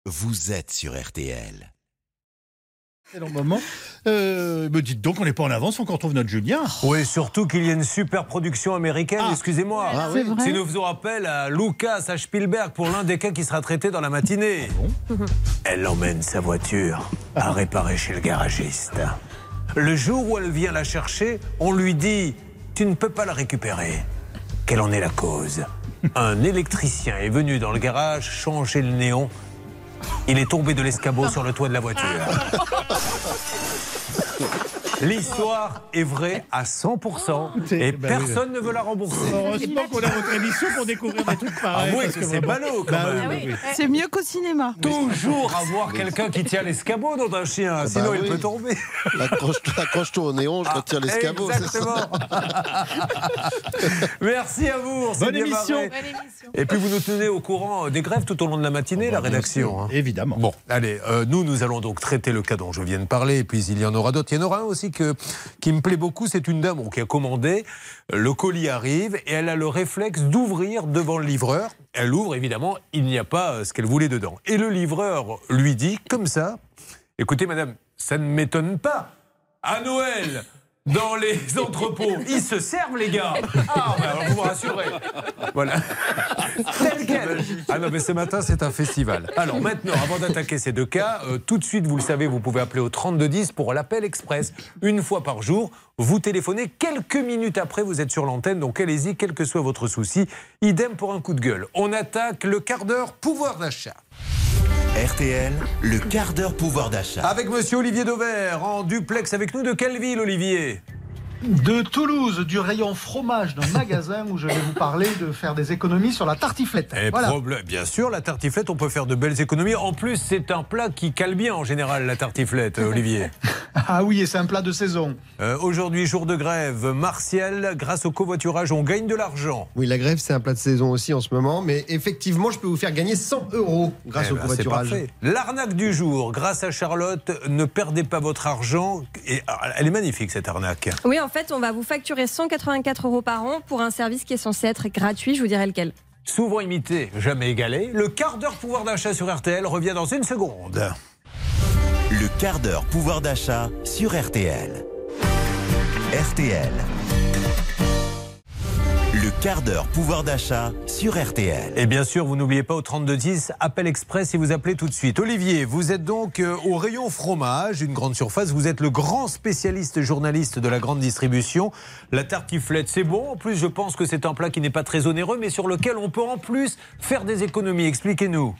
vous êtes sur RTL. C'est le moment. Me dites donc, on n'est pas en avance, on retrouve notre Julien. Oui, surtout qu'il y a une super production américaine, excusez-moi. C'est vrai. Si nous faisons appel à Lucas, à Spielberg, pour l'un des cas qui sera traité dans la matinée. Elle emmène sa voiture à réparer chez le garagiste. Le jour où elle vient la chercher, on lui dit « Tu ne peux pas la récupérer ». Quelle en est la cause? Un électricien est venu dans le garage changer le néon. Il est tombé de l'escabeau sur le toit de la voiture. L'histoire est vraie à 100% et personne ne veut la rembourser. Heureusement qu'on a votre émission pour découvrir des trucs pareils. Oui, que c'est ballot quand même. C'est mieux qu'au cinéma. Toujours avoir quelqu'un qui tient l'escabeau dans un chien, sinon il peut tomber. Accroche-toi au néon, je retire l'escabeau. Exactement. Merci à vous. Bonne émission. Et puis vous nous tenez au courant des grèves tout au long de la matinée, la rédaction. Évidemment. Bon, allez, nous allons donc traiter le cas dont je viens de parler, et puis il y en aura d'autres. Il y en aura un aussi qui me plaît beaucoup, c'est une dame qui a commandé, le colis arrive et elle a le réflexe d'ouvrir devant le livreur. Elle ouvre, évidemment, il n'y a pas ce qu'elle voulait dedans. Et le livreur lui dit, comme ça, écoutez madame, ça ne m'étonne pas, à Noël, dans les entrepôts, ils se servent les gars. Ah, bah alors vous me rassurez. Voilà. Tel quel. Ah non, mais ce matin, c'est un festival. Alors maintenant, avant d'attaquer ces deux cas, tout de suite, vous le savez, vous pouvez appeler au 3210 pour l'appel express. Une fois par jour, vous téléphonez. Quelques minutes après, vous êtes sur l'antenne, donc allez-y, quel que soit votre souci. Idem pour un coup de gueule. On attaque le quart d'heure pouvoir d'achat. RTL, le quart d'heure pouvoir d'achat. Avec monsieur Olivier Dauvert, en duplex avec nous. De quelle ville, Olivier ? De Toulouse, du rayon fromage d'un magasin où je vais vous parler de faire des économies sur la tartiflette. Voilà. Bien sûr, la tartiflette, on peut faire de belles économies. En plus, c'est un plat qui cale bien en général, la tartiflette, Olivier. Ah oui, et c'est un plat de saison. Aujourd'hui, jour de grève, Martial, grâce au covoiturage, on gagne de l'argent. Oui, la grève, c'est un plat de saison aussi en ce moment, mais effectivement, je peux vous faire gagner 100 € grâce au covoiturage. C'est parfait. L'arnaque du jour, grâce à Charlotte, ne perdez pas votre argent. Et elle est magnifique, cette arnaque. Oui, en fait, on va vous facturer 184 € par an pour un service qui est censé être gratuit. Je vous dirai lequel. Souvent imité, jamais égalé. Le quart d'heure pouvoir d'achat sur RTL revient dans une seconde. Le quart d'heure pouvoir d'achat sur RTL. RTL. Le quart d'heure pouvoir d'achat sur RTL. Et bien sûr, vous n'oubliez pas au 3210, appel express et vous appelez tout de suite. Olivier, vous êtes donc au rayon fromage, une grande surface. Vous êtes le grand spécialiste journaliste de la grande distribution. La tartiflette, c'est bon. En plus, je pense que c'est un plat qui n'est pas très onéreux, mais sur lequel on peut en plus faire des économies. Expliquez-nous.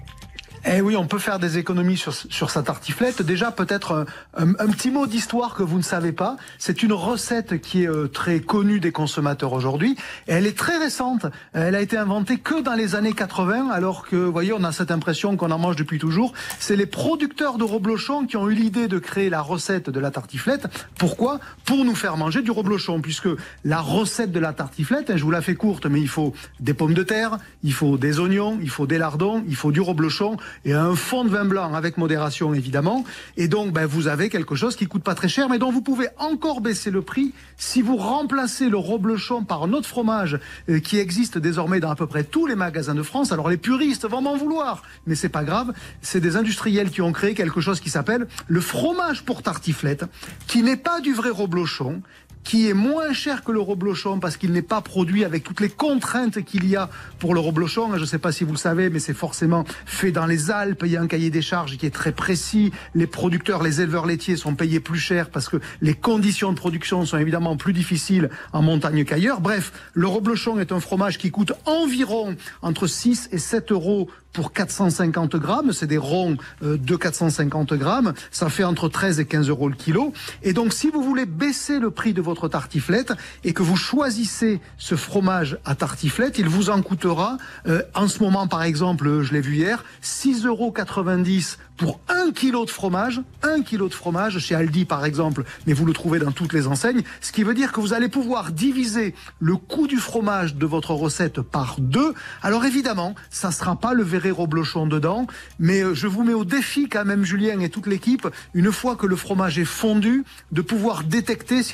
Eh oui, on peut faire des économies sur sa tartiflette. Déjà, peut-être un petit mot d'histoire que vous ne savez pas. C'est une recette qui est très connue des consommateurs aujourd'hui. Et elle est très récente. Elle a été inventée que dans les années 80, alors que, vous voyez, on a cette impression qu'on en mange depuis toujours. C'est les producteurs de reblochon qui ont eu l'idée de créer la recette de la tartiflette. Pourquoi ? Pour nous faire manger du reblochon, puisque la recette de la tartiflette, je vous la fais courte, mais il faut des pommes de terre, il faut des oignons, il faut des lardons, il faut du reblochon, et un fond de vin blanc avec modération évidemment. Et donc vous avez quelque chose qui coûte pas très cher mais dont vous pouvez encore baisser le prix si vous remplacez le reblochon par un autre fromage qui existe désormais dans à peu près tous les magasins de France. Alors les puristes vont m'en vouloir, mais c'est pas grave, c'est des industriels qui ont créé quelque chose qui s'appelle le fromage pour tartiflette, qui n'est pas du vrai reblochon, qui est moins cher que le reblochon parce qu'il n'est pas produit avec toutes les contraintes qu'il y a pour le reblochon. Je ne sais pas si vous le savez, mais c'est forcément fait dans les Alpes. Il y a un cahier des charges qui est très précis. Les producteurs, les éleveurs laitiers sont payés plus cher parce que les conditions de production sont évidemment plus difficiles en montagne qu'ailleurs. Bref, le reblochon est un fromage qui coûte environ entre 6 et 7 € pour 450 grammes. C'est des ronds de 450 grammes. Ça fait entre 13 et 15 € le kilo. Et donc, si vous voulez baisser le prix de votre tartiflette et que vous choisissez ce fromage à tartiflette, il vous en coûtera, en ce moment, par exemple, je l'ai vu hier, 6,90 € pour 1 kilo de fromage. 1 kilo de fromage chez Aldi, par exemple, mais vous le trouvez dans toutes les enseignes. Ce qui veut dire que vous allez pouvoir diviser le coût du fromage de votre recette par 2. Alors évidemment, ça ne sera pas le vrai reblochon dedans, mais je vous mets au défi quand même, Julien et toute l'équipe, une fois que le fromage est fondu, de pouvoir détecter s'il s'agit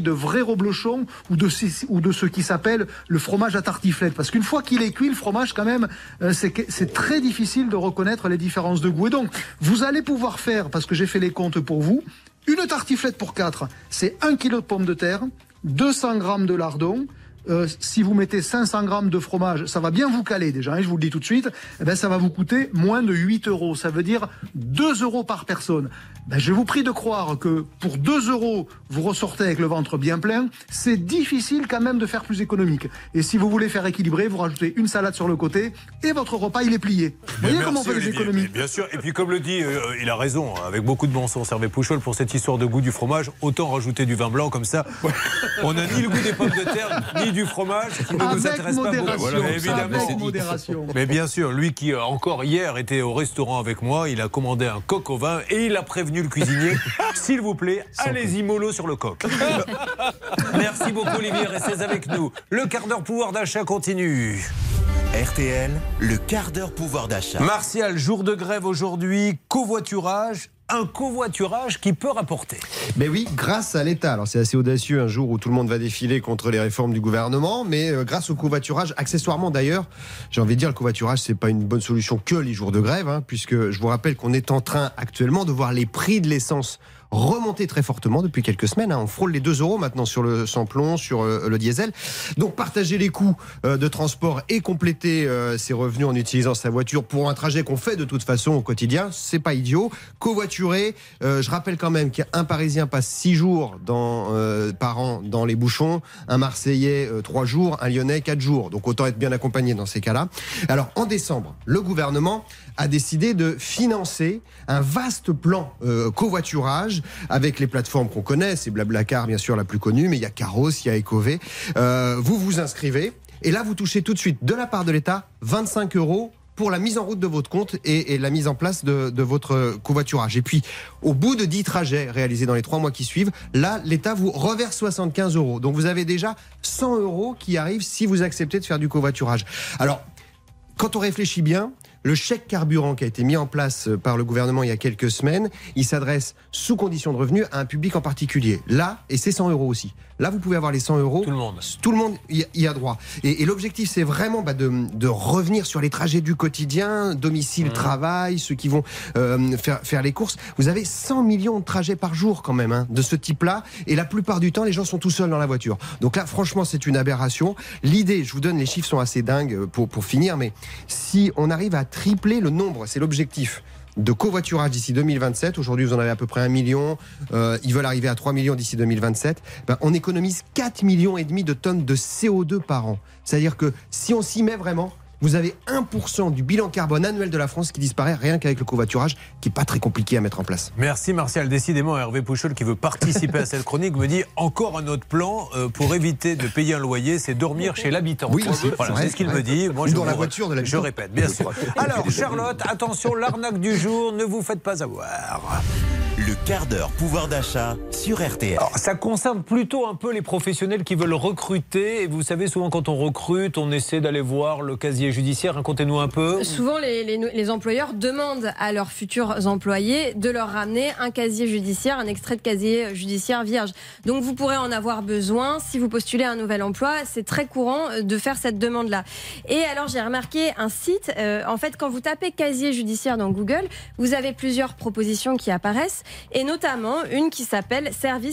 de vrais reblochons ou de ce qui s'appelle le fromage à tartiflette. Parce qu'une fois qu'il est cuit, le fromage, quand même, c'est très difficile de reconnaître les différences de goût. Et donc, vous allez pouvoir faire, parce que j'ai fait les comptes pour vous, une tartiflette pour 4, c'est 1 kg de pommes de terre, 200 grammes de lardons. Si vous mettez 500 grammes de fromage, ça va bien vous caler déjà, hein, je vous le dis tout de suite, ça va vous coûter moins de 8 €. Ça veut dire 2 € par personne. Je vous prie de croire que pour 2 € vous ressortez avec le ventre bien plein. C'est difficile quand même de faire plus économique. Et si vous voulez faire équilibrer, vous rajoutez une salade sur le côté et votre repas, il est plié. Vous voyez comment on fait les économies? Bien sûr. Et puis comme le dit, il a raison, avec beaucoup de bon sens, Hervé Pouchol, pour cette histoire de goût du fromage, autant rajouter du vin blanc comme ça. On n'a ni le goût des pommes de terre, ni du fromage qui ne nous intéresse pas beaucoup. Voilà, évidemment. Avec modération. Mais bien sûr, lui qui encore hier était au restaurant avec moi, il a commandé un coq au vin et il a prévenu le cuisinier, s'il vous plaît, allez-y mollo sur le coq. Merci beaucoup Olivier, restez avec nous. Le quart d'heure pouvoir d'achat continue. RTL, le quart d'heure pouvoir d'achat. Martial, jour de grève aujourd'hui, covoiturage. Un covoiturage qui peut rapporter. Mais oui, grâce à l'État. Alors c'est assez audacieux un jour où tout le monde va défiler contre les réformes du gouvernement, mais grâce au covoiturage, accessoirement d'ailleurs, j'ai envie de dire le covoiturage c'est pas une bonne solution que les jours de grève, hein, puisque je vous rappelle qu'on est en train actuellement de voir les prix de l'essence remonter très fortement depuis quelques semaines. On frôle les 2 € maintenant sur le sans-plomb, sur le diesel. Donc partager les coûts de transport et compléter ses revenus en utilisant sa voiture pour un trajet qu'on fait de toute façon au quotidien, c'est pas idiot. Covoiturer, je rappelle quand même qu'un Parisien passe 6 jours par an dans les bouchons, un Marseillais 3 jours, un Lyonnais 4 jours. Donc autant être bien accompagné dans ces cas-là. Alors en décembre, le gouvernement a décidé de financer un vaste plan covoiturage avec les plateformes qu'on connaît. C'est Blablacar, bien sûr, la plus connue, mais il y a Caros, il y a Ecov. Vous vous inscrivez et là, vous touchez tout de suite, de la part de l'État, 25 € pour la mise en route de votre compte et la mise en place de votre covoiturage. Et puis, au bout de 10 trajets réalisés dans les 3 mois qui suivent, là, l'État vous reverse 75 €. Donc, vous avez déjà 100 € qui arrivent si vous acceptez de faire du covoiturage. Alors, quand on réfléchit bien, le chèque carburant qui a été mis en place par le gouvernement il y a quelques semaines, il s'adresse sous condition de revenus à un public en particulier. Là, et c'est 100 € aussi. Là, vous pouvez avoir les 100 €. Tout le monde y a droit. Et l'objectif, c'est vraiment de revenir sur les trajets du quotidien, domicile, travail, ceux qui vont faire les courses. Vous avez 100 millions de trajets par jour quand même, hein, de ce type-là. Et la plupart du temps, les gens sont tout seuls dans la voiture. Donc là, franchement, c'est une aberration. L'idée, je vous donne, les chiffres sont assez dingues pour finir, mais si on arrive à tripler le nombre, c'est l'objectif, de covoiturage d'ici 2027. Aujourd'hui, vous en avez à peu près 1 million. Ils veulent arriver à 3 millions d'ici 2027. On économise 4,5 millions de tonnes de CO2 par an. C'est-à-dire que si on s'y met vraiment, vous avez 1% du bilan carbone annuel de la France qui disparaît rien qu'avec le covoiturage, qui n'est pas très compliqué à mettre en place. Merci Martial. Décidément, Hervé Pouchol, qui veut participer à cette chronique, me dit encore un autre plan pour éviter de payer un loyer, c'est dormir chez l'habitant. Oui, voilà, c'est ce qu'il me dit. Moi, dans la voiture de l'habitant. Je répète, bien sûr. Alors, Charlotte, attention, l'arnaque du jour, ne vous faites pas avoir. Le quart d'heure pouvoir d'achat sur RTL. Alors, ça concerne plutôt un peu les professionnels qui veulent recruter. Et vous savez, souvent quand on recrute, on essaie d'aller voir le casier judiciaire. Racontez-nous un peu. Souvent, les employeurs demandent à leurs futurs employés de leur ramener un casier judiciaire, un extrait de casier judiciaire vierge. Donc, vous pourrez en avoir besoin si vous postulez à un nouvel emploi. C'est très courant de faire cette demande-là. Et alors, j'ai remarqué un site. En fait, quand vous tapez casier judiciaire dans Google, vous avez plusieurs propositions qui apparaissent. Et notamment une qui s'appelle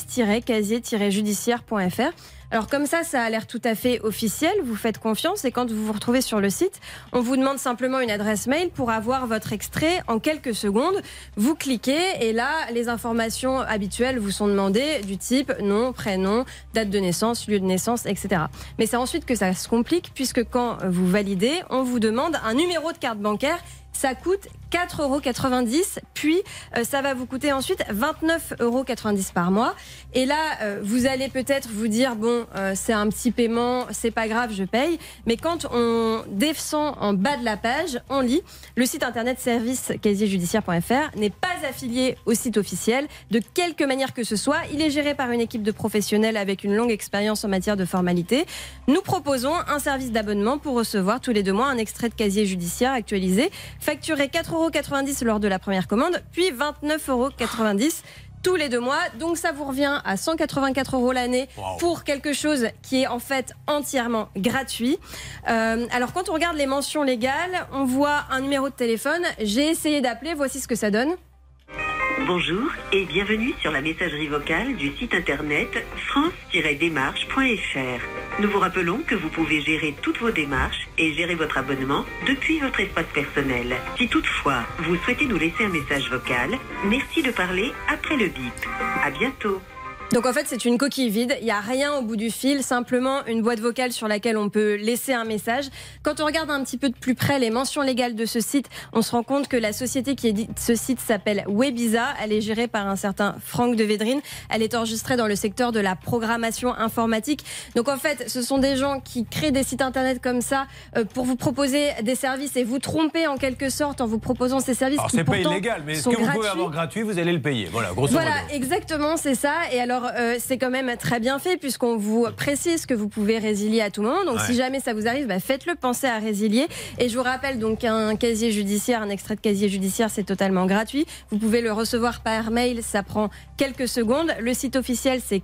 service-casier-judiciaire.fr. Alors comme ça a l'air tout à fait officiel, vous faites confiance et quand vous vous retrouvez sur le site, on vous demande simplement une adresse mail pour avoir votre extrait en quelques secondes. Vous cliquez et là, les informations habituelles vous sont demandées du type nom, prénom, date de naissance, lieu de naissance, etc. Mais c'est ensuite que ça se complique puisque quand vous validez, on vous demande un numéro de carte bancaire. Ça coûte 4,90 €, puis ça va vous coûter ensuite 29,90 € par mois. Et là, vous allez peut-être vous dire, bon, c'est un petit paiement, c'est pas grave, je paye. Mais quand on descend en bas de la page, on lit, le site internet service-casier-judiciaire.fr n'est pas affilié au site officiel de quelque manière que ce soit. Il est géré par une équipe de professionnels avec une longue expérience en matière de formalité. Nous proposons un service d'abonnement pour recevoir tous les 2 mois un extrait de casier judiciaire actualisé. Facturez 4,90 € lors de la première commande, puis 29,90 € tous les 2 mois. Donc ça vous revient à 184 € l'année pour quelque chose qui est en fait entièrement gratuit. Alors quand on regarde les mentions légales, on voit un numéro de téléphone. J'ai essayé d'appeler, voici ce que ça donne. Bonjour et bienvenue sur la messagerie vocale du site internet france-démarche.fr. Nous vous rappelons que vous pouvez gérer toutes vos démarches et gérer votre abonnement depuis votre espace personnel. Si toutefois vous souhaitez nous laisser un message vocal, merci de parler après le bip. À bientôt. Donc en fait c'est une coquille vide, il n'y a rien au bout du fil, simplement une boîte vocale sur laquelle on peut laisser un message. Quand on regarde un petit peu de plus près les mentions légales de ce site, on se rend compte que la société qui édite ce site s'appelle Webiza, elle est gérée par un certain Franck de Védrine, elle est enregistrée dans le secteur de la programmation informatique. Donc en fait ce sont des gens qui créent des sites internet comme ça pour vous proposer des services et vous tromper en quelque sorte en vous proposant ces services. Alors qui c'est pas pourtant illégal, mais ce sont que vous gratuits. pouvez avoir gratuit, vous allez le payer. Voilà, grosso modo. Voilà, exactement, c'est ça. Et alors, c'est quand même très bien fait puisqu'on vous précise que vous pouvez résilier à tout moment. Donc, si jamais ça vous arrive, faites-le, pensez à résilier. Et je vous rappelle donc un casier judiciaire, un extrait de casier judiciaire, c'est totalement gratuit. Vous pouvez le recevoir par mail, ça prend quelques secondes. Le site officiel, c'est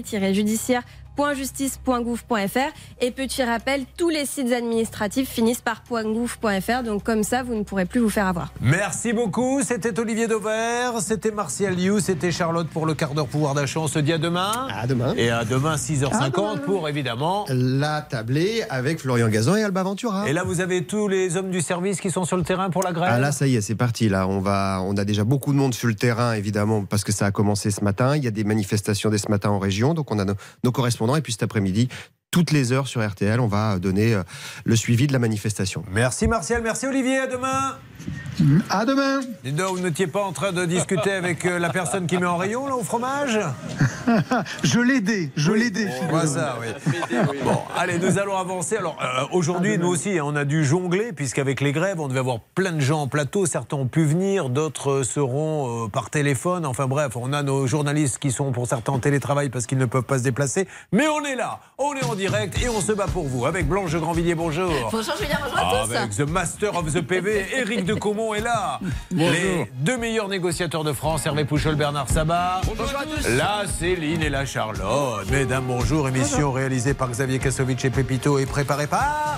casier-judiciaire.justice.gouv.fr. Et petit rappel, tous les sites administratifs finissent par .gouv.fr. Donc comme ça, vous ne pourrez plus vous faire avoir. Merci beaucoup. C'était Olivier Dauvert, c'était Martial Liu, c'était Charlotte pour le quart d'heure pouvoir d'achat. On se dit à demain. À demain. Et à demain 6h50 pour évidemment la tablée avec Florian Gazan et Alba Ventura. Et là vous avez tous les hommes du service qui sont sur le terrain pour la grève. Ah là ça y est, c'est parti là. On a déjà beaucoup de monde sur le terrain évidemment parce que ça a commencé ce matin. Il y a des manifestations dès ce matin en région, donc on a nos correspondants. Et puis cet après-midi, toutes les heures sur RTL, on va donner le suivi de la manifestation. Merci Martial, merci Olivier, à demain. À demain. Dites donc, vous n'étiez pas en train de discuter avec la personne qui met en rayon là au fromage? Je l'ai aidé. On voit ça, oui. Bon, allez, nous allons avancer. Alors, aujourd'hui, nous aussi, on a dû jongler, puisqu'avec les grèves, on devait avoir plein de gens en plateau. Certains ont pu venir, d'autres seront par téléphone. Enfin bref, on a nos journalistes qui sont pour certains en télétravail parce qu'ils ne peuvent pas se déplacer. Mais on est là, on est en direct et on se bat pour vous. Avec Blanche de Grandvilliers, bonjour. Bonjour Julien, bonjour à tous. Avec The Master of the PV, Éric de Caumont est là. Bonjour. Les 2 meilleurs négociateurs de France, Hervé Pouchol, Bernard Sabat. Bonjour à tous. La Céline et la Charlotte. Mesdames, bonjour. Émission réalisée par Xavier Kassovitch et Pépito et préparée par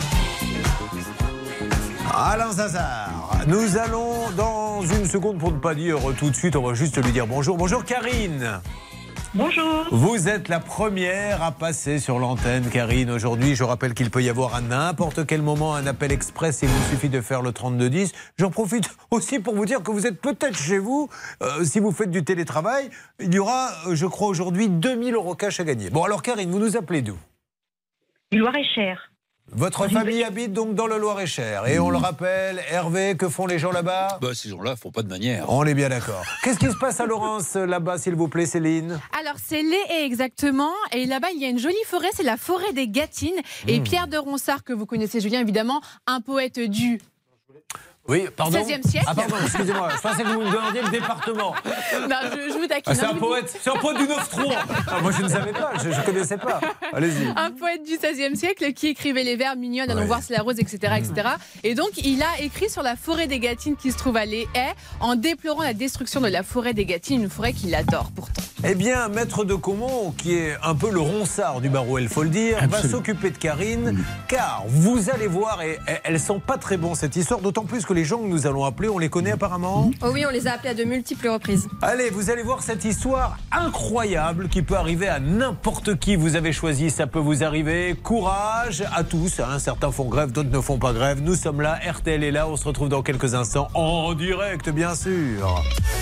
Alain Zazard. Nous allons dans une seconde, pour ne pas dire tout de suite, on va juste lui dire bonjour. Bonjour Karine. Bonjour. Vous êtes la première à passer sur l'antenne, Karine. Aujourd'hui, je rappelle qu'il peut y avoir à n'importe quel moment un appel express. Il vous suffit de faire le 3210. J'en profite aussi pour vous dire que vous êtes peut-être chez vous. Si vous faites du télétravail, il y aura, je crois, aujourd'hui 2000 € cash à gagner. Bon, alors Karine, vous nous appelez d'où? Du Loir-et-Cher. Votre famille habite donc dans le Loir-et-Cher. Et on le rappelle, Hervé, que font les gens là-bas? Ces gens-là font pas de manière. On est bien d'accord. Qu'est-ce qui se passe à Laurence là-bas, s'il vous plaît, Céline? Alors c'est Les exactement, et là-bas il y a une jolie forêt, c'est la forêt des Gâtines. Et Pierre de Ronsard, que vous connaissez Julien évidemment, un poète du... Oui, pardon. 16e siècle. Ah pardon, excusez-moi, je pensais que vous me demandiez le département. Non, je vous taquine. Ah, c'est un poète du 9-3. Ah, moi je ne savais pas, je ne connaissais pas. Allez-y. Un poète du XVIe siècle qui écrivait les vers mignonnes, allons voir c'est la rose, etc., etc. Et donc il a écrit sur la forêt des Gâtines qui se trouve à Les Haies, en déplorant la destruction de la forêt des Gâtines, une forêt qu'il adore pourtant. Eh bien, Maître de Caumont, qui est un peu le Ronsard du barreau, il faut le dire, va s'occuper de Karine, car vous allez voir, et elle sent pas très bon cette histoire, d'autant plus que les gens que nous allons appeler, on les connaît apparemment. Oh oui, on les a appelés à de multiples reprises. Allez, vous allez voir cette histoire incroyable qui peut arriver à n'importe qui. Vous avez choisi, ça peut vous arriver. Courage à tous, hein. Certains font grève, d'autres ne font pas grève. Nous sommes là, RTL est là, on se retrouve dans quelques instants, en direct bien sûr.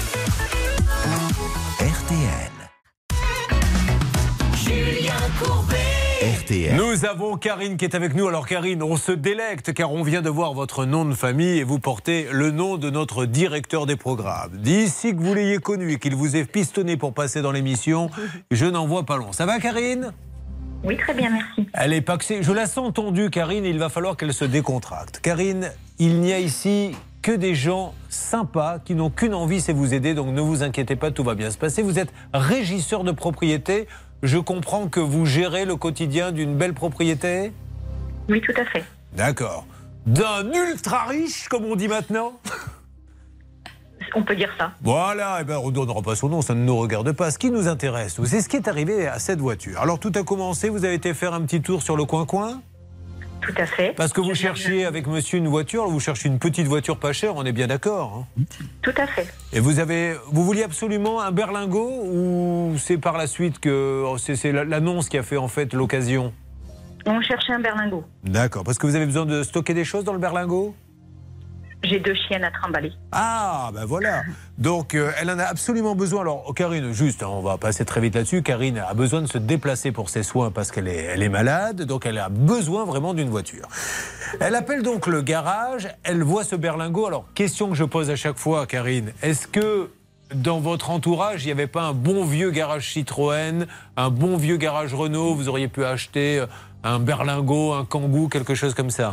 RTL. Julien Courbet. RTL. Nous avons Karine qui est avec nous. Alors Karine, on se délecte car on vient de voir votre nom de famille et vous portez le nom de notre directeur des programmes. D'ici que vous l'ayez connu et qu'il vous ait pistonné pour passer dans l'émission, je n'en vois pas long. Ça va Karine ? Oui, très bien, merci. Elle est paxée. Je la sens tendue Karine, il va falloir qu'elle se décontracte. Karine, il n'y a ici que des gens sympas qui n'ont qu'une envie, c'est vous aider. Donc ne vous inquiétez pas, tout va bien se passer. Vous êtes régisseur de propriété. Je comprends que vous gérez le quotidien d'une belle propriété ? Oui, tout à fait. D'accord. D'un ultra riche, comme on dit maintenant ? On peut dire ça. Voilà, eh ben, on ne donnera pas son nom, ça ne nous regarde pas. Ce qui nous intéresse, c'est ce qui est arrivé à cette voiture. Alors tout a commencé, vous avez été faire un petit tour sur le coin-coin ? Tout à fait. Parce que vous cherchiez avec monsieur une voiture, vous cherchez une petite voiture pas chère, on est bien d'accord, hein ? Tout à fait. Et vous vouliez absolument un berlingot ou c'est par la suite que c'est l'annonce qui a fait en fait l'occasion ? On cherchait un berlingot. D'accord, parce que vous avez besoin de stocker des choses dans le berlingot ? J'ai 2 chiennes à trimballer. Ah, ben voilà. Donc, elle en a absolument besoin. Alors, Karine, juste, hein, on va passer très vite là-dessus. Karine a besoin de se déplacer pour ses soins parce qu'elle est malade. Donc, elle a besoin vraiment d'une voiture. Elle appelle donc le garage. Elle voit ce berlingot. Alors, question que je pose à chaque fois, Karine. Est-ce que dans votre entourage, il n'y avait pas un bon vieux garage Citroën, un bon vieux garage Renault ? Vous auriez pu acheter un berlingot, un Kangoo, quelque chose comme ça ?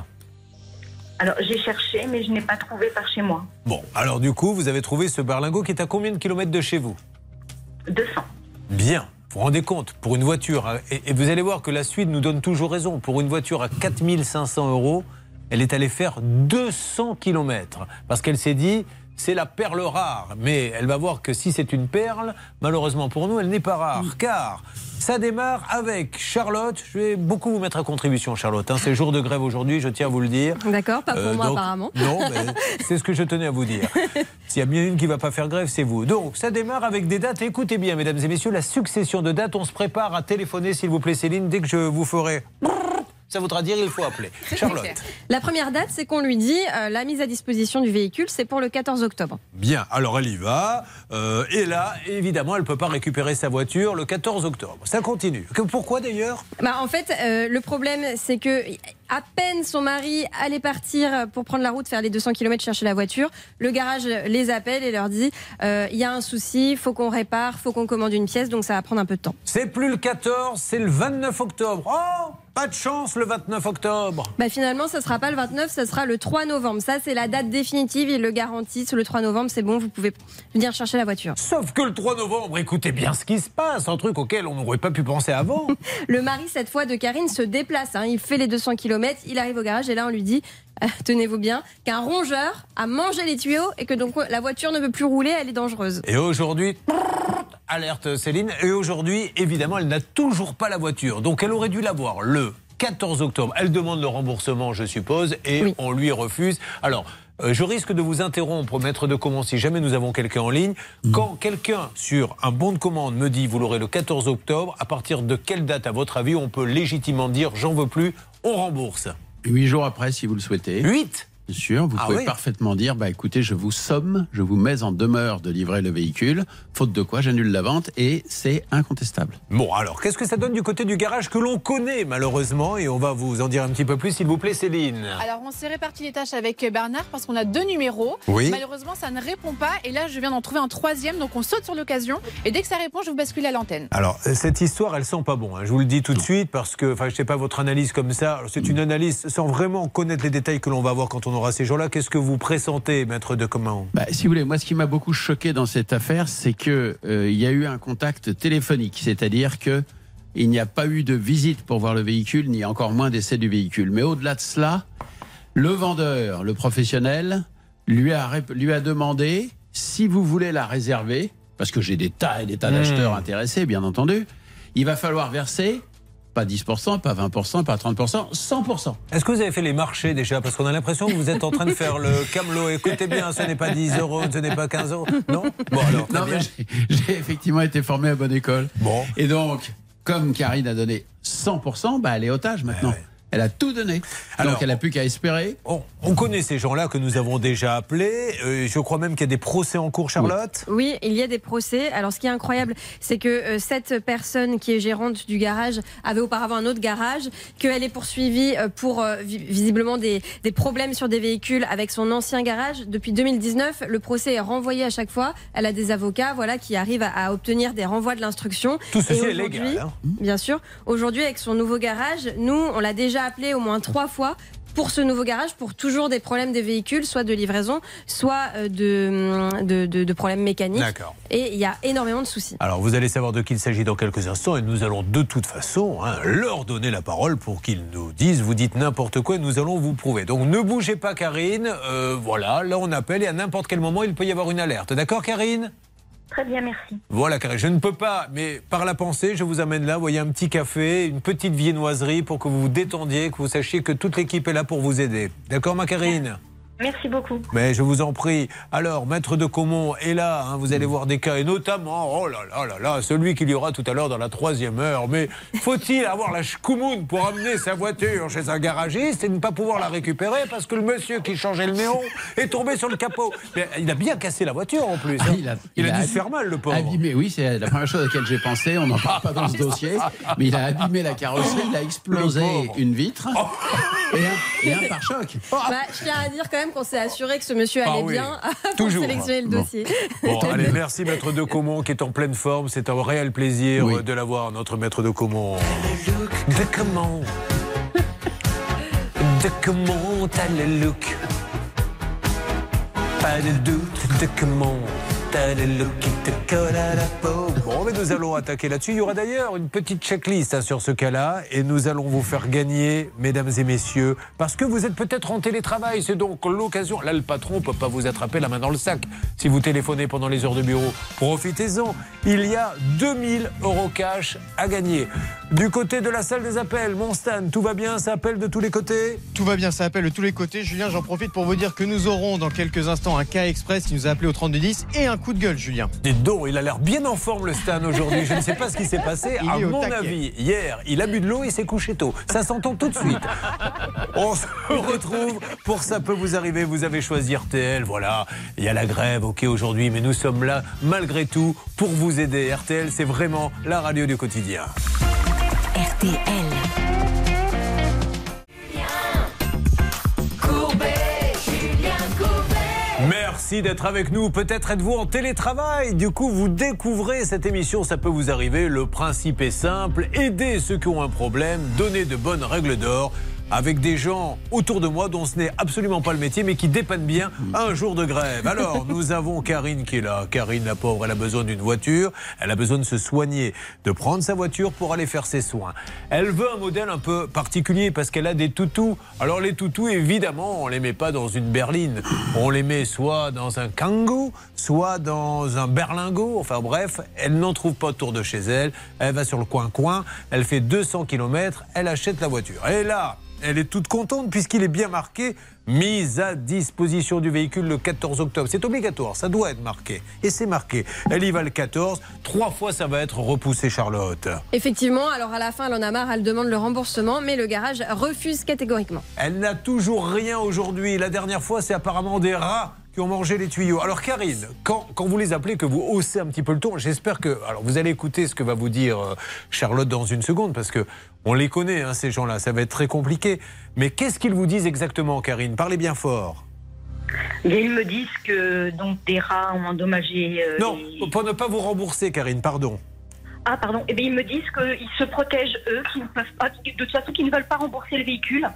Alors, j'ai cherché, mais je n'ai pas trouvé par chez moi. Bon, alors du coup, vous avez trouvé ce berlingot qui est à combien de kilomètres de chez vous ? 200. Bien. Vous vous rendez compte, pour une voiture, et vous allez voir que la suite nous donne toujours raison, pour une voiture à 4 500 €, elle est allée faire 200 kilomètres. Parce qu'elle s'est dit, c'est la perle rare. Mais elle va voir que si c'est une perle, malheureusement pour nous, elle n'est pas rare. Car ça démarre avec Charlotte. Je vais beaucoup vous mettre à contribution, Charlotte. Hein. C'est jour de grève aujourd'hui, je tiens à vous le dire. D'accord, pas pour moi apparemment. Non, mais c'est ce que je tenais à vous dire. S'il y a bien une qui ne va pas faire grève, c'est vous. Donc, ça démarre avec des dates. Écoutez bien, mesdames et messieurs, la succession de dates. On se prépare à téléphoner, s'il vous plaît, Céline, dès que je vous ferai... Ça voudra dire il faut appeler. Charlotte. La première date, c'est qu'on lui dit la mise à disposition du véhicule, c'est pour le 14 octobre. Bien, alors elle y va. Et là, évidemment, elle ne peut pas récupérer sa voiture le 14 octobre. Ça continue. Pourquoi d'ailleurs ? En fait, le problème, c'est que à peine son mari allait partir pour prendre la route, faire les 200 km chercher la voiture, le garage les appelle et leur dit il y a un souci, il faut qu'on répare, il faut qu'on commande une pièce, donc ça va prendre un peu de temps. C'est plus le 14, c'est le 29 octobre. Oh, pas de chance le 29 octobre. Finalement, ça ne sera pas le 29, ça sera le 3 novembre. Ça, c'est la date définitive, ils le garantissent. Le 3 novembre, c'est bon, vous pouvez venir chercher la voiture. Sauf que le 3 novembre, écoutez bien ce qui se passe, un truc auquel on n'aurait pas pu penser avant. Le mari, cette fois, de Karine, se déplace. Il fait les 200 km, il arrive au garage et là, on lui dit, tenez-vous bien, qu'un rongeur a mangé les tuyaux et que donc la voiture ne peut plus rouler, elle est dangereuse. Et aujourd'hui... Alerte Céline, et aujourd'hui, évidemment, elle n'a toujours pas la voiture. Donc elle aurait dû l'avoir le 14 octobre. Elle demande le remboursement, je suppose, et oui. On lui refuse. Alors, je risque de vous interrompre, maître de commande, si jamais nous avons quelqu'un en ligne. Quand quelqu'un, sur un bon de commande, me dit, vous l'aurez le 14 octobre, à partir de quelle date, à votre avis, on peut légitimement dire, j'en veux plus, on rembourse ? 8 jours après, si vous le souhaitez. 8 ? Bien sûr, vous pouvez parfaitement dire, écoutez, je vous somme, je vous mets en demeure de livrer le véhicule, faute de quoi j'annule la vente et c'est incontestable. Bon, alors, qu'est-ce que ça donne du côté du garage que l'on connaît malheureusement et on va vous en dire un petit peu plus, s'il vous plaît, Céline. Alors, on s'est réparti les tâches avec Bernard parce qu'on a 2 numéros. Oui. Malheureusement, ça ne répond pas et là, je viens d'en trouver un 3e, donc on saute sur l'occasion et dès que ça répond, je vous bascule à l'antenne. Alors, cette histoire, elle sent pas bon, hein. Je vous le dis tout de suite parce que, je sais pas votre analyse comme ça, alors, c'est une analyse sans vraiment connaître les détails que l'on va voir quand on aura ces gens-là. Qu'est-ce que vous pressentez, maître de commande ? Si vous voulez, moi, ce qui m'a beaucoup choqué dans cette affaire, c'est que il y a eu un contact téléphonique, c'est-à-dire que il n'y a pas eu de visite pour voir le véhicule, ni encore moins d'essai du véhicule. Mais au-delà de cela, le vendeur, le professionnel, lui a demandé si vous voulez la réserver, parce que j'ai des tas et des tas d'acheteurs intéressés, bien entendu, il va falloir verser. Pas 10%, pas 20%, pas 30%, 100%. Est-ce que vous avez fait les marchés déjà ? Parce qu'on a l'impression que vous êtes en train de faire le camelot. Écoutez bien, ce n'est pas 10 €, ce n'est pas 15 €. Non ? Bon, alors, non, mais j'ai effectivement été formé à bonne école. Bon. Et donc, comme Karine a donné 100%, elle est otage maintenant. Ouais. Elle a tout donné. Alors, donc elle n'a plus qu'à espérer. On connaît ces gens-là que nous avons déjà appelés. Je crois même qu'il y a des procès en cours, Charlotte. Oui, il y a des procès. Alors ce qui est incroyable, c'est que cette personne qui est gérante du garage avait auparavant un autre garage, qu'elle est poursuivie pour visiblement des problèmes sur des véhicules avec son ancien garage. Depuis 2019, le procès est renvoyé à chaque fois. Elle a des avocats qui arrivent à obtenir des renvois de l'instruction. Tout ceci est légal. Bien sûr. Aujourd'hui, avec son nouveau garage, nous, on l'a déjà appelé au moins 3 fois pour ce nouveau garage pour toujours des problèmes des véhicules, soit de livraison, soit de problèmes mécaniques. D'accord. Et il y a énormément de soucis. Alors, vous allez savoir de qui il s'agit dans quelques instants et nous allons de toute façon leur donner la parole pour qu'ils nous disent, vous dites n'importe quoi et nous allons vous prouver. Donc, ne bougez pas, Karine. Voilà, là, on appelle et à n'importe quel moment, il peut y avoir une alerte. D'accord, Karine ? Très bien, merci. Voilà, Karine, je ne peux pas, mais par la pensée, je vous amène là, vous voyez, un petit café, une petite viennoiserie pour que vous vous détendiez, que vous sachiez que toute l'équipe est là pour vous aider. D'accord, ma Karine ? Merci beaucoup. Mais je vous en prie. Alors, Maître de Caumont est là, vous allez voir des cas, et notamment, oh là là là là, celui qu'il y aura tout à l'heure dans la 3e heure. Mais faut-il avoir la schkoumoun pour amener sa voiture chez un garagiste et ne pas pouvoir la récupérer parce que le monsieur qui changeait le néon est tombé sur le capot? Mais il a bien cassé la voiture en plus. Il a dû se faire mal, le pauvre. Abîmé, oui, c'est la première chose à laquelle j'ai pensé. On n'en parle pas dans ce dossier, mais il a abîmé la carrosserie, il a explosé une vitre et un pare-choc. Je tiens à dire quand même qu'on s'est assuré que ce monsieur allait bien pour sélectionner le dossier. Bon, allez, merci Maître de Caumont qui est en pleine forme. C'est un réel plaisir de l'avoir, notre Maître de Caumont. De Caumont. De Caumont, t'as le look. Pas de doute, de Caumont. T'as le look qui te colle à la peau. Bon, mais nous allons attaquer là-dessus. Il y aura d'ailleurs une petite checklist sur ce cas-là. Et nous allons vous faire gagner, mesdames et messieurs, parce que vous êtes peut-être en télétravail. C'est donc l'occasion. Là, le patron ne peut pas vous attraper la main dans le sac. Si vous téléphonez pendant les heures de bureau, profitez-en. Il y a 2000 € cash à gagner. Du côté de la salle des appels, mon Stan, tout va bien? Ça appelle de tous les côtés? Tout va bien, ça appelle de tous les côtés. Julien, j'en profite pour vous dire que nous aurons dans quelques instants un cas express qui nous a appelé au 3210 et un coup de gueule, Julien. Dites donc, il a l'air bien en forme, le Stan, aujourd'hui. Je ne sais pas ce qui s'est passé. À mon avis, hier, il a bu de l'eau et s'est couché tôt. Ça s'entend tout de suite. On se retrouve pour Ça peut vous arriver. Vous avez choisi RTL, voilà. Il y a la grève, ok, aujourd'hui, mais nous sommes là, malgré tout, pour vous aider. RTL, c'est vraiment la radio du quotidien. RTL. Merci d'être avec nous. Peut-être êtes-vous en télétravail. Du coup, vous découvrez cette émission. Ça peut vous arriver. Le principe est simple. Aider ceux qui ont un problème. Donner de bonnes règles d'or. Avec des gens autour de moi dont ce n'est absolument pas le métier, mais qui dépannent bien un jour de grève. Alors, nous avons Karine qui est là. Karine, la pauvre, elle a besoin d'une voiture. Elle a besoin de se soigner, de prendre sa voiture pour aller faire ses soins. Elle veut un modèle un peu particulier parce qu'elle a des toutous. Alors, les toutous, évidemment, on ne les met pas dans une berline. On les met soit dans un Kangoo, soit dans un berlingot. Enfin bref, elle n'en trouve pas autour de chez elle. Elle va sur le coin-coin. Elle fait 200 km. Elle achète la voiture. Et là, elle est toute contente puisqu'il est bien marqué « Mise à disposition du véhicule le 14 octobre ». C'est obligatoire, ça doit être marqué. Et c'est marqué. Elle y va le 14. 3 fois, ça va être repoussé, Charlotte. Effectivement, alors à la fin, elle en a marre, elle demande le remboursement, mais le garage refuse catégoriquement. Elle n'a toujours rien aujourd'hui. La dernière fois, c'est apparemment des rats qui ont mangé les tuyaux. Alors Karine, quand vous les appelez, que vous haussez un petit peu le ton, j'espère que... Alors vous allez écouter ce que va vous dire Charlotte dans une seconde, parce que on les connaît, ces gens-là, ça va être très compliqué. Mais qu'est-ce qu'ils vous disent exactement, Karine? Parlez bien fort. Ils me disent que donc, des rats ont endommagé... Non, pour ne pas vous rembourser, Karine, pardon. Ah, pardon. Eh bien, ils me disent qu'ils se protègent, eux, qu'ils ne peuvent pas, de toute façon, qu'ils ne veulent pas rembourser le véhicule.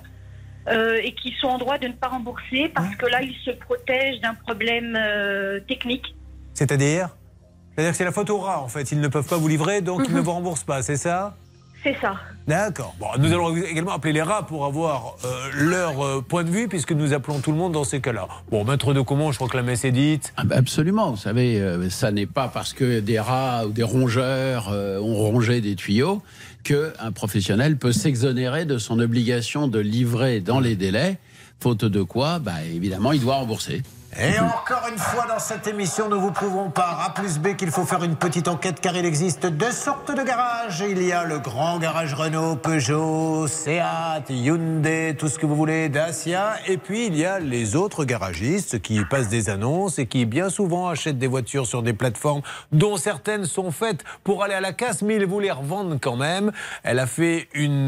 Et qui sont en droit de ne pas rembourser parce que là, ils se protègent d'un problème technique. C'est-à-dire que c'est la faute au rat, en fait. Ils ne peuvent pas vous livrer, donc ils ne vous remboursent pas, c'est ça? C'est ça. D'accord. Bon, nous allons également appeler les rats pour avoir leur point de vue, puisque nous appelons tout le monde dans ces cas-là. Bon, Maître de Caumont, je crois que la messe est dite. Ah ben absolument. Vous savez, ça n'est pas parce que des rats ou des rongeurs ont rongé des tuyaux qu'un professionnel peut s'exonérer de son obligation de livrer dans les délais, faute de quoi, évidemment, il doit rembourser. Et encore une fois dans cette émission, nous vous prouverons par A plus B qu'il faut faire une petite enquête car il existe 2 sortes de garages. Il y a le grand garage Renault, Peugeot, Seat, Hyundai, tout ce que vous voulez, Dacia. Et puis il y a les autres garagistes qui passent des annonces et qui bien souvent achètent des voitures sur des plateformes dont certaines sont faites pour aller à la casse, mais ils vous les revendent quand même. Elle a fait une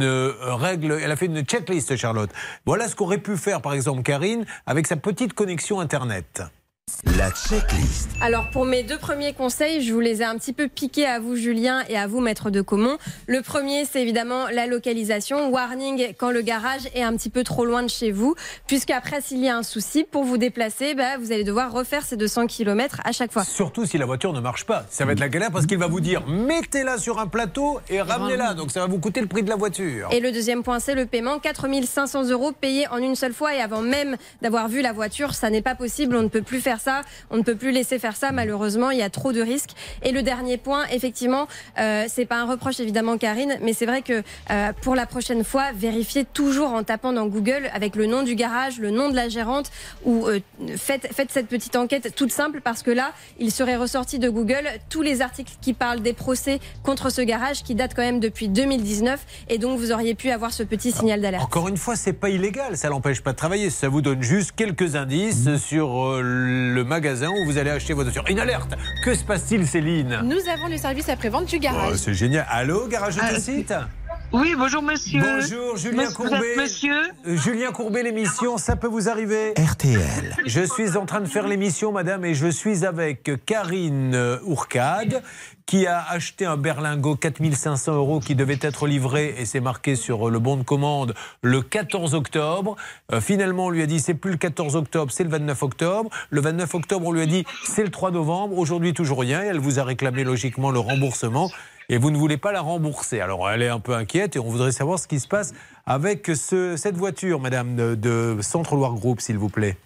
checklist, Charlotte. Voilà ce qu'aurait pu faire par exemple Karine avec sa petite connexion Internet. La checklist. Alors pour mes 2 premiers conseils, je vous les ai un petit peu piqués à vous Julien et à vous maître de Caumont. Le premier, c'est évidemment la localisation. Warning quand le garage est un petit peu trop loin de chez vous, puisqu'après s'il y a un souci, pour vous déplacer, vous allez devoir refaire ces 200 km à chaque fois. Surtout si la voiture ne marche pas. Ça va être la galère parce qu'il va vous dire mettez-la sur un plateau et ramenez-la. Donc ça va vous coûter le prix de la voiture. Et le deuxième point, c'est le paiement. 4 500 € payés en une seule fois et avant même d'avoir vu la voiture, ça n'est pas possible. On ne peut plus faire ça. On ne peut plus laisser faire ça, malheureusement, il y a trop de risques. Et le dernier point, effectivement, c'est pas un reproche évidemment Karine, mais c'est vrai que pour la prochaine fois, vérifiez toujours en tapant dans Google avec le nom du garage, le nom de la gérante, ou faites cette petite enquête toute simple parce que là, il serait ressorti de Google tous les articles qui parlent des procès contre ce garage qui date quand même depuis 2019 et donc vous auriez pu avoir ce petit signal d'alerte. Encore une fois, c'est pas illégal, ça l'empêche pas de travailler, ça vous donne juste quelques indices sur le magasin où vous allez acheter votre voiture. Une alerte. Que se passe-t-il, Céline? Nous avons le service après-vente du garage. Oh, c'est génial. Allô, Garage Autosite? Oui, bonjour monsieur. Bonjour, Julien Courbet. Monsieur Julien Courbet, l'émission, ça peut vous arriver? RTL. Je suis en train de faire l'émission, madame, et je suis avec Karine Ourcade, qui a acheté un berlingot 4 500 € qui devait être livré, et c'est marqué sur le bon de commande, le 14 octobre. Finalement, on lui a dit, c'est plus le 14 octobre, c'est le 29 octobre. Le 29 octobre, on lui a dit, c'est le 3 novembre. Aujourd'hui, toujours rien. Et elle vous a réclamé logiquement le remboursement. Et vous ne voulez pas la rembourser. Alors, elle est un peu inquiète et on voudrait savoir ce qui se passe avec cette voiture, madame, de Centre-Loire Group, s'il vous plaît.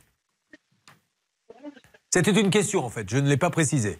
C'était une question, en fait. Je ne l'ai pas précisé.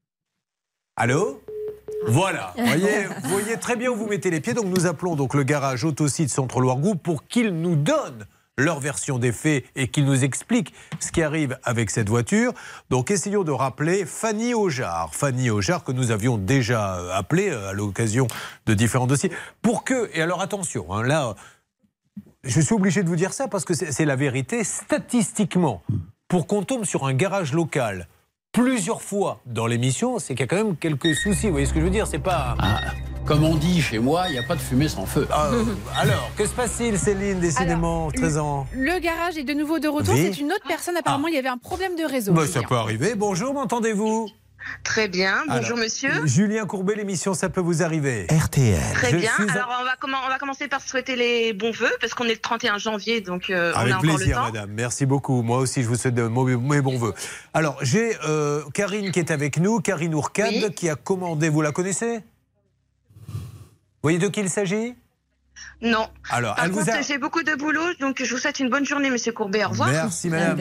Allô? Voilà, vous voyez très bien où vous mettez les pieds. Donc nous appelons donc le garage Autosite Centre-Loire Group pour qu'ils nous donnent leur version des faits et qu'ils nous expliquent ce qui arrive avec cette voiture. Donc essayons de rappeler Fanny Aujar. Fanny Aujar que nous avions déjà appelée à l'occasion de différents dossiers. Pour que, et alors attention, là, je suis obligé de vous dire ça parce que c'est la vérité, statistiquement, pour qu'on tombe sur un garage local plusieurs fois dans l'émission, c'est qu'il y a quand même quelques soucis. Vous voyez ce que je veux dire? C'est pas... Comme on dit chez moi, il n'y a pas de fumée sans feu. Alors, que se passe-t-il, Céline, décidément, 13 ans? Le garage est de nouveau de retour. Oui. C'est une autre personne. Apparemment, il y avait un problème de réseau. Ça peut arriver. Bonjour, m'entendez-vous? Très bien, bonjour monsieur. Julien Courbet, l'émission, ça peut vous arriver. RTL. Très bien, alors on va commencer par souhaiter les bons vœux, parce qu'on est le 31 janvier, donc on a avec encore plaisir, le temps. madame, merci beaucoup. Moi aussi, je vous souhaite mes bons vœux. Alors, j'ai Karine qui est avec nous, Karine Ourcade, qui a commandé, vous la connaissez? Vous voyez de qui il s'agit? Non. Alors, Par contre, j'ai beaucoup de boulot, donc je vous souhaite une bonne journée, monsieur Courbet. Au revoir. Merci, madame.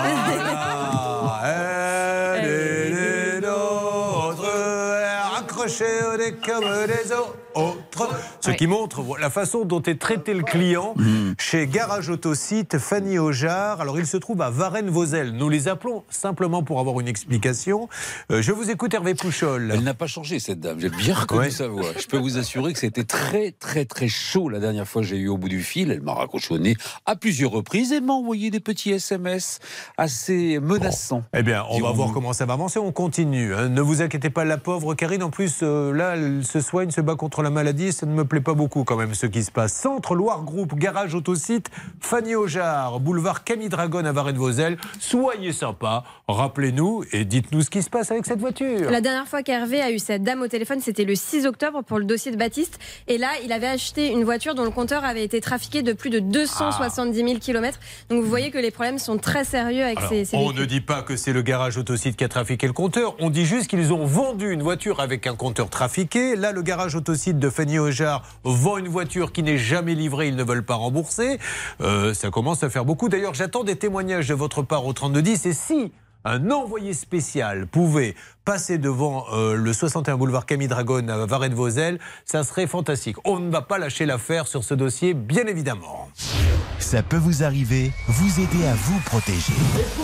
Voilà. Elle est les nôtres, accrochée au nez comme des autres. Ce qui montre la façon dont est traité le client chez Garage Autosite Fanny Aujar. Alors, il se trouve à Varennes-Vauzelles. Nous les appelons simplement pour avoir une explication. Je vous écoute, Hervé Pouchol. Elle n'a pas changé, cette dame. J'ai bien reconnu sa voix. Je peux vous assurer que c'était très, très, très chaud la dernière fois que j'ai eu au bout du fil. Elle m'a raccroché au nez à plusieurs reprises et m'a envoyé des petits SMS assez menaçants. Eh bien, on va voir comment ça va avancer. On continue. Ne vous inquiétez pas, la pauvre Karine. En plus, là, elle se soigne, se bat contre la maladie. Ça ne me plaît pas beaucoup quand même ce qui se passe. Centre-Loire Group, Garage Autosite, Fanny Aujar, boulevard Camille Dragon à Varennes-Vauzelles. Soyez sympa, rappelez-nous et dites-nous ce qui se passe avec cette voiture. La dernière fois qu'Hervé a eu cette dame au téléphone, c'était le 6 octobre pour le dossier de Baptiste. Et là, il avait acheté une voiture dont le compteur avait été trafiqué de plus de 270 000 km. Donc vous voyez que les problèmes sont très sérieux avec ces On véhicules. ne dit pas que c'est le Garage Autosite qui a trafiqué le compteur. On dit juste qu'ils ont vendu une voiture avec un compteur trafiqué. Là, le Garage Autosite de Fanny Aujar vend une voiture qui n'est jamais livrée. Ils ne veulent pas rembourser. Ça commence à faire beaucoup. D'ailleurs, j'attends des témoignages de votre part au 3210. Et si un envoyé spécial pouvait passer devant le 61 boulevard Camille Dragon à Varennes-Vauzelles, ça serait fantastique. On ne va pas lâcher l'affaire sur ce dossier, bien évidemment. Ça peut vous arriver, vous aider à vous protéger.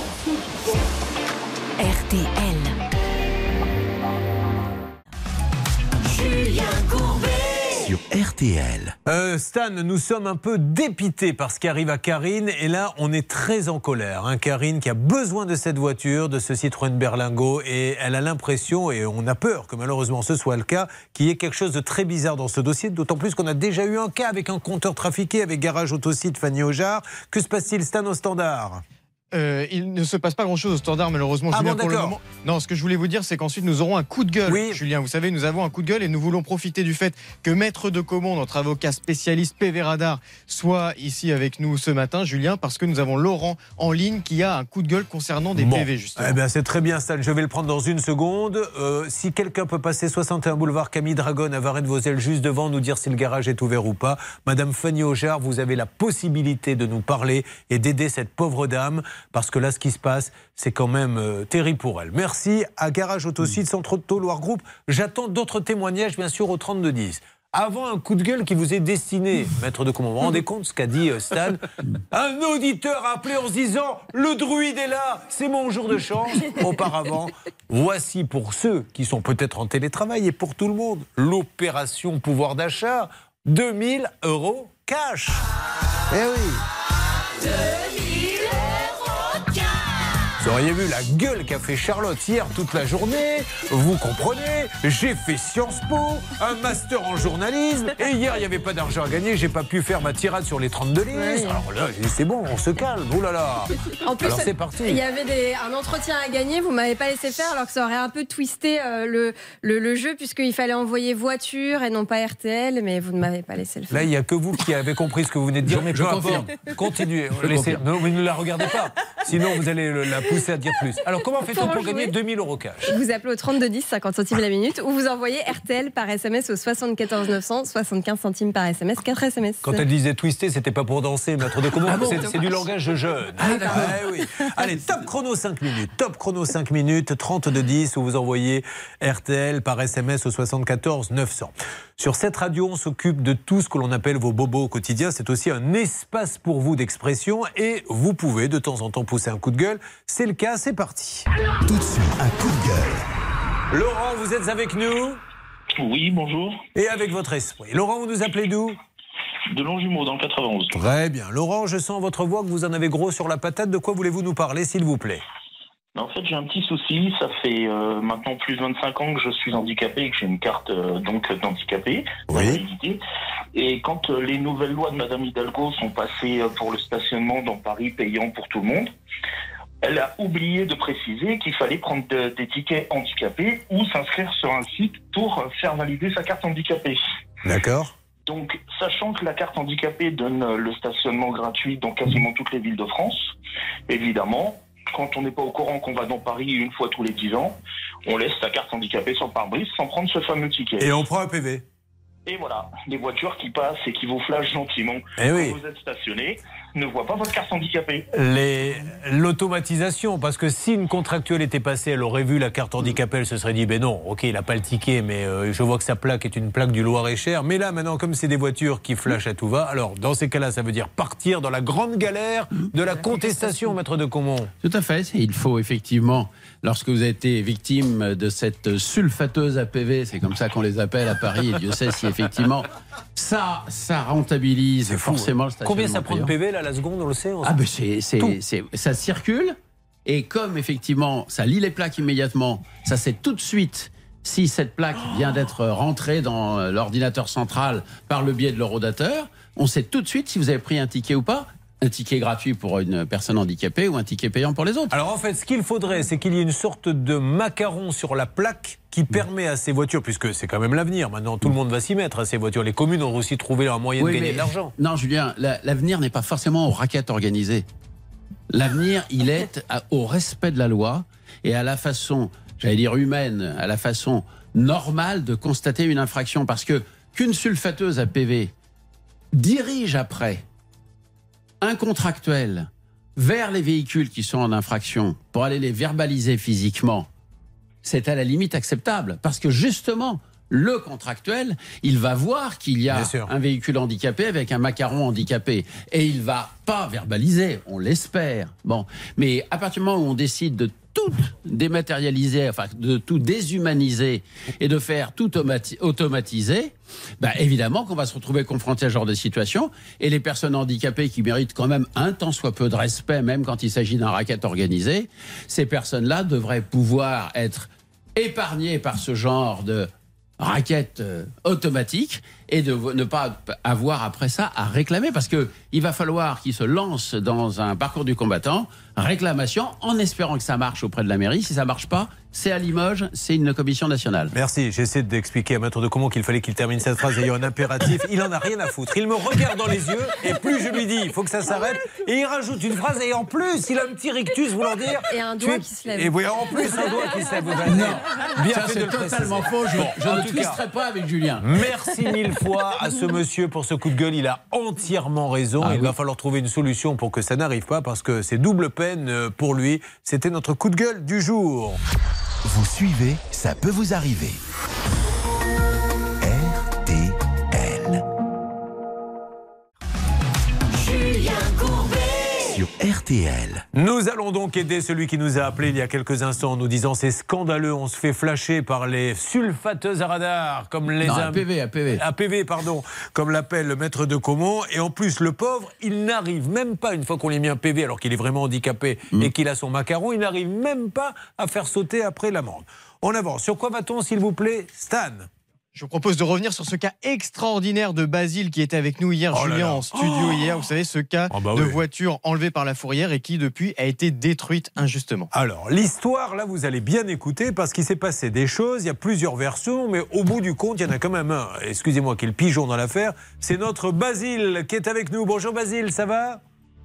RTL. Julien Courbet sur RTL. Stan, nous sommes un peu dépités par ce qui arrive à Karine et là on est très en colère. Karine qui a besoin de cette voiture, de ce Citroën Berlingot, et elle a l'impression, et on a peur que malheureusement ce soit le cas, qu'il y ait quelque chose de très bizarre dans ce dossier, d'autant plus qu'on a déjà eu un cas avec un compteur trafiqué avec Garage Autosite Fanny Aujar. Que se passe-t-il, Stan, au standard? Il ne se passe pas grand-chose au Standard, malheureusement, Julien, pour le moment. Non, ce que je voulais vous dire, c'est qu'ensuite, nous aurons un coup de gueule, Julien. Vous savez, nous avons un coup de gueule et nous voulons profiter du fait que Maître de Comont, notre avocat spécialiste PV Radar, soit ici avec nous ce matin, Julien, parce que nous avons Laurent en ligne qui a un coup de gueule concernant des PV, justement. Eh bien, c'est très bien, Stan. Je vais le prendre dans une seconde. Si quelqu'un peut passer 61 boulevard Camille Dragon à Varennes-Vauzelles, juste devant, nous dire si le garage est ouvert ou pas. Madame Fanny Aujar, vous avez la possibilité de nous parler et d'aider cette pauvre dame, parce que là, ce qui se passe, c'est quand même terrible pour elle. Merci à Garage Autosite, Centre Auto Loire Groupe. J'attends d'autres témoignages, bien sûr, au 3210. Avant un coup de gueule qui vous est destiné, Maître de Comont, vous vous rendez compte ce qu'a dit Stan? Un auditeur a appelé en se disant « Le druide est là, c'est mon jour de chance ». Auparavant, voici pour ceux qui sont peut-être en télétravail et pour tout le monde, l'opération pouvoir d'achat, 2 000 € cash. Eh oui. 2 000 € cash. Vous auriez vu la gueule qu'a fait Charlotte hier toute la journée. Vous comprenez, j'ai fait Sciences Po, un master en journalisme, et hier il n'y avait pas d'argent à gagner, j'ai pas pu faire ma tirade sur les 32 livres. Oui. Alors là, c'est bon, on se calme, oh là là. En plus, alors c'est parti. Il y avait un entretien à gagner, vous m'avez pas laissé faire, alors que ça aurait un peu twisté le jeu, puisqu'il fallait envoyer voiture et non pas RTL, mais vous ne m'avez pas laissé le faire. Là, il n'y a que vous qui avez compris ce que vous venez de dire, mais je confirme. Continuez, non, vous ne la regardez pas, sinon vous allez la pousser à dire plus. Alors comment fait-on pour gagner 2 000 € cash? Vous appelez au 3210, 50 centimes la minute, ou vous envoyez RTL par SMS au 74 900, 75 centimes par SMS, 4 SMS. Quand elle disait twister, c'était pas pour danser, Maître de Comont, c'est du langage jeune. Oui. Allez, top chrono 5 minutes. Top chrono 5 minutes, 3210, où vous envoyez RTL par SMS au 74 900. Sur cette radio, on s'occupe de tout ce que l'on appelle vos bobos au quotidien. C'est aussi un espace pour vous d'expression et vous pouvez de temps en temps pousser un coup de gueule. C'est le cas, c'est parti. Tout de suite, un coup de gueule. Laurent, vous êtes avec nous? Oui, bonjour. Et avec votre esprit. Laurent, vous nous appelez d'où? De Longjumeau, dans le 91. Très bien. Laurent, je sens votre voix que vous en avez gros sur la patate. De quoi voulez-vous nous parler, s'il vous plaît? En fait, j'ai un petit souci. Ça fait maintenant plus de 25 ans que je suis handicapé et que j'ai une carte d'handicapé, d'invalidité. Et quand les nouvelles lois de Madame Hidalgo sont passées pour le stationnement dans Paris payant pour tout le monde, elle a oublié de préciser qu'il fallait prendre des tickets handicapés ou s'inscrire sur un site pour faire valider sa carte handicapée. D'accord. Donc, sachant que la carte handicapée donne le stationnement gratuit dans quasiment toutes les villes de France, évidemment, quand on n'est pas au courant qu'on va dans Paris une fois tous les 10 ans, on laisse sa carte handicapée sur le pare-brise sans prendre ce fameux ticket. Et on prend un PV. Et voilà, les voitures qui passent et qui vous flashent gentiment quand vous êtes stationné ne voient pas votre carte handicapée. L'automatisation, parce que si une contractuelle était passée, elle aurait vu la carte handicapée, elle se serait dit, ben non, ok, il n'a pas le ticket, mais je vois que sa plaque est une plaque du Loir-et-Cher. Mais là, maintenant, comme c'est des voitures qui flashent à tout va, alors dans ces cas-là, ça veut dire partir dans la grande galère de la contestation, Maître de Comont. Tout à fait. Il faut effectivement, lorsque vous avez été victime de cette sulfateuse APV, c'est comme ça qu'on les appelle à Paris, et Dieu sait si effectivement ça rentabilise forcément le stationnement. Combien ça prend de PV là, la seconde, on le sait? Ça circule, et comme effectivement ça lit les plaques immédiatement, ça sait tout de suite si cette plaque vient d'être rentrée dans l'ordinateur central par le biais de l'horodateur, on sait tout de suite si vous avez pris un ticket ou pas. Un ticket gratuit pour une personne handicapée ou un ticket payant pour les autres. Alors en fait, ce qu'il faudrait, c'est qu'il y ait une sorte de macaron sur la plaque qui permet à ces voitures, puisque c'est quand même l'avenir, maintenant tout le monde va s'y mettre à ces voitures, les communes ont aussi trouvé un moyen de gagner de l'argent. Non Julien, l'avenir n'est pas forcément aux raquettes organisées. L'avenir, il est au respect de la loi et à la façon, j'allais dire humaine, à la façon normale de constater une infraction. Parce que qu'une sulfateuse APV dirige après un contractuel vers les véhicules qui sont en infraction pour aller les verbaliser physiquement, c'est à la limite acceptable. Parce que justement, le contractuel, il va voir qu'il y a un véhicule handicapé avec un macaron handicapé. Et il ne va pas verbaliser, on l'espère. Bon. Mais à partir du moment où on décide de tout dématérialiser, enfin de tout déshumaniser et de faire tout automatiser, évidemment qu'on va se retrouver confronté à ce genre de situation. Et les personnes handicapées qui méritent quand même un tant soit peu de respect, même quand il s'agit d'un racket organisé, ces personnes-là devraient pouvoir être épargnées par ce genre de raquette automatique et de ne pas avoir après ça à réclamer, parce que il va falloir qu'il se lance dans un parcours du combattant, réclamation, en espérant que ça marche auprès de la mairie. Si ça marche pas, c'est à Limoges, c'est une commission nationale. Merci, j'essaie d'expliquer à Maître de Comont qu'il fallait qu'il termine cette phrase ayant un impératif. Il en a rien à foutre. Il me regarde dans les yeux et plus je lui dis il faut que ça s'arrête, et il rajoute une phrase et en plus il a un petit rictus voulant dire. Et un doigt qui se lève. Et oui, en plus un doigt qui se lève. Non, bien ça fait c'est de le totalement faux. Je ne tristerai pas avec Julien. Merci mille fois à ce monsieur pour ce coup de gueule. Il a entièrement raison. Il va falloir trouver une solution pour que ça n'arrive pas, parce que c'est double peine pour lui. C'était notre coup de gueule du jour. Vous suivez, ça peut vous arriver. RTL. Julien Courbet. Sur RTL. Nous allons donc aider celui qui nous a appelé il y a quelques instants en nous disant c'est scandaleux, on se fait flasher par les sulfateuses à radar, comme les APV, pardon, comme l'appelle le maître de Comont. Et en plus, le pauvre, il n'arrive même pas, une fois qu'on lui a mis un PV alors qu'il est vraiment handicapé et qu'il a son macaron, il n'arrive même pas à faire sauter après l'amende. On avance. Sur quoi va-t-on, s'il vous plaît, Stan? Je vous propose de revenir sur ce cas extraordinaire de Basile qui était avec nous hier, Julien, en studio hier. Vous savez, ce cas de voiture enlevée par la fourrière et qui, depuis, a été détruite injustement. Alors, l'histoire, là, vous allez bien écouter parce qu'il s'est passé des choses. Il y a plusieurs versions, mais au bout du compte, il y en a quand même un. Excusez-moi, qui est le pigeon dans l'affaire. C'est notre Basile qui est avec nous. Bonjour Basile, ça va?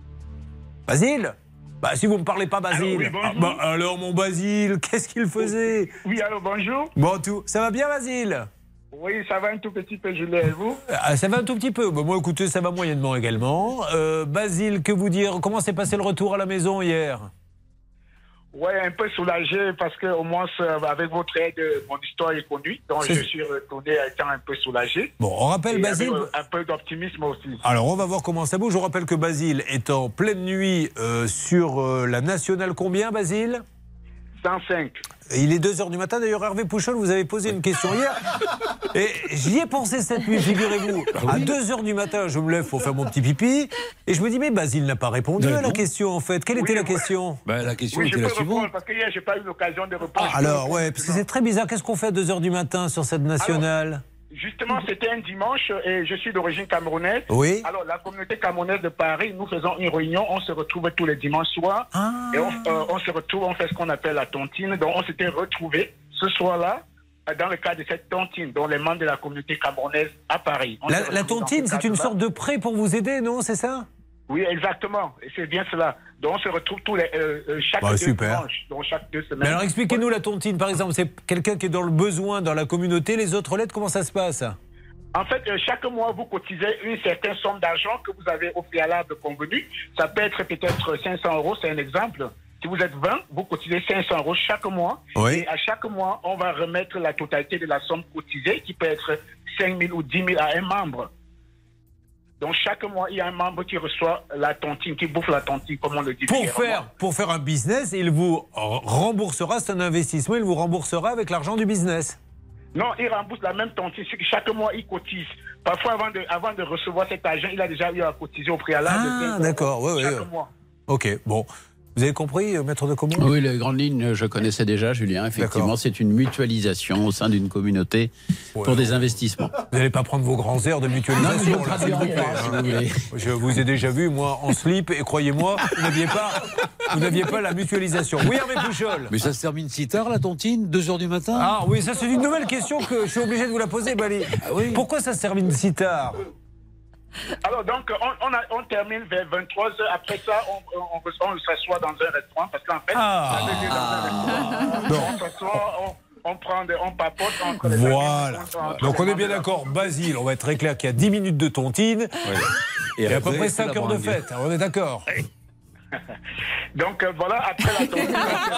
Basile? Bah, si vous ne me parlez pas, Basile. Alors, mon Basile, qu'est-ce qu'il faisait? Oui, allô, bonjour. Bon, ça va bien, Basile? Oui, ça va un tout petit peu, Julien, et vous? Ça va un tout petit peu. Bon, moi, écoutez, ça va moyennement également. Basile, que vous dire? Comment s'est passé le retour à la maison hier? Oui, un peu soulagé parce qu'au moins, avec votre aide, mon histoire est conduite. Donc, je suis retourné étant un peu soulagé. Bon, on rappelle, Basile. Un peu d'optimisme aussi. Alors, on va voir comment ça bouge. Je rappelle que Basile est en pleine nuit sur la nationale combien, Basile? 105. Il est 2h du matin. D'ailleurs, Hervé Pouchol, vous avez posé une question hier. Et j'y ai pensé cette nuit, figurez-vous. À 2h du matin, je me lève pour faire mon petit pipi. Et je me dis, mais Basile n'a pas répondu à la question, en fait. Quelle était la question? La question était la suivante. Parce que hier, je n'ai pas eu l'occasion de répondre. Alors, ouais, parce que c'est très bizarre. Qu'est-ce qu'on fait à 2h du matin sur cette nationale? Justement, c'était un dimanche et je suis d'origine camerounaise. Oui. Alors, la communauté camerounaise de Paris, nous faisons une réunion. On se retrouve tous les dimanches soirs. Et on se retrouve, on fait ce qu'on appelle la tontine. Donc, on s'était retrouvés ce soir-là dans le cadre de cette tontine, dont les membres de la communauté camerounaise à Paris. La tontine, c'est une sorte de prêt pour vous aider, non? C'est ça? Oui, exactement. Et c'est bien cela. Donc, on se retrouve tous les, chaque deux dimanches, donc chaque 2 semaines. Mais alors, expliquez-nous la tontine, par exemple. C'est quelqu'un qui est dans le besoin dans la communauté. Les autres lettres, comment ça se passe? En fait, chaque mois, vous cotisez une certaine somme d'argent que vous avez au préalable convenu. Ça peut être peut-être 500 €, c'est un exemple. Si vous êtes 20, vous cotisez 500 € chaque mois. Oui. Et à chaque mois, on va remettre la totalité de la somme cotisée, qui peut être 5 000 ou 10 000 à un membre. Donc, chaque mois, il y a un membre qui reçoit la tontine, qui bouffe la tontine, comme on le dit. Pour faire un business, il vous remboursera, c'est un investissement, il vous remboursera avec l'argent du business. Non, il rembourse la même tontine. Chaque mois, il cotise. Parfois, avant de recevoir cet argent, il a déjà eu à cotiser au préalable. Ah, d'accord, oui. Chaque mois. Ok, bon. Vous avez compris, maître de Comont? Oui, les grandes lignes, je connaissais déjà, Julien. Effectivement, c'est une mutualisation au sein d'une communauté pour des investissements. Vous n'allez pas prendre vos grands airs de mutualisation. Non, je vous ai déjà vu, moi, en slip, et croyez-moi, vous n'aviez pas la mutualisation. Oui, Hervé Pouchol. Mais ça se termine si tard, la tontine? 2h du matin? Ah oui, ça c'est une nouvelle question que je suis obligé de vous la poser, Bali. Pourquoi ça se termine si tard? Alors, donc, on termine vers 23h. Après ça, on s'assoit dans un restaurant parce qu'en fait, on s'assoit, on papote entre les Voilà. Donc, on est bien d'accord. Basile, on va être très clair qu'il y a 10 minutes de tontine et à peu près 5 heures de fête. Alors, on est d'accord. Donc voilà, après la tontine.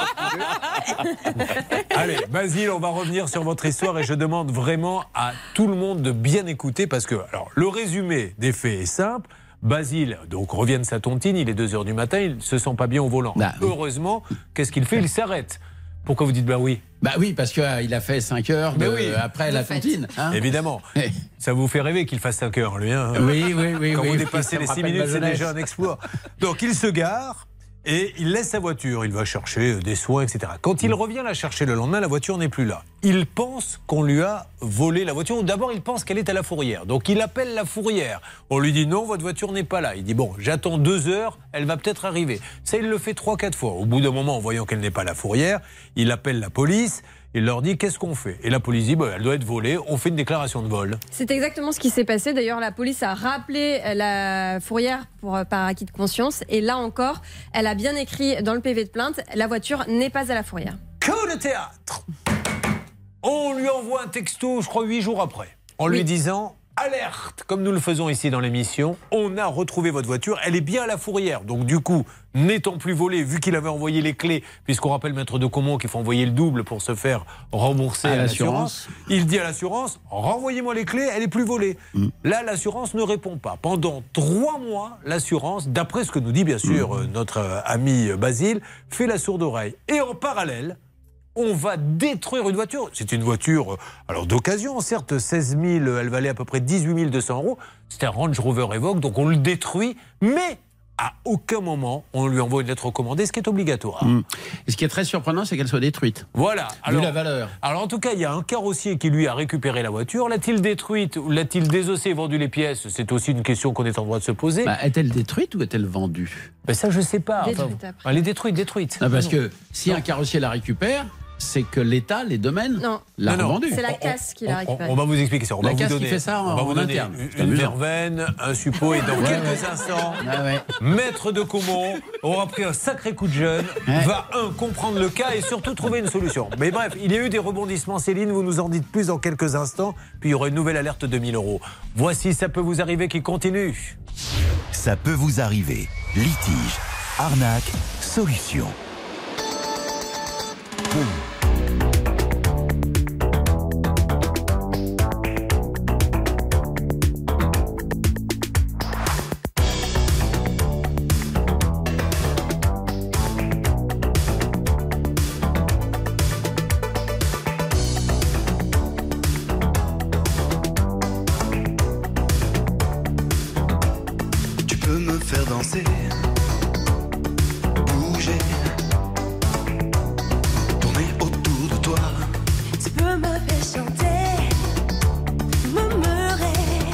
Allez, Basile, on va revenir sur votre histoire et je demande vraiment à tout le monde de bien écouter parce que, alors, le résumé des faits est simple. Basile, donc, revient de sa tontine, il est 2h du matin, il ne se sent pas bien au volant. Heureusement, qu'est-ce qu'il fait? Il s'arrête. Pourquoi vous dites bah oui? Bah oui, parce qu'il a fait 5 heures après la tontine. Hein, évidemment. Ça vous fait rêver qu'il fasse 5 heures, lui. Hein. Oui. Quand vous dépassez les 6 minutes, c'est déjà un exploit. Donc il se gare et il laisse sa voiture. Il va chercher des soins, etc. Quand il revient la chercher le lendemain, la voiture n'est plus là. Il pense qu'on lui a volé la voiture. D'abord, il pense qu'elle est à la fourrière. Donc, il appelle la fourrière. On lui dit non, votre voiture n'est pas là. Il dit bon, j'attends 2 heures, elle va peut-être arriver. Ça, il le fait 3-4 fois. Au bout d'un moment, en voyant qu'elle n'est pas à la fourrière, il appelle la police. Il leur dit qu'est-ce qu'on fait. Et la police dit elle doit être volée, on fait une déclaration de vol. C'est exactement ce qui s'est passé. D'ailleurs, la police a rappelé la fourrière par acquis de conscience. Et là encore, elle a bien écrit dans le PV de plainte, la voiture n'est pas à la fourrière. Que de théâtre! On lui envoie un texto, je crois 8 jours après, en lui disant alerte, comme nous le faisons ici dans l'émission, on a retrouvé votre voiture, elle est bien à la fourrière. Donc du coup, n'étant plus volée, vu qu'il avait envoyé les clés, puisqu'on rappelle Maître de Caumont qu'il faut envoyer le double pour se faire rembourser à l'assurance, il dit à l'assurance, renvoyez-moi les clés, elle est plus volée. Là, l'assurance ne répond pas. Pendant 3 mois, l'assurance, d'après ce que nous dit bien sûr notre ami Basile, fait la sourde oreille. Et en parallèle, on va détruire une voiture. C'est une voiture, alors d'occasion, certes, 16 000, elle valait à peu près 18 200 €. C'est un Range Rover Evoque, donc on le détruit, mais à aucun moment on lui envoie une lettre recommandée, ce qui est obligatoire. Et ce qui est très surprenant, c'est qu'elle soit détruite. Voilà. Vu la valeur. Alors en tout cas, il y a un carrossier qui lui a récupéré la voiture. L'a-t-il détruite ou l'a-t-il désossée et vendu les pièces? C'est aussi une question qu'on est en droit de se poser. Est-elle détruite ou est-elle vendue? Ça, je ne sais pas. Détruite après. Elle est détruite. Non, parce que si un carrossier la récupère, c'est que l'État, les domaines, l'a revendue. C'est la casse qui l'a récupérée. On va vous expliquer ça. On la va casse vous donner, qui fait ça on va vous donner interne. une verveine, un suppôt, et dans quelques instants, Maître de Caumont aura pris un sacré coup de jeune, va comprendre le cas et surtout trouver une solution. Mais bref, il y a eu des rebondissements, Céline, vous nous en dites plus dans quelques instants, puis il y aura une nouvelle alerte de 1 000 €. Voici Ça peut vous arriver qui continue. Ça peut vous arriver. Litige, arnaque, solution. Tu peux me faire danser, bouger, tourner autour de toi. Tu peux me faire chanter, murmurer,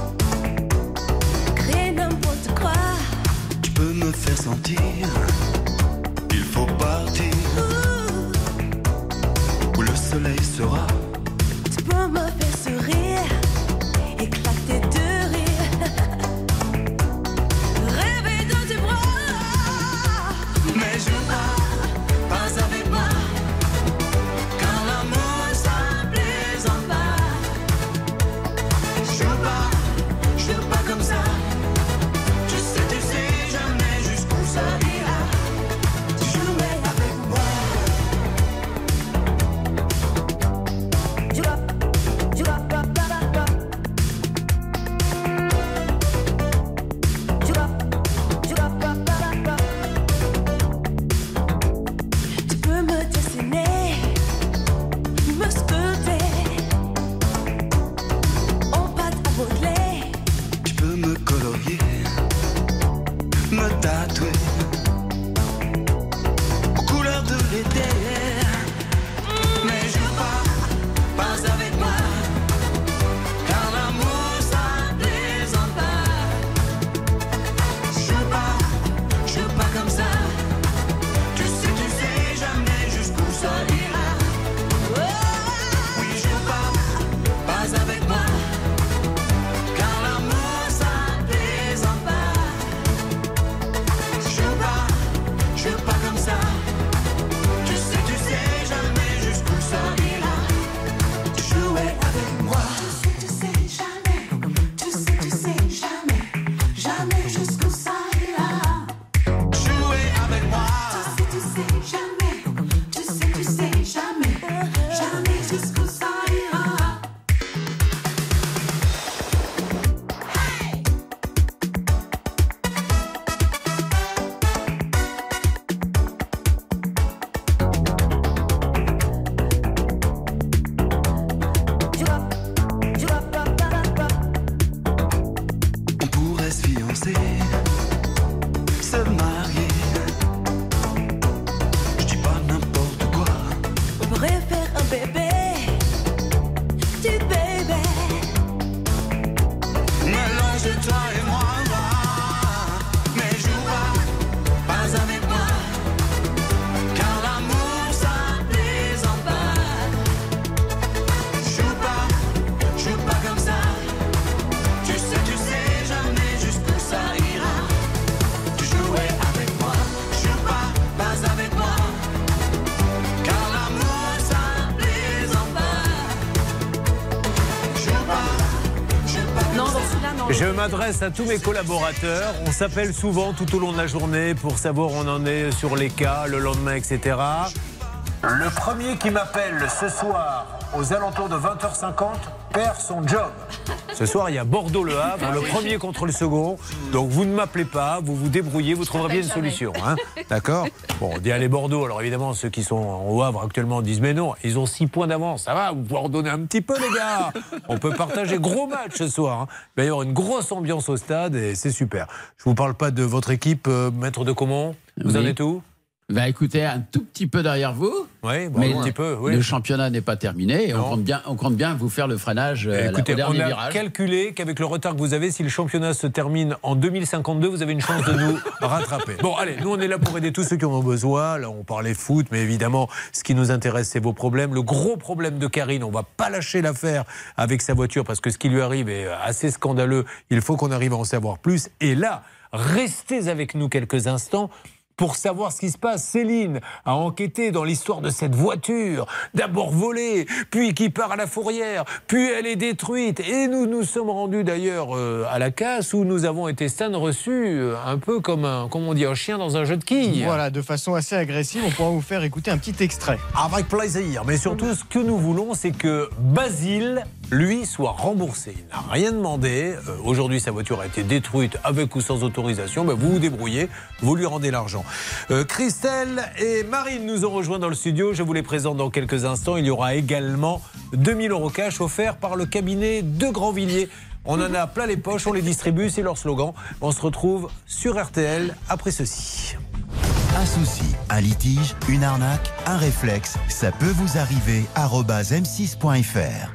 créer n'importe quoi. Tu peux me faire sentir, il faut partir, où le soleil sera. Tu peux me faire sourire, éclater de rire, rêver dans tes bras. Mais je pas avec moi, car l'amour ça plaisante pas. Je joue pas comme ça. Tu sais jamais jusqu'où ça ira. Jouer avec moi. Je m'adresse à tous mes collaborateurs. On s'appelle souvent tout au long de la journée pour savoir où on en est sur les cas, le lendemain, etc. Le premier qui m'appelle ce soir aux alentours de 20h50 perd son job. Ce soir, il y a Bordeaux-Le Havre, le premier contre le second. Donc vous ne m'appelez pas, vous vous débrouillez, vous trouverez bien une solution. Hein, d'accord ? Bon, on dit allez Bordeaux. Alors évidemment, ceux qui sont au Havre actuellement disent mais non, ils ont 6 points d'avance. Ça va, vous pouvez redonner un petit peu les gars. On peut partager gros match ce soir. Hein. Il va y avoir une grosse ambiance au stade et c'est super. Je ne vous parle pas de votre équipe, maître de Comont. Vous en êtes où ? Bah écoutez, un tout petit peu derrière vous, oui, bon, mais un petit peu, oui. Le championnat n'est pas terminé et on compte bien vous faire le freinage écoutez, au dernier on a virage. calculé qu'avec le retard que vous avez, si le championnat se termine en 2052, vous avez une chance de nous rattraper. Bon, allez, nous on est là pour aider tous ceux qui en ont besoin. Là, on parlait foot, mais évidemment, ce qui nous intéresse, c'est vos problèmes. Le gros problème de Karine, on ne va pas lâcher l'affaire avec sa voiture parce que ce qui lui arrive est assez scandaleux. Il faut qu'on arrive à en savoir plus. Et là, restez avec nous quelques instants pour savoir ce qui se passe. Céline a enquêté dans l'histoire de cette voiture, d'abord volée, puis qui part à la fourrière, puis elle est détruite. Et nous nous sommes rendus d'ailleurs à la casse où nous avons été Stan reçus un peu comme un chien dans un jeu de quilles. Voilà, de façon assez agressive, on pourra vous faire écouter un petit extrait. Avec plaisir, mais surtout ce que nous voulons, c'est que Basile, lui, soit remboursé. Il n'a rien demandé. Aujourd'hui, sa voiture a été détruite avec ou sans autorisation. Ben, vous vous débrouillez, vous lui rendez l'argent. Christelle et Marine nous ont rejoints dans le studio. Je vous les présente dans quelques instants. Il y aura également 2000 € cash offerts par le cabinet de Grandvilliers. On en a plein les poches, on les distribue, c'est leur slogan. On se retrouve sur RTL après ceci. Un souci, un litige, une arnaque, un réflexe, ça peut vous arriver. @m6.fr.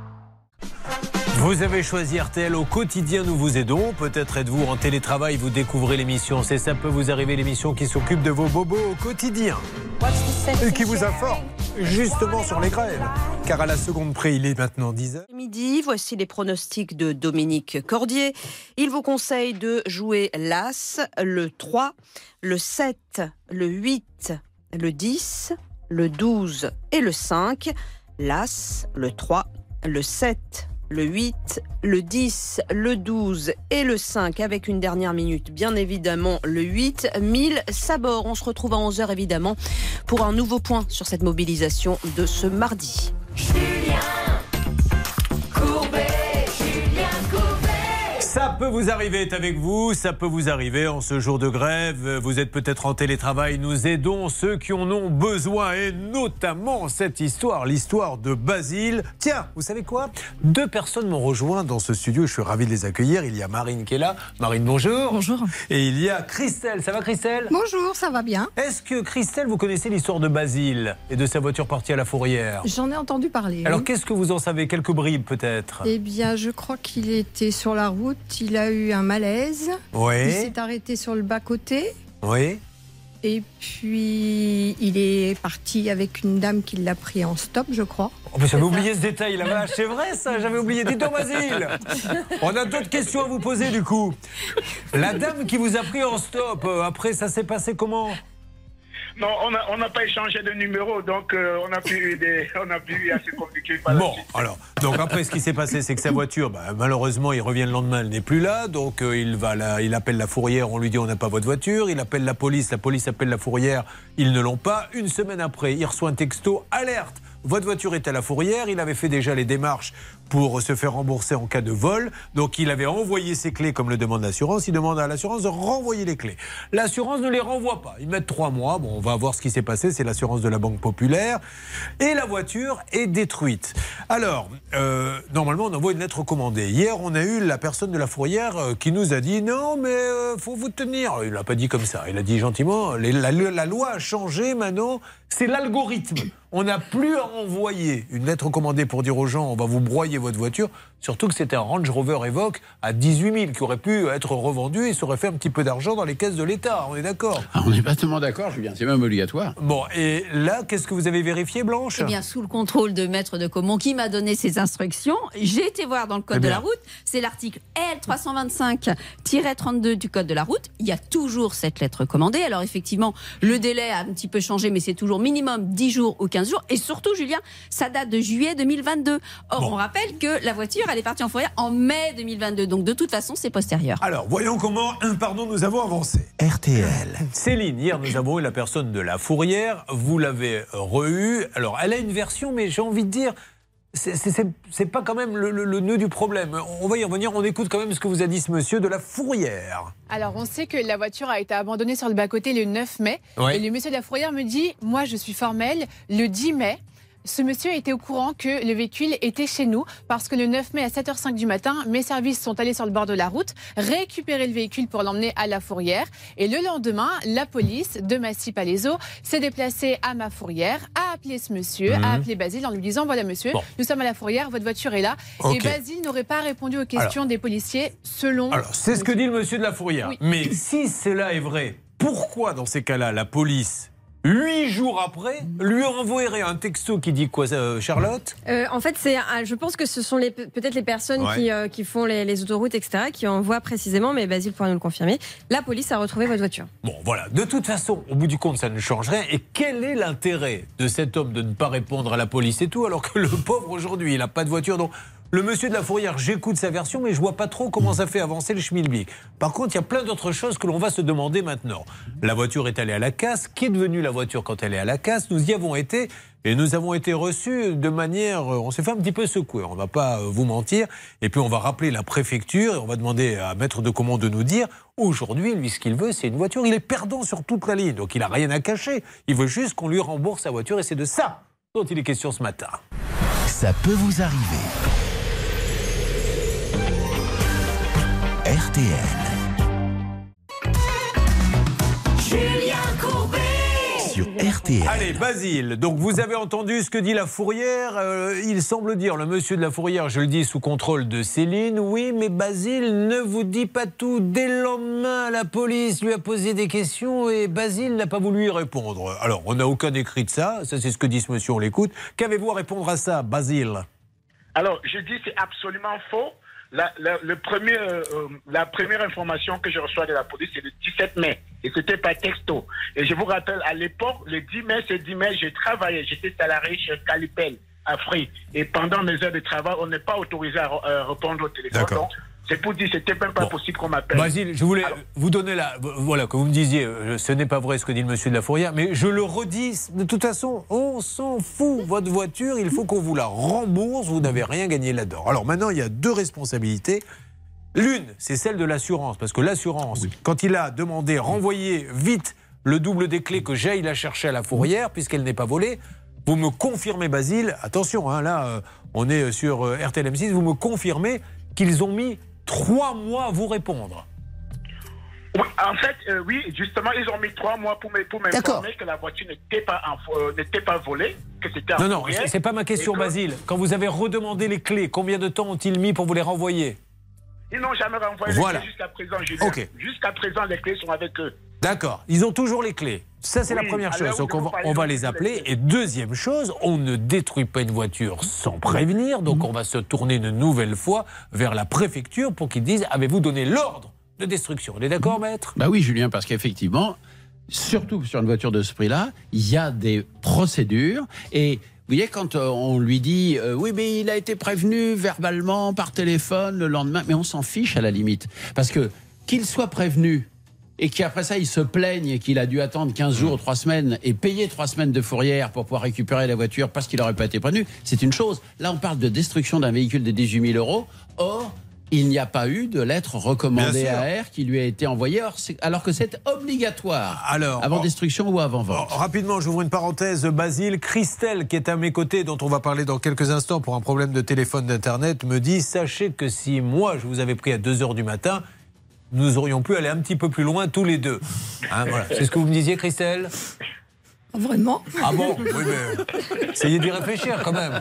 Vous avez choisi RTL au quotidien, nous vous aidons. Peut-être êtes-vous en télétravail, vous découvrez l'émission. C'est Ça peut vous arriver, l'émission qui s'occupe de vos bobos au quotidien. Et qui vous informe justement sur les grèves. Car à la seconde près, il est maintenant 10h. Midi, voici les pronostics de Dominique Cordier. Il vous conseille de jouer l'As, le 3, le 7, le 8, le 10, le 12 et le 5. L'As, le 3, le 7, le 8, le 10, le 12 et le 5 avec une dernière minute, bien évidemment le 8, 1000 sabords. On se retrouve à 11h évidemment pour un nouveau point sur cette mobilisation de ce mardi. Ça peut vous arriver, est avec vous, ça peut vous arriver en ce jour de grève. Vous êtes peut-être en télétravail, nous aidons ceux qui en ont besoin et notamment cette histoire, l'histoire de Basile. Tiens, vous savez quoi ? 2 personnes m'ont rejoint dans ce studio, je suis ravi de les accueillir. Il y a Marine qui est là. Marine, bonjour. Bonjour. Et il y a Christelle, ça va Christelle ? Bonjour, ça va bien. Est-ce que Christelle, vous connaissez l'histoire de Basile et de sa voiture partie à la fourrière ? J'en ai entendu parler. Alors oui. Qu'est-ce que vous en savez ? Quelques bribes peut-être ? Eh bien, je crois qu'il était sur la route. Il a eu un malaise. Oui. Il s'est arrêté sur le bas-côté. Oui. Et puis, il est parti avec une dame qui l'a pris en stop, je crois. Oh, mais j'avais oublié ce détail, la vache. C'est vrai ça, j'avais oublié. Dites donc, Basile. On a d'autres questions à vous poser du coup. La dame qui vous a pris en stop, après ça s'est passé comment ? Non, on n'a pas échangé de numéro, donc on a pu assez compliqué. Bon, alors, donc après ce qui s'est passé, c'est que sa voiture, malheureusement, il revient le lendemain, elle n'est plus là, donc il appelle la fourrière, on lui dit on n'a pas votre voiture, il appelle la police appelle la fourrière, ils ne l'ont pas. Une semaine après, il reçoit un texto, alerte, votre voiture est à la fourrière, il avait fait déjà les démarches pour se faire rembourser en cas de vol. Donc il avait envoyé ses clés comme le demande l'assurance. Il demande à l'assurance de renvoyer les clés. L'assurance ne les renvoie pas. Ils mettent 3 mois. Bon, on va voir ce qui s'est passé. C'est l'assurance de la Banque Populaire. Et la voiture est détruite. Alors, normalement, on envoie une lettre recommandée. Hier, on a eu la personne de la fourrière qui nous a dit non, mais faut vous tenir. Il ne l'a pas dit comme ça. Il a dit gentiment, la loi a changé maintenant. C'est l'algorithme. On n'a plus à envoyer une lettre recommandée pour dire aux gens on va vous broyer votre voiture. Surtout que c'était un Range Rover Evoque à 18 000 qui aurait pu être revendu et ça aurait fait un petit peu d'argent dans les caisses de l'État. On est d'accord ? On est pas tellement d'accord, Julien. C'est même obligatoire. Bon, et là, qu'est-ce que vous avez vérifié, Blanche ? Eh bien, sous le contrôle de Maître de Comont qui m'a donné ses instructions, j'ai été voir dans le Code de la route. C'est l'article L325-32 du Code de la route. Il y a toujours cette lettre recommandée. Alors effectivement, le délai a un petit peu changé, mais c'est toujours minimum 10 jours ou 15 jours. Et surtout, Julien, ça date de juillet 2022. Or, on rappelle que la voiture, elle est partie en fourrière en mai 2022. Donc, de toute façon, c'est postérieur. Alors, voyons comment, nous avons avancé. RTL. Céline, hier, nous avons eu la personne de la fourrière. Vous l'avez re-eu. Alors, elle a une version, mais j'ai envie de dire... C'est pas quand même le nœud du problème. On va y revenir, on écoute quand même ce que vous a dit ce monsieur de la fourrière. Alors, on sait que la voiture a été abandonnée sur le bas-côté le 9 mai. Ouais. Et le monsieur de la fourrière me dit, moi je suis formel, le 10 mai, ce monsieur était au courant que le véhicule était chez nous parce que le 9 mai à 7h05 du matin, mes services sont allés sur le bord de la route, récupérer le véhicule pour l'emmener à la fourrière. Et le lendemain, la police de Massy-Palaiseau s'est déplacée à ma fourrière, a appelé ce monsieur, a appelé Basile en lui disant, voilà monsieur, nous sommes à la fourrière, votre voiture est là. Okay. Et Basile n'aurait pas répondu aux questions des policiers selon... Alors, c'est ce que dit le monsieur de la fourrière. Oui. Mais si cela est vrai, pourquoi dans ces cas-là, la police... 8 jours après, lui envoyerait un texto qui dit quoi, Charlotte ? En fait, je pense que ce sont peut-être les personnes qui font les autoroutes, etc., qui envoient précisément, mais Basile pourra nous le confirmer, la police a retrouvé votre voiture. Bon, voilà. De toute façon, au bout du compte, ça ne change rien. Et quel est l'intérêt de cet homme de ne pas répondre à la police et tout, alors que le pauvre, aujourd'hui, il n'a pas de voiture, donc... Le monsieur de la fourrière, j'écoute sa version, mais je vois pas trop comment ça fait avancer le schmilblick. Par contre, il y a plein d'autres choses que l'on va se demander maintenant. La voiture est allée à la casse. Qui est devenue la voiture quand elle est à la casse ? Nous y avons été, et nous avons été reçus de manière... On s'est fait un petit peu secouer, on ne va pas vous mentir. Et puis on va rappeler la préfecture, et on va demander à Maître de Comont de nous dire, aujourd'hui, lui, ce qu'il veut, c'est une voiture. Il est perdant sur toute la ligne, donc il n'a rien à cacher. Il veut juste qu'on lui rembourse sa voiture, et c'est de ça dont il est question ce matin. Ça peut vous arriver. RTL. Julien Courbet sur RTL. Allez, Basile, donc vous avez entendu ce que dit la fourrière. Il semble dire, le monsieur de la fourrière, je le dis sous contrôle de Céline, oui, mais Basile ne vous dit pas tout. Dès le lendemain, la police lui a posé des questions et Basile n'a pas voulu y répondre. Alors, on n'a aucun écrit de ça, ça c'est ce que dit ce monsieur, on l'écoute. Qu'avez-vous à répondre à ça, Basile ? Alors, je dis c'est absolument faux. La première information que je reçois de la police, c'est le 17 mai. Et c'était par texto. Et je vous rappelle, à l'époque, le 10 mai, j'ai travaillé. J'étais salarié chez Calipel, à Free. Et pendant mes heures de travail, on n'est pas autorisé à répondre au téléphone. D'accord. Donc, c'est pour dire que c'était même pas possible qu'on m'appelle. Basile, je voulais vous donner voilà, que vous me disiez, ce n'est pas vrai ce que dit le monsieur de la fourrière, mais je le redis, de toute façon, on s'en fout. Votre voiture, il faut qu'on vous la rembourse, vous n'avez rien gagné là-dedans. Alors maintenant, il y a deux responsabilités. L'une, c'est celle de l'assurance, parce que l'assurance, quand il a demandé renvoyer vite le double des clés que j'aille la chercher à la fourrière, puisqu'elle n'est pas volée, vous me confirmez, Basile, attention, hein, là, on est sur RTL M6, vous me confirmez qu'ils ont mis 3 mois à vous répondre. Oui, en fait, oui, justement, ils ont mis 3 mois pour m'informer que la voiture n'était pas volée, que c'était en Non, fourrière. c'est pas ma question, Basile. Quand vous avez redemandé les clés, combien de temps ont-ils mis pour vous les renvoyer ? Ils n'ont jamais renvoyé les clés jusqu'à présent, Julien. Okay. Jusqu'à présent, les clés sont avec eux. D'accord, ils ont toujours les clés. Ça, c'est la première chose. Donc, on va les appeler. Et deuxième chose, on ne détruit pas une voiture sans prévenir. Donc, on va se tourner une nouvelle fois vers la préfecture pour qu'ils disent, avez-vous donné l'ordre de destruction ? On est d'accord, maître ? Bah oui, Julien, parce qu'effectivement, surtout sur une voiture de ce prix-là, il y a des procédures. Et vous voyez, quand on lui dit oui, mais il a été prévenu verbalement, par téléphone, le lendemain, mais on s'en fiche à la limite. Parce que qu'il soit prévenu et qu'après ça, il se plaigne et qu'il a dû attendre 15 jours ou 3 semaines et payer 3 semaines de fourrière pour pouvoir récupérer la voiture parce qu'il n'aurait pas été prévenu, c'est une chose. Là, on parle de destruction d'un véhicule de 18 000 €. Or, il n'y a pas eu de lettre recommandée à R qui lui a été envoyée, alors que c'est obligatoire avant destruction ou avant vente. Rapidement, j'ouvre une parenthèse, Basile. Christelle, qui est à mes côtés, dont on va parler dans quelques instants pour un problème de téléphone d'Internet, me dit, sachez que si moi, je vous avais pris à 2h du matin, nous aurions pu aller un petit peu plus loin tous les deux. Hein, voilà. C'est ce que vous me disiez, Christelle ? Vraiment ? Ah bon ? Oui, mais essayez d'y réfléchir quand même.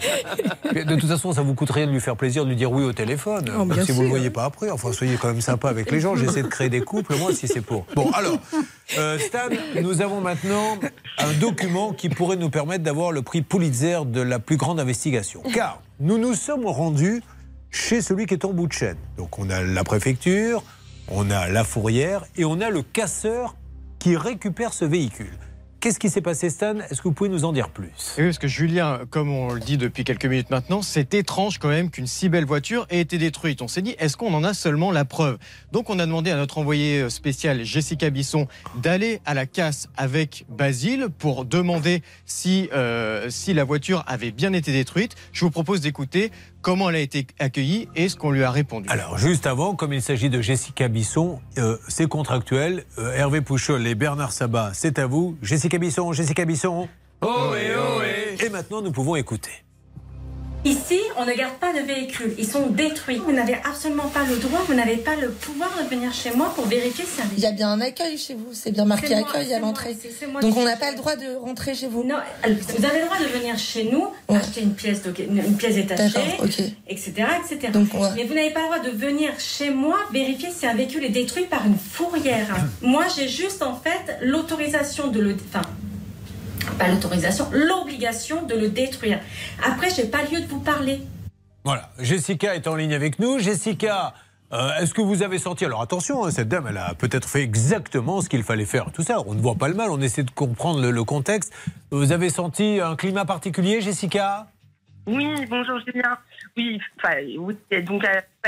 De toute façon, ça vous coûte rien de lui faire plaisir de lui dire oui au téléphone, même si vous ne le voyez pas après. Enfin, soyez quand même sympa avec les gens. J'essaie de créer des couples, moi, si c'est pour. Bon, alors, Stan, nous avons maintenant un document qui pourrait nous permettre d'avoir le prix Pulitzer de la plus grande investigation. Car nous nous sommes rendus chez celui qui est en bout de chaîne. Donc, on a la préfecture, on a la fourrière et on a le casseur qui récupère ce véhicule. Qu'est-ce qui s'est passé, Stan? Est-ce que vous pouvez nous en dire plus? Oui, parce que Julien, comme on le dit depuis quelques minutes maintenant, c'est étrange quand même qu'une si belle voiture ait été détruite. On s'est dit, est-ce qu'on en a seulement la preuve? Donc on a demandé à notre envoyée spéciale Jessica Bisson d'aller à la casse avec Basile pour demander si la voiture avait bien été détruite. Je vous propose d'écouter comment elle a été accueillie et ce qu'on lui a répondu. Alors, juste avant, comme il s'agit de Jessica Bisson, c'est contractuel. Hervé Pouchol et Bernard Sabat, c'est à vous. Jessica Bisson, Jessica Bisson. Ohé, ohé. Et maintenant, nous pouvons écouter. Ici, on ne garde pas de véhicules, ils sont détruits. Vous n'avez absolument pas le droit, vous n'avez pas le pouvoir de venir chez moi pour vérifier si un véhicule... Il y a bien un accueil chez vous, c'est bien marqué accueil à l'entrée. Donc on n'a pas le droit de rentrer chez vous. Non, vous avez le droit de venir chez nous, acheter une pièce détachée, etc. etc. Donc, mais vous n'avez pas le droit de venir chez moi vérifier si un véhicule est détruit par une fourrière. Moi, j'ai juste en fait l'autorisation de le... Enfin, pas l'autorisation, l'obligation de le détruire. Après, j'ai pas lieu de vous parler. Voilà, Jessica est en ligne avec nous. Jessica, est-ce que vous avez senti... Alors attention, cette dame, elle a peut-être fait exactement ce qu'il fallait faire. Tout ça, on ne voit pas le mal, on essaie de comprendre le contexte. Vous avez senti un climat particulier, Jessica? Oui, bonjour Julien. Oui, donc...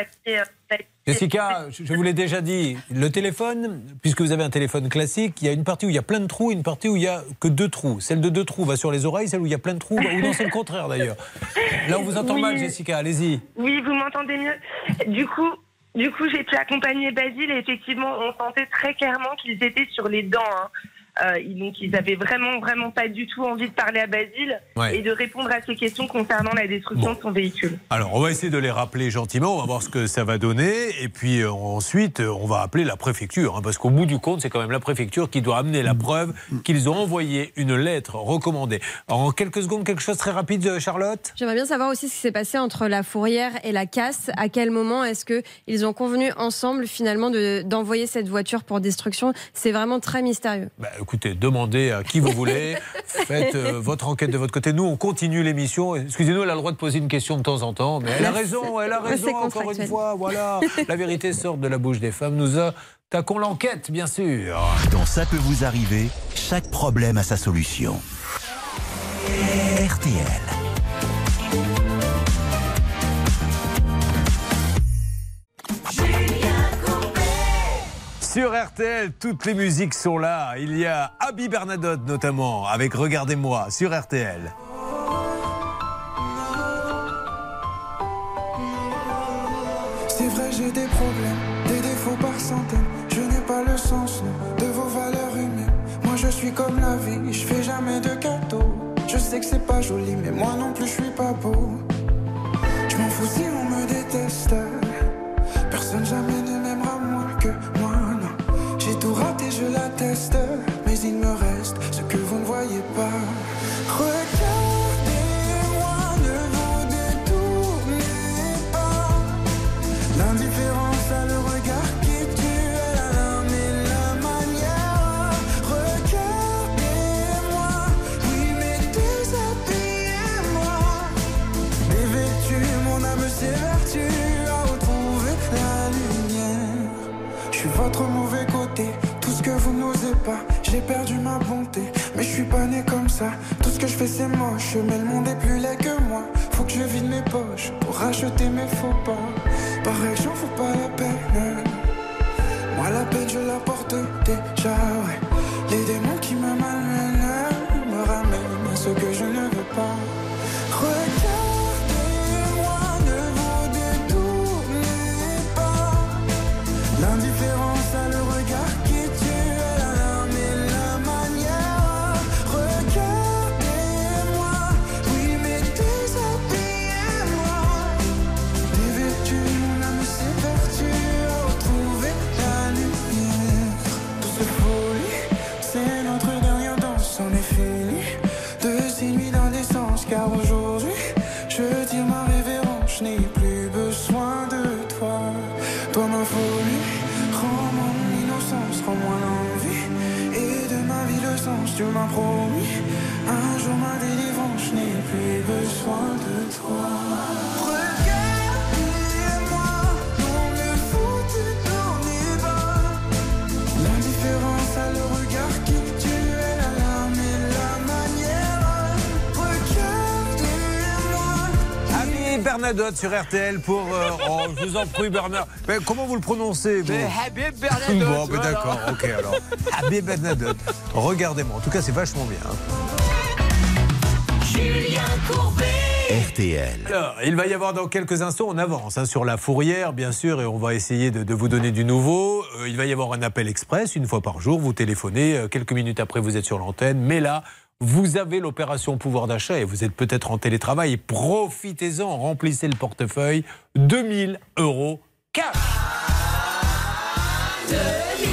Jessica, je vous l'ai déjà dit, le téléphone, puisque vous avez un téléphone classique, il y a une partie où il y a plein de trous et une partie où il n'y a que 2 trous. Celle de 2 trous va sur les oreilles, celle où il y a plein de trous, ou non, c'est le contraire d'ailleurs. Là, on vous entend mal, Jessica, allez-y. Oui, vous m'entendez mieux. Du coup, j'ai pu accompagner Basile et effectivement, on sentait très clairement qu'ils étaient sur les dents. Donc ils avaient vraiment pas du tout envie de parler à Basile et de répondre à ses questions concernant la destruction de son véhicule. Alors on va essayer de les rappeler gentiment, on va voir ce que ça va donner et puis ensuite on va appeler la préfecture parce qu'au bout du compte c'est quand même la préfecture qui doit amener la preuve qu'ils ont envoyé une lettre recommandée. En quelques secondes, quelque chose très rapide, Charlotte? J'aimerais bien savoir aussi ce qui s'est passé entre la fourrière et la casse. À quel moment est-ce qu'ils ont convenu ensemble finalement d'envoyer cette voiture pour destruction? C'est vraiment très mystérieux. Écoutez, demandez à qui vous voulez, faites votre enquête de votre côté. Nous, on continue l'émission. Excusez-nous, elle a le droit de poser une question de temps en temps, mais elle a raison, encore une fois. Voilà, la vérité sort de la bouche des femmes. Nous attaquons l'enquête, bien sûr. Dans Ça peut vous arriver, chaque problème a sa solution. RTL. Sur RTL, toutes les musiques sont là. Il y a Abby Bernadotte notamment, avec Regardez-moi, sur RTL. C'est vrai, j'ai des problèmes, des défauts par centaines. Je n'ai pas le sens de vos valeurs humaines. Moi je suis comme la vie, je fais jamais de gâteau. Je sais que c'est pas joli, mais moi non plus je suis pas beau. Je m'en fous si on me déteste. Personne jamais ne m'aimera moins que moi. J'ai tout raté, je l'atteste, mais il me reste ce que vous ne voyez pas. Regardez-moi, ne vous détournez pas. L'indifférence a le regard qui tue, la larme et la manière. Regardez-moi, oui mais déshabillez-moi. Dévêtu, mon âme s'évertue à retrouver la lumière. Je suis votre mauvais côté, tout ce que vous n'osez pas. J'ai perdu ma bonté, mais je suis pas né comme ça. Tout ce que je fais c'est moche, mais le monde est plus laid que moi. Faut que je vide mes poches pour racheter mes faux pas. Pareil, j'en fous pas la peine. Moi la peine je la porte déjà, ouais. Les démons qui me malmènent me ramènent à ce que je ne veux pas. Regardez-moi, ne vous détournez pas. L'indifférence a le regard qui tue, la larme et la manière. Regardez-moi, oui mais déshabillez-moi. Dévêtu, mon âme s'évertue à retrouver la lumière. Tout ce folie, c'est notre dernière danse, on est fini de ces nuits d'indécence. Car aujourd'hui, je tire ma révérence, je n'ai plus besoin de toi. Toi ma folie, rends mon innocence, rends-moi l'envie et de ma vie le sens. Tu m'as promis un jour ma délivrance, je n'ai plus besoin de toi. Regardez-moi, non ne vous détournez pas. L'indifférence a le regard qui tue, la larme et Habib Bernadotte sur RTL pour... je vous en prie, Bernard. Mais comment vous le prononcez, vous? Habib Bernadotte. Bon, mais d'accord, ok, alors. Habib Bernadotte. Regardez-moi, en tout cas, c'est vachement bien. Julien Courbet. RTL. Alors, il va y avoir dans quelques instants, on avance sur la fourrière, bien sûr, et on va essayer de vous donner du nouveau. Il va y avoir un appel express, une fois par jour, vous téléphonez, quelques minutes après, vous êtes sur l'antenne, mais là... Vous avez l'opération pouvoir d'achat et vous êtes peut-être en télétravail. Profitez-en, remplissez le portefeuille. 2 000 € cash. 2 000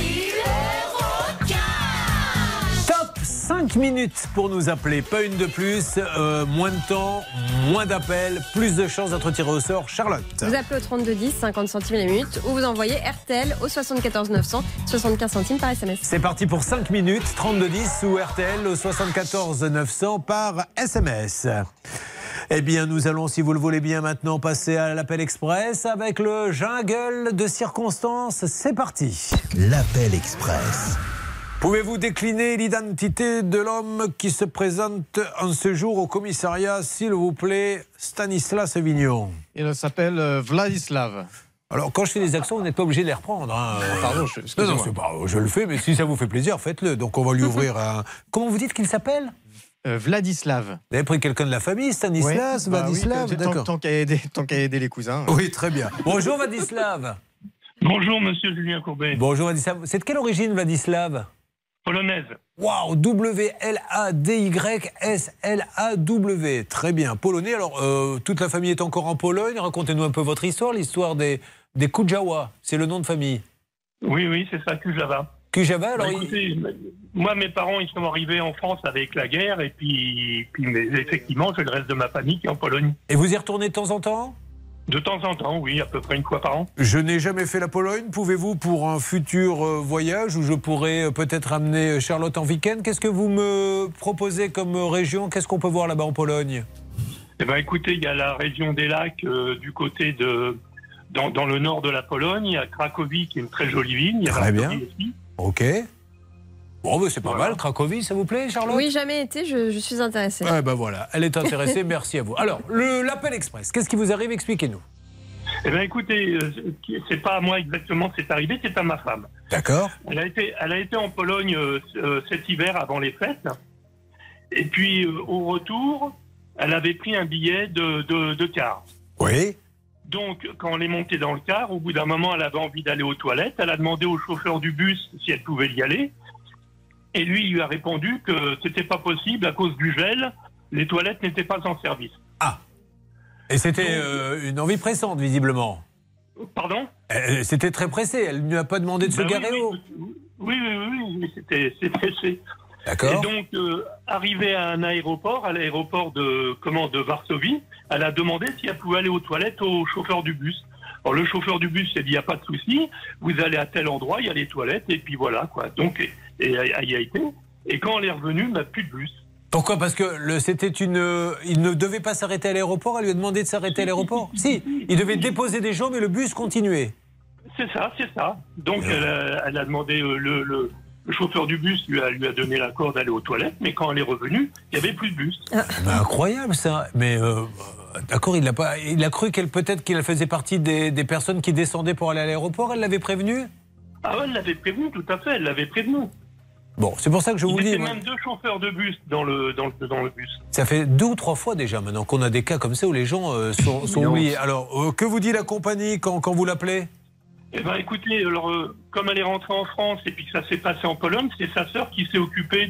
€ cash. Top 5 minutes pour nous appeler. Pas une de plus. Moins de temps, moins d'appels, plus de chances d'être tiré au sort. Charlotte. Vous appelez au 3210, 50 centimes la minute, ou vous envoyez RTL au 74 900, 75 centimes par SMS. C'est parti pour 5 minutes, 3210 ou RTL au 74 900 par SMS. Eh bien, nous allons, si vous le voulez bien, maintenant passer à l'appel express avec le jungle de circonstances. C'est parti. L'appel express. Pouvez-vous décliner l'identité de l'homme qui se présente en ce jour au commissariat, s'il vous plaît, Stanislas Vignon? Il s'appelle Vladislav. Alors, quand je fais des accents, vous n'êtes pas obligé de les reprendre. Hein. Pardon, non, c'est pas, je le fais, mais si ça vous fait plaisir, faites-le. Donc, on va lui ouvrir un... Comment vous dites qu'il s'appelle? Vladislav. Vous avez pris quelqu'un de la famille, Stanislas, Vladislav? Oui, d'accord. Tant qu'à aider les cousins. Oui, très bien. Bonjour, Vladislav. Bonjour, monsieur Julien Courbet. Bonjour, Vladislav. C'est de quelle origine, Vladislav? Polonaise. Waouh, W-L-A-D-Y-S-L-A-W. Très bien, polonais. Alors, toute la famille est encore en Pologne. Racontez-nous un peu votre histoire, l'histoire des Kujawa. C'est le nom de famille. Oui, c'est ça, Kujawa. Kujawa, alors écoutez, moi, mes parents, ils sont arrivés en France avec la guerre. Et puis mais effectivement, j'ai le reste de ma famille qui est en Pologne. Et vous y retournez de temps en temps? De temps en temps, oui, à peu près une fois par an. Je n'ai jamais fait la Pologne. Pouvez-vous, pour un futur voyage où je pourrais peut-être amener Charlotte en week-end, qu'est-ce que vous me proposez comme région? Qu'est-ce qu'on peut voir là-bas en Pologne? Eh bien, écoutez, il y a la région des lacs du côté de... Dans le nord de la Pologne. Il y a Cracovie, qui est une très jolie ville. Il y a très bien. Aussi. Ok. Bon, ben c'est pas mal. Cracovie, ça vous plaît, Charlotte? Oui, jamais été, je suis intéressée. Eh ben voilà, elle est intéressée, merci à vous. Alors, l'appel express, qu'est-ce qui vous arrive? Expliquez-nous. Eh bien, écoutez, c'est pas à moi exactement c'est arrivé, c'est à ma femme. D'accord. Elle a été en Pologne cet hiver avant les fêtes. Et puis, au retour, elle avait pris un billet de car. Oui. Donc, quand elle est montée dans le car, au bout d'un moment, elle avait envie d'aller aux toilettes. Elle a demandé au chauffeur du bus si elle pouvait y aller. Et lui, il lui a répondu que c'était pas possible à cause du gel. Les toilettes n'étaient pas en service. Ah. Et c'était une envie pressante, visiblement. Pardon? C'était très pressé. Elle ne lui a pas demandé de se garer. Oui, mais c'est pressé. D'accord. Et donc, arrivée à l'aéroport de Varsovie, elle a demandé si elle pouvait aller aux toilettes au chauffeur du bus. Alors, le chauffeur du bus s'est dit, il n'y a pas de souci, vous allez à tel endroit, il y a les toilettes, et puis voilà, quoi. Donc, elle y a été. Et quand elle est revenue, il n'y a plus de bus. Pourquoi? Parce que il ne devait pas s'arrêter à l'aéroport, elle lui a demandé de s'arrêter à l'aéroport? Si, il devait déposer des gens, mais le bus continuait. C'est ça. Donc, elle a demandé, le chauffeur du bus lui a donné l'accord d'aller aux toilettes, mais quand elle est revenue, il n'y avait plus de bus. Incroyable, ça. Mais... d'accord, il a cru peut-être qu'elle faisait partie des personnes qui descendaient pour aller à l'aéroport. Elle l'avait prévenu? Ah ouais, elle l'avait prévenu, tout à fait, elle l'avait prévenu. Bon, c'est pour ça que je vous dis... Il y avait même 2 chauffeurs de bus dans le bus. Ça fait 2 ou 3 fois déjà maintenant qu'on a des cas comme ça où les gens sont oubliés. Alors, que vous dit la compagnie quand vous l'appelez? Eh bien, écoutez, alors, comme elle est rentrée en France et puis que ça s'est passé en Pologne, c'est sa sœur qui s'est occupée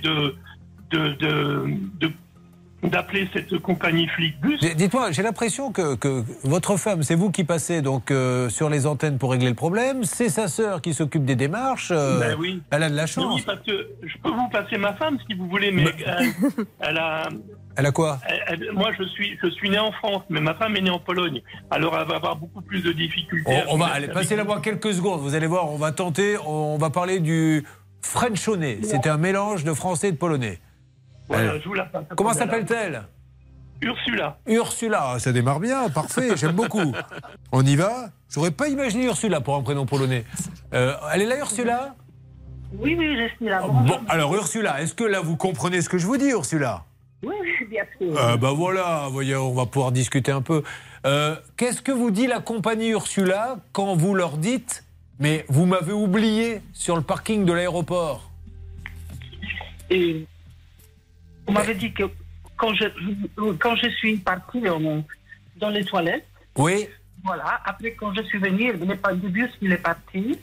d'appeler cette compagnie Flixbus. Dites-moi, j'ai l'impression que votre femme, c'est vous qui passez donc sur les antennes pour régler le problème, c'est sa sœur qui s'occupe des démarches. Ben oui. Elle a de la chance. Oui, parce que je peux vous passer ma femme si vous voulez, mais elle a... Elle a quoi? Moi, je suis né en France, mais ma femme est née en Pologne. Alors, elle va avoir beaucoup plus de difficultés. On va aller passer la voir quelques secondes. Vous allez voir, on va tenter. On va parler du frenchonné. C'est un mélange de français et de polonais. Voilà, je vous la passe. Comment s'appelle-t-elle? Ursula. Ursula, ça démarre bien, parfait, j'aime beaucoup. On y va? J'aurais pas imaginé Ursula pour un prénom polonais. Elle est là, Ursula? Oui, je suis là. Bon, alors Ursula, est-ce que là vous comprenez ce que je vous dis, Ursula? Oui, bien sûr. Bah voilà, voyez, on va pouvoir discuter un peu. Qu'est-ce que vous dit la compagnie Ursula quand vous leur dites « Mais vous m'avez oublié sur le parking de l'aéroport » Et on m'avait dit que quand je suis partie dans les toilettes, oui. Voilà, après quand je suis venue, il n'est pas du bus, il est parti.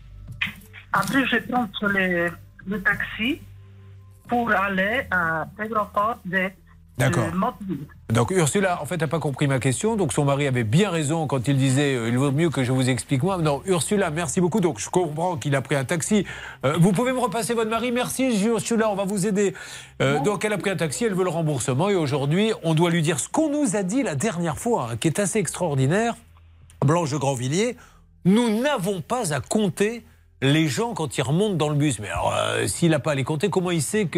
Après, je prends le taxi pour aller à l'aéroport de Montpellier. Donc Ursula, en fait, n'a pas compris ma question. Donc son mari avait bien raison quand il disait il vaut mieux que je vous explique moi. Non, Ursula, merci beaucoup. Donc je comprends qu'il a pris un taxi. Vous pouvez me repasser votre mari? Merci Ursula, on va vous aider. Donc elle a pris un taxi, elle veut le remboursement. Et aujourd'hui, on doit lui dire ce qu'on nous a dit la dernière fois, qui est assez extraordinaire. Blanche de Grandvilliers, nous n'avons pas à compter les gens quand ils remontent dans le bus. Mais alors, s'il n'a pas à les compter, comment il sait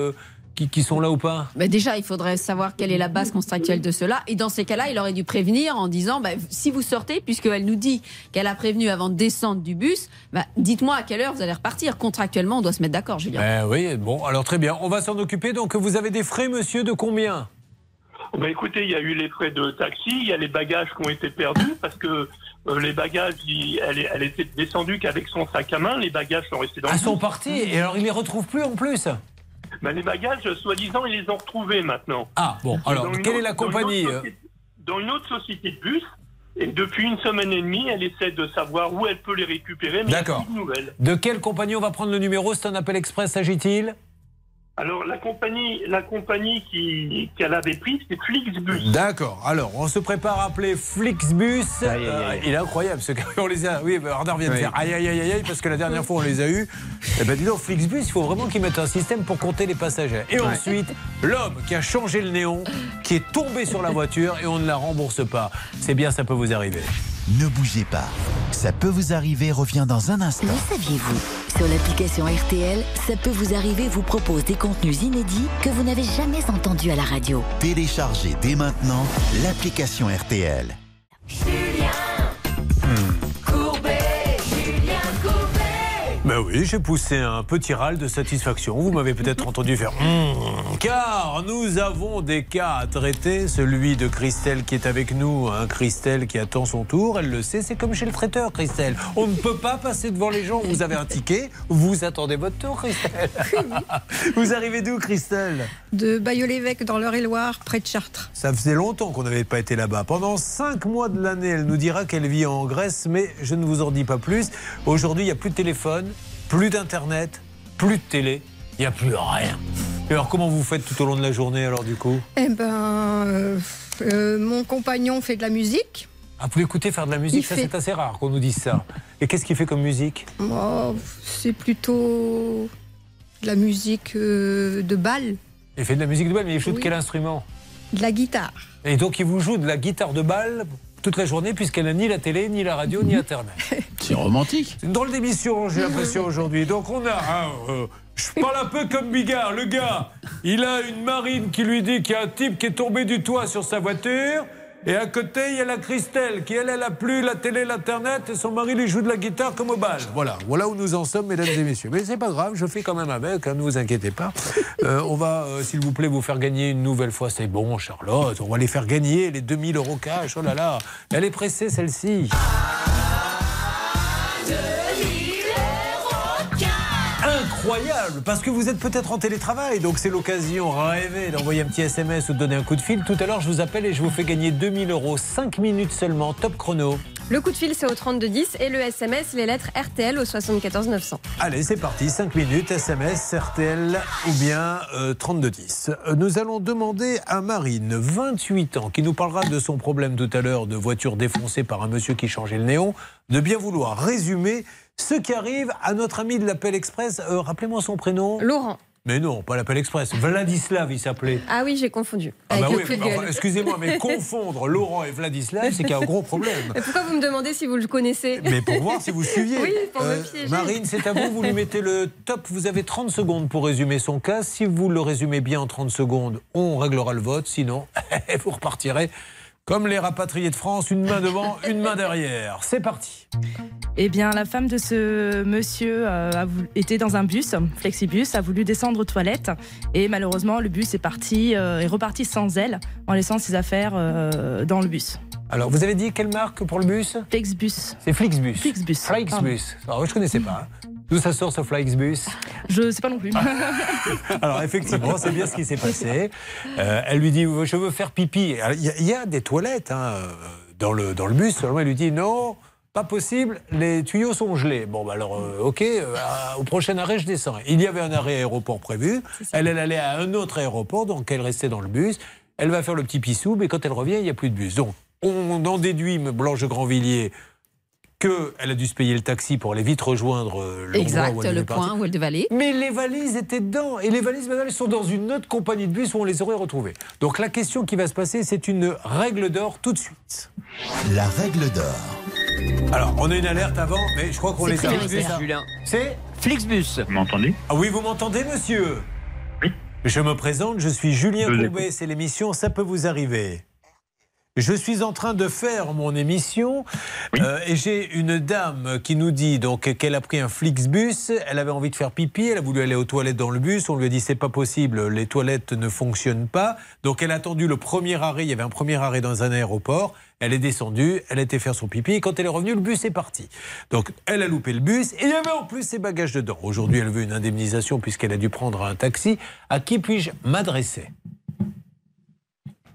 qui sont là ou pas? Déjà, il faudrait savoir quelle est la base contractuelle de cela. Et dans ces cas-là, il aurait dû prévenir en disant si vous sortez, puisqu'elle nous dit qu'elle a prévenu avant de descendre du bus, dites-moi à quelle heure vous allez repartir. Contractuellement, on doit se mettre d'accord, Julien. Oui, bon, alors très bien. On va s'en occuper. Donc, vous avez des frais, monsieur, de combien? Écoutez, il y a eu les frais de taxi, il y a les bagages qui ont été perdus parce que les bagages, elle était descendue qu'avec son sac à main, les bagages sont restés dans le bus. Ils sont partis et alors ils les retrouvent plus en plus. Les bagages, soi-disant, ils les ont retrouvés maintenant. Ah bon, alors quelle est la compagnie? Dans une autre société de bus. Et depuis une semaine et demie, elle essaie de savoir où elle peut les récupérer, mais d'accord. Il n'y a plus de nouvelles. De quelle compagnie on va prendre le numéro? C'est un appel express, s'agit-il? Alors, la compagnie qu'elle avait prise, c'est Flixbus. D'accord. Alors, on se prépare à appeler Flixbus. Il est incroyable, ce gars. On les a. Oui, Bernard vient de faire aïe, aïe, aïe, aïe, parce que la dernière fois, on les a eus. Dis donc, Flixbus, il faut vraiment qu'ils mettent un système pour compter les passagers. Et ensuite, l'homme qui a changé le néon, qui est tombé sur la voiture et on ne la rembourse pas. C'est bien, ça peut vous arriver. Ne bougez pas. Ça peut vous arriver revient dans un instant. Le saviez-vous? Sur l'application RTL, ça peut vous arriver vous propose des contenus inédits que vous n'avez jamais entendus à la radio. Téléchargez dès maintenant l'application RTL. Ben oui, j'ai poussé un petit râle de satisfaction. Vous m'avez peut-être entendu faire car nous avons des cas à traiter. Celui de Christelle qui est avec nous, Christelle qui attend son tour, elle le sait, c'est comme chez le traiteur, Christelle. On ne peut pas passer devant les gens. Vous avez un ticket, vous attendez votre tour, Christelle. Vous arrivez d'où, Christelle? De Bailleul-l'Évêque dans l'Eure-et-Loire, près de Chartres. Ça faisait longtemps qu'on n'avait pas été là-bas. Pendant 5 mois de l'année, elle nous dira qu'elle vit en Grèce, mais je ne vous en dis pas plus. Aujourd'hui, il n'y a plus de téléphone, plus d'internet, plus de télé, il n'y a plus rien. Et alors comment vous faites tout au long de la journée alors du coup? Mon compagnon fait de la musique. Ah, vous l'écoutez faire de la musique, c'est assez rare qu'on nous dise ça. Et qu'est-ce qu'il fait comme musique? C'est plutôt de la musique de bal. Il fait de la musique de bal, mais il joue de quel instrument? De la guitare. Et donc il vous joue de la guitare de bal toute la journée puisqu'elle n'a ni la télé, ni la radio, ni Internet. C'est romantique. C'est une drôle d'émission, j'ai l'impression, aujourd'hui. Donc on a... je parle un peu comme Bigard. Le gars, il a une marine qui lui dit qu'il y a un type qui est tombé du toit sur sa voiture. Et à côté, il y a la Christelle qui, elle a plus la télé, l'Internet. Et son mari lui joue de la guitare comme au bal. Voilà où nous en sommes, mesdames et messieurs. Mais c'est pas grave, je fais quand même avec, ne vous inquiétez pas. On va, s'il vous plaît, vous faire gagner une nouvelle fois. C'est bon, Charlotte. On va les faire gagner les 2000 € cash. Oh là là, elle est pressée, celle-ci. Incroyable, parce que vous êtes peut-être en télétravail, donc c'est l'occasion rêvée d'envoyer un petit SMS ou de donner un coup de fil. Tout à l'heure, je vous appelle et je vous fais gagner 2000 €, 5 minutes seulement, top chrono. Le coup de fil, c'est au 3210 et le SMS, les lettres RTL au 74 900. Allez, c'est parti, 5 minutes, SMS, RTL ou bien 3210. Nous allons demander à Marine, 28 ans, qui nous parlera de son problème tout à l'heure de voiture défoncée par un monsieur qui changeait le néon, de bien vouloir résumer ce qui arrive à notre ami de l'Appel Express. Rappelez-moi son prénom. Laurent. Mais non, pas l'Appel Express. Vladislav, il s'appelait. Ah oui, j'ai confondu. Excusez-moi, mais confondre Laurent et Vladislav, c'est qu'il y a un gros problème. Et pourquoi vous me demandez si vous le connaissez? Mais pour voir si vous suiviez. Oui, pour me piéger. Marine, c'est à vous, vous lui mettez le top. Vous avez 30 secondes pour résumer son cas. Si vous le résumez bien en 30 secondes, on réglera le vote. Sinon, vous repartirez comme les rapatriés de France, une main devant, une main derrière. C'est parti. Eh bien, la femme de ce monsieur était dans un bus, Flexibus, a voulu descendre aux toilettes et malheureusement, le bus est reparti sans elle, en laissant ses affaires dans le bus. Alors, vous avez dit quelle marque pour le bus ? Flexbus. C'est Flixbus. Flixbus. Flixbus. Alors, je connaissais pas. D'où ça sort ce Flixbus ? Je sais pas non plus. Alors effectivement, c'est bien ce qui s'est passé. Elle lui dit, je veux faire pipi. Il y a des toilettes dans le bus. Seulement, elle lui dit, non, pas possible, les tuyaux sont gelés. Bon, bah alors, ok, au prochain arrêt, je descends. Il y avait un arrêt aéroport prévu. Elle allait à un autre aéroport, donc elle restait dans le bus. Elle va faire le petit pissou, mais quand elle revient, il n'y a plus de bus. Donc, on en déduit, Blanche de Grandvilliers, qu'elle a dû se payer le taxi pour aller vite rejoindre le point où elle devait aller. Mais les valises étaient dedans. Et les valises, maintenant, elles sont dans une autre compagnie de bus où on les aurait retrouvées. Donc la question qui va se passer, c'est une règle d'or tout de suite. La règle d'or. Alors, on a une alerte avant, mais je crois qu'on les a. Julien. C'est Flixbus. Vous m'entendez ? Ah oui, vous m'entendez, monsieur ? Oui. Je me présente, je suis Julien Courbet, c'est l'émission Ça peut vous arriver. Je suis en train de faire mon émission et j'ai une dame qui nous dit donc qu'elle a pris un Flixbus, elle avait envie de faire pipi, elle a voulu aller aux toilettes dans le bus, on lui a dit c'est pas possible, les toilettes ne fonctionnent pas, donc elle a attendu le premier arrêt, il y avait un premier arrêt dans un aéroport, elle est descendue, elle a été faire son pipi et quand elle est revenue, le bus est parti. Donc elle a loupé le bus et il y avait en plus ses bagages dedans. Aujourd'hui elle veut une indemnisation puisqu'elle a dû prendre un taxi. À qui puis-je m'adresser ? Monsieur ?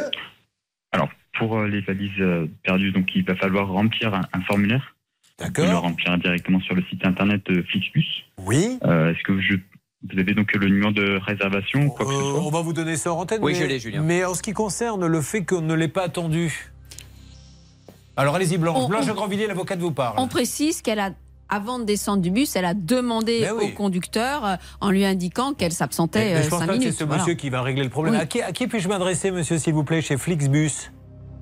Alors, pour les valises perdues, donc il va falloir remplir un formulaire. D'accord. Vous le remplir directement sur le site internet de Flixbus. Oui. Est-ce que vous avez donc le numéro de réservation ou quoi que ce soit ? On va vous donner ça en antenne. Oui, je l'ai, Julien. Mais en ce qui concerne le fait qu'on ne l'ait pas attendu. Alors allez-y, Blanche. Blanche de Grandvilliers, l'avocate vous parle. On précise qu'elle a. Avant de descendre du bus, elle a demandé au conducteur en lui indiquant qu'elle s'absentait 5 minutes. Je pense pas que c'est ce monsieur qui va régler le problème. Oui. À qui puis-je m'adresser, monsieur, s'il vous plaît, chez Flixbus ?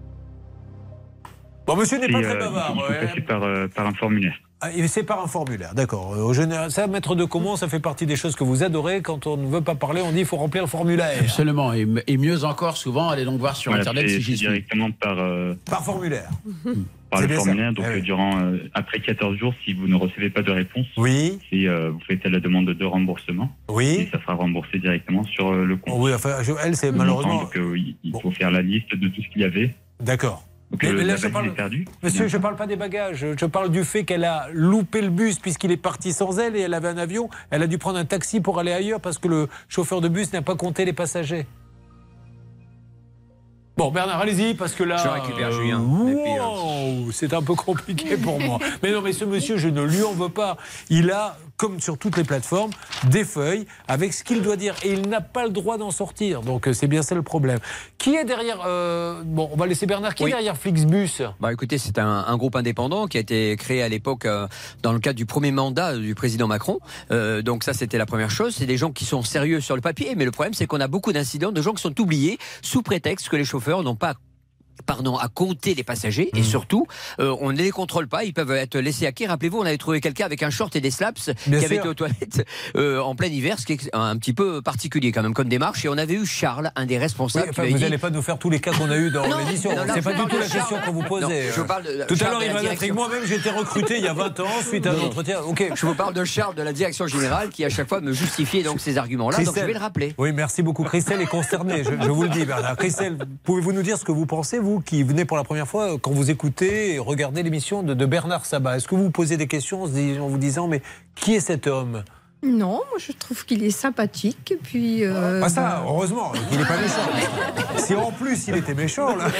Bon, monsieur n'est pas très bavard. Il faut passer par un formulaire. C'est par un formulaire, d'accord. Ça, maître de comment, ça fait partie des choses que vous adorez. Quand on ne veut pas parler, on dit qu'il faut remplir le formulaire. Absolument. Et mieux encore, souvent, allez donc voir sur Internet si j'y suis. Directement par formulaire. Par le formulaire, donc après 14 jours, si vous ne recevez pas de réponse, vous faites la demande de remboursement. Oui. Et ça sera remboursé directement sur le compte. Oui, enfin, elle, c'est malheureusement. Donc, il faut faire la liste de tout ce qu'il y avait. D'accord. Mais là, Monsieur, je ne parle pas des bagages. Je parle du fait qu'elle a loupé le bus puisqu'il est parti sans elle et elle avait un avion. Elle a dû prendre un taxi pour aller ailleurs parce que le chauffeur de bus n'a pas compté les passagers. Bon, Bernard, allez-y, parce que là... Je récupère Julien. C'est un peu compliqué pour moi. Mais non, mais ce monsieur, je ne lui en veux pas. Il a, comme sur toutes les plateformes, des feuilles avec ce qu'il doit dire. Et il n'a pas le droit d'en sortir. Donc, c'est bien ça le problème. Qui est derrière... Bon, on va laisser Bernard. Qui est derrière Flixbus ? Bah, écoutez, c'est un groupe indépendant qui a été créé à l'époque dans le cadre du premier mandat du président Macron. Donc ça, c'était la première chose. C'est des gens qui sont sérieux sur le papier. Mais le problème, c'est qu'on a beaucoup d'incidents de gens qui sont oubliés sous prétexte que les chauffeurs n'ont pas à compter les passagers et surtout on ne les contrôle pas, ils peuvent être laissés à qui. Rappelez-vous, on avait trouvé quelqu'un avec un short et des slaps qui avait été aux toilettes en plein hiver, ce qui est un petit peu particulier quand même comme démarche, et on avait eu Charles, un des responsables. Vous n'allez pas nous faire tous les cas qu'on a eu dans l'émission, c'est pas du tout la question qu'on vous posait. Tout à l'heure il m'a dit que moi-même j'ai été recruté il y a 20 ans suite à un entretien. Je vous parle de Charles de la direction générale qui à chaque fois me justifiait donc ces arguments-là, donc je vais le rappeler. Oui, merci beaucoup. Christelle est concernée, je vous le dis, Bernard. Christelle, pouvez-vous nous dire ce que vous pensez, vous qui venez pour la première fois, quand vous écoutez et regardez l'émission de Bernard Sabat? Est-ce que vous vous posez des questions en vous disant mais qui est cet homme? Non, moi je trouve qu'il est sympathique. Puis ça, heureusement qu'il n'est pas méchant. Si en plus il était méchant, là.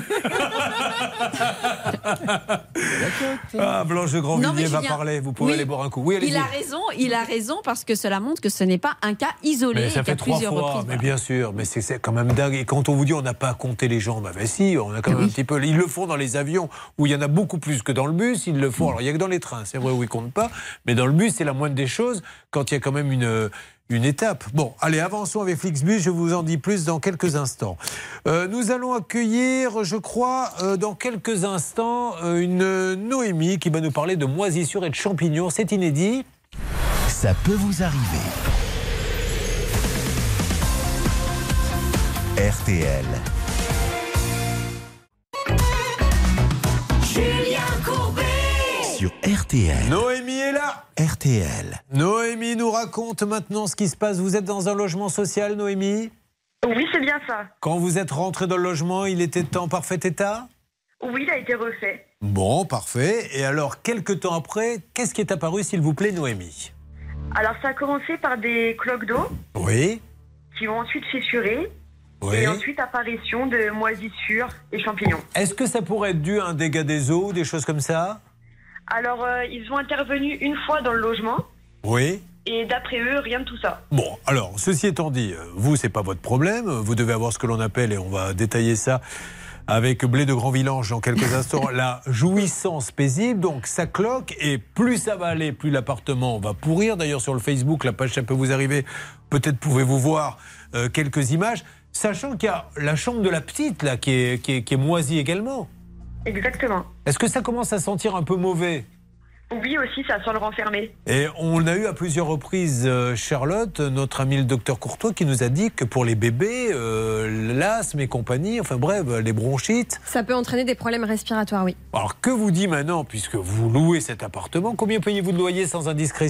Blanche de Grandvilliers va parler. Vous pouvez aller boire un coup. Oui, il a raison parce que cela montre que ce n'est pas un cas isolé. Mais ça fait 3 fois. Mais bien sûr, mais c'est quand même dingue. Et quand on vous dit on n'a pas compté les gens, si, on a quand même un petit peu. Ils le font dans les avions où il y en a beaucoup plus que dans le bus. Ils le font. Alors il y a que dans les trains, c'est vrai où ils comptent pas. Mais dans le bus, c'est la moindre des choses. Quand il y a quand même une étape. Bon, allez, avançons avec Flixbus, je vous en dis plus dans quelques instants. Nous allons accueillir, je crois, dans quelques instants, une Noémie qui va nous parler de moisissures et de champignons. C'est inédit. Ça peut vous arriver. RTL. Julien Courbet. sur RTL. Noémie est là. RTL. Noémie nous raconte maintenant ce qui se passe. Vous êtes dans un logement social, Noémie ? Oui, c'est bien ça. Quand vous êtes rentrée dans le logement, il était en parfait état ? Oui, il a été refait. Bon, parfait. Et alors, quelques temps après, qu'est-ce qui est apparu, s'il vous plaît, Noémie ? Alors, ça a commencé par des cloques d'eau. Oui. Qui ont ensuite fissuré. Oui. Et ensuite, apparition de moisissures et champignons. Est-ce que ça pourrait être dû à un dégât des eaux, des choses comme ça ? Alors, ils ont intervenu une fois dans le logement. Oui. Et d'après eux, rien de tout ça. Bon, alors, ceci étant dit, vous, c'est pas votre problème. Vous devez avoir ce que l'on appelle, et on va détailler ça avec Blé de Grand-Villange dans quelques instants, la jouissance paisible. Donc, ça cloque, et plus ça va aller, plus l'appartement va pourrir. D'ailleurs, sur le Facebook, la page Ça peut vous arriver, peut-être pouvez-vous voir quelques images. Sachant qu'il y a la chambre de la petite, là, qui est moisie également. Exactement. Est-ce que ça commence à sentir un peu mauvais ? Oui, aussi, ça sent le renfermer. Et on a eu à plusieurs reprises Charlotte, notre ami le docteur Courtois, qui nous a dit que pour les bébés, l'asthme et compagnie, enfin bref, les bronchites... Ça peut entraîner des problèmes respiratoires, oui. Alors, que vous dit maintenant, puisque vous louez cet appartement, combien payez-vous de loyer sans indiscrétion ?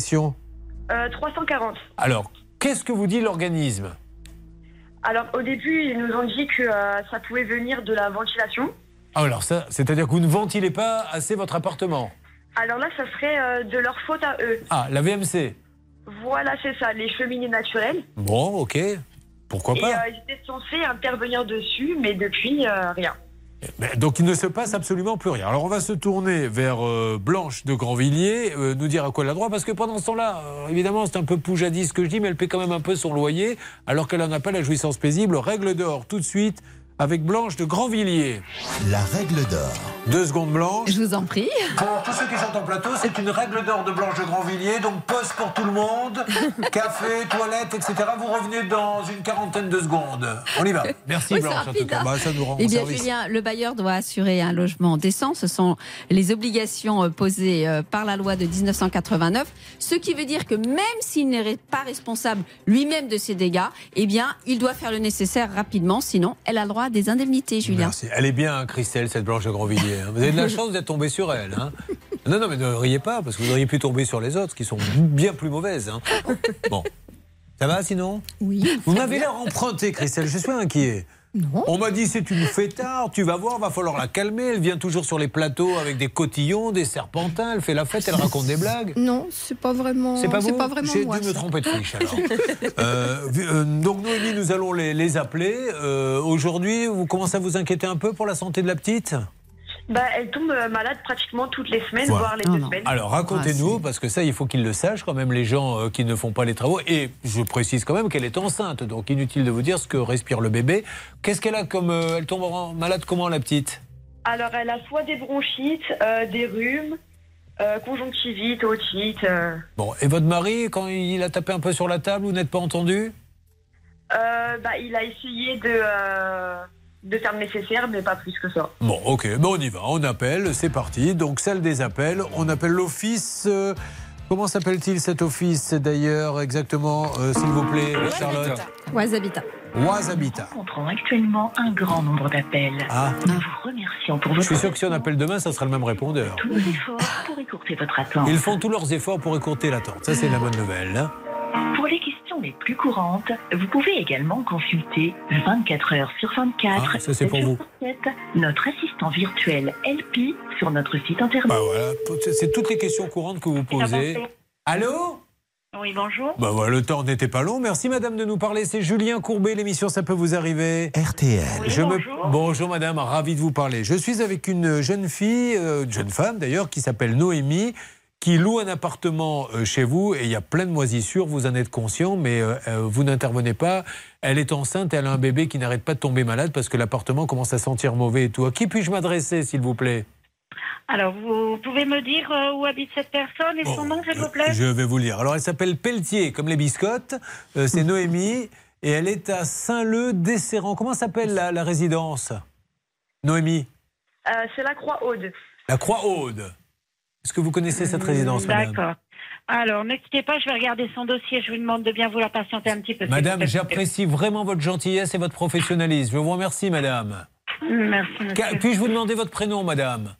340. Alors, qu'est-ce que vous dit l'organisme ? Alors, au début, ils nous ont dit que ça pouvait venir de la ventilation. Ah, alors ça, c'est-à-dire que vous ne ventilez pas assez votre appartement ? Alors là, ça serait de leur faute à eux. Ah, la VMC. Voilà, c'est ça, les cheminées naturelles. Bon, ok. Pourquoi pas ? Et ils étaient censés intervenir dessus, mais depuis, rien. Donc il ne se passe absolument plus rien. Alors on va se tourner vers Blanche de Grandvilliers, nous dire à quoi elle a droit, parce que pendant ce temps-là, évidemment c'est un peu poujadis ce que je dis, mais elle paie quand même un peu son loyer, alors qu'elle n'en a pas la jouissance paisible. Règle d'or tout de suite avec Blanche de Grandvilliers. La règle d'or. 2 secondes, Blanche. Je vous en prie. Pour tous ceux qui sont en plateau, c'est une règle d'or de Blanche de Grandvilliers. Donc pause pour tout le monde, café, toilette, etc. Vous revenez dans une quarantaine de secondes. On y va. Merci, Oui, Blanche. c'est En tout cas, rapide, ça nous rend Eh bien, service. Julien, le bailleur doit assurer un logement décent. Ce sont les obligations posées par la loi de 1989. Ce qui veut dire que même s'il n'est pas responsable lui-même de ces dégâts, eh bien, il doit faire le nécessaire rapidement. Sinon, elle a le droit à des indemnités, Julien. Merci. Elle est bien, hein, Christelle, cette Blanche de Grandvilliers. Vous avez de la chance d'être tombé sur elle. Hein. Non, mais ne riez pas, parce que vous auriez pu tomber sur les autres, qui sont bien plus mauvaises. Hein. Bon. Ça va, sinon ? Oui. Vous m'avez l'air emprunté, Christelle. Je suis inquiet. Non. On m'a dit c'est une fêtarde, tu vas voir, va falloir la calmer. Elle vient toujours sur les plateaux avec des cotillons, des serpentins, elle fait la fête, elle raconte des blagues. Non, c'est pas vraiment. C'est pas vous ? J'ai moi. dû me tromper de fiche alors. Donc Noémie, nous allons les appeler. Aujourd'hui, vous commencez à vous inquiéter un peu pour la santé de la petite ? Elle tombe malade pratiquement toutes les semaines, Voilà. voire les 2 semaines. Alors racontez-nous, parce que ça, il faut qu'ils le sachent quand même, les gens qui ne font pas les travaux. Et je précise quand même qu'elle est enceinte, donc inutile de vous dire ce que respire le bébé. Qu'est-ce qu'elle a comme... elle tombe malade comment, la petite ? Alors, elle a soit des bronchites, des rhumes, conjonctivite, otite. Bon, et votre mari, quand il a tapé un peu sur la table, vous n'êtes pas entendu ? Il a essayé de faire le nécessaire, mais pas plus que ça. Bon, ok, on y va, on appelle, c'est parti. Donc, celle des appels, on appelle l'office... comment s'appelle-t-il cet office d'ailleurs exactement, s'il vous plaît, Charlotte ? Oise Habitat. Oise Habitat. Nous rencontrons actuellement un grand nombre d'appels. Nous vous remercions pour votre... Je suis sûr que si on appelle demain, ça sera le même répondeur. Tous nos efforts pour écourter votre attente. Ils font tous leurs efforts pour écourter l'attente. Ça, c'est la bonne nouvelle. Hein. Pour les questions les plus courantes, vous pouvez également consulter 24 heures sur 24, ça c'est pour vous. 7, notre assistant virtuel LP sur notre site internet. Voilà, c'est toutes les questions courantes que vous posez. Allô ? Oui, bonjour. Le temps n'était pas long. Merci madame de nous parler. C'est Julien Courbet, l'émission Ça peut vous arriver. RTL. Oui, Bonjour madame, ravi de vous parler. Je suis avec une jeune fille, une jeune femme d'ailleurs, qui s'appelle Noémie, qui loue un appartement chez vous et il y a plein de moisissures, vous en êtes conscient, mais vous n'intervenez pas. Elle est enceinte et elle a un bébé qui n'arrête pas de tomber malade parce que l'appartement commence à sentir mauvais et tout. À qui puis-je m'adresser, s'il vous plaît ? Alors, vous pouvez me dire où habite cette personne et son nom, s'il vous plaît ? Je vais vous le dire. Alors, elle s'appelle Pelletier, comme les biscottes. C'est Noémie et elle est à Saint-Leu-d'Esserran. Comment s'appelle la résidence, Noémie ? C'est la Croix-Aude. La Croix-Aude. Est-ce que vous connaissez cette résidence, madame ? D'accord. Alors, ne quittez pas, je vais regarder son dossier. Je vous demande de bien vouloir patienter un petit peu. Madame, j'apprécie vraiment votre gentillesse et votre professionnalisme. Je vous remercie, madame. Merci, monsieur. Puis-je vous demander votre prénom, madame ?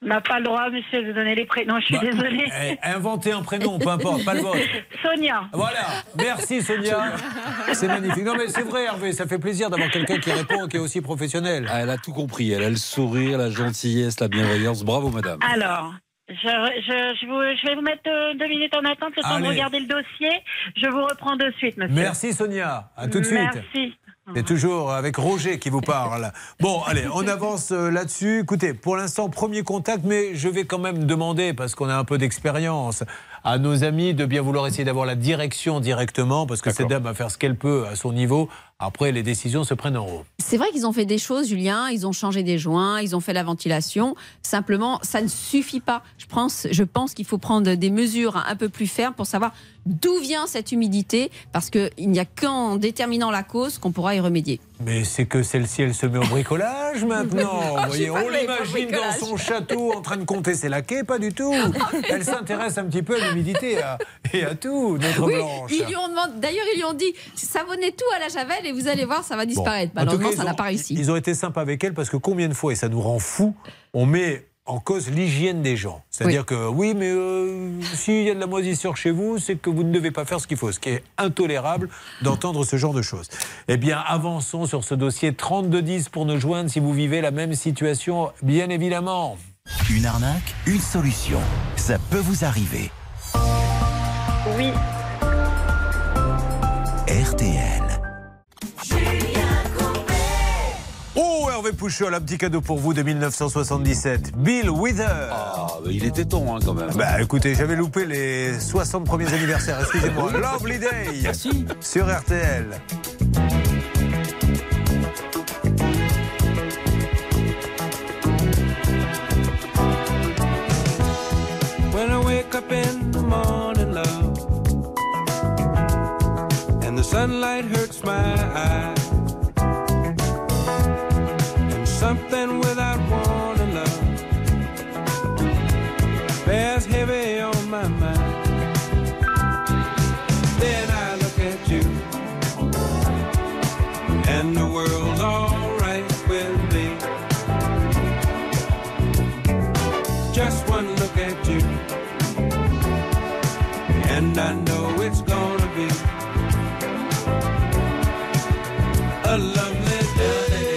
On n'a pas le droit, monsieur, de donner les prénoms, je suis désolée. Inventez un prénom, peu importe, pas le vôtre. Sonia. Voilà, merci Sonia. C'est magnifique. Non mais c'est vrai Hervé, ça fait plaisir d'avoir quelqu'un qui répond, qui est aussi professionnel. Elle a tout compris, elle a le sourire, la gentillesse, la bienveillance. Bravo madame. Alors, je vais vous mettre 2 minutes en attente, le temps de regarder le dossier. Je vous reprends de suite, monsieur. Merci Sonia, à tout de suite. Merci. C'est toujours avec Roger qui vous parle. Bon, allez, on avance là-dessus. Écoutez, pour l'instant, premier contact, mais je vais quand même demander, parce qu'on a un peu d'expérience, à nos amis de bien vouloir essayer d'avoir la direction directement, parce que cette dame va faire ce qu'elle peut à son niveau. Après, les décisions se prennent en haut. C'est vrai qu'ils ont fait des choses, Julien. Ils ont changé des joints, ils ont fait la ventilation. Simplement, ça ne suffit pas. Je pense qu'il faut prendre des mesures un peu plus fermes pour savoir d'où vient cette humidité, parce qu'il n'y a qu'en déterminant la cause qu'on pourra y remédier. Mais c'est que celle-ci, elle se met au bricolage maintenant. Vous voyez, on l'imagine dans son château en train de compter ses laquais, pas du tout. Elle s'intéresse un petit peu à l'humidité et à tout, notre Blanche. Ils lui ont demandé, d'ailleurs, ils lui ont dit savonnez tout à la javel et vous allez voir, ça va disparaître. Malheureusement, ça n'a pas réussi. Ils ont été sympas avec elle parce que combien de fois, et ça nous rend fous, on met en cause l'hygiène des gens. C'est-à-dire que oui, mais s'il y a de la moisissure chez vous, c'est que vous ne devez pas faire ce qu'il faut. Ce qui est intolérable d'entendre ce genre de choses. Eh bien, avançons sur ce dossier. 3210 pour nous joindre si vous vivez la même situation, bien évidemment. Une arnaque, une solution. Ça peut vous arriver. Oui. RTL. Oh, Hervé Pouchol, un petit cadeau pour vous de 1977. Bill Withers. Ah, il était temps quand même. Bah écoutez, j'avais loupé les 60 premiers anniversaires, excusez-moi. Lovely Day. Merci. Sur RTL. When I wake up in the morning, love, and the sunlight hurts my eyes, and something without warning, love, bears heavy on my mind. Then I look at you, and the world's all right with me. Just one look at you, and I know it's gonna be a lovely day.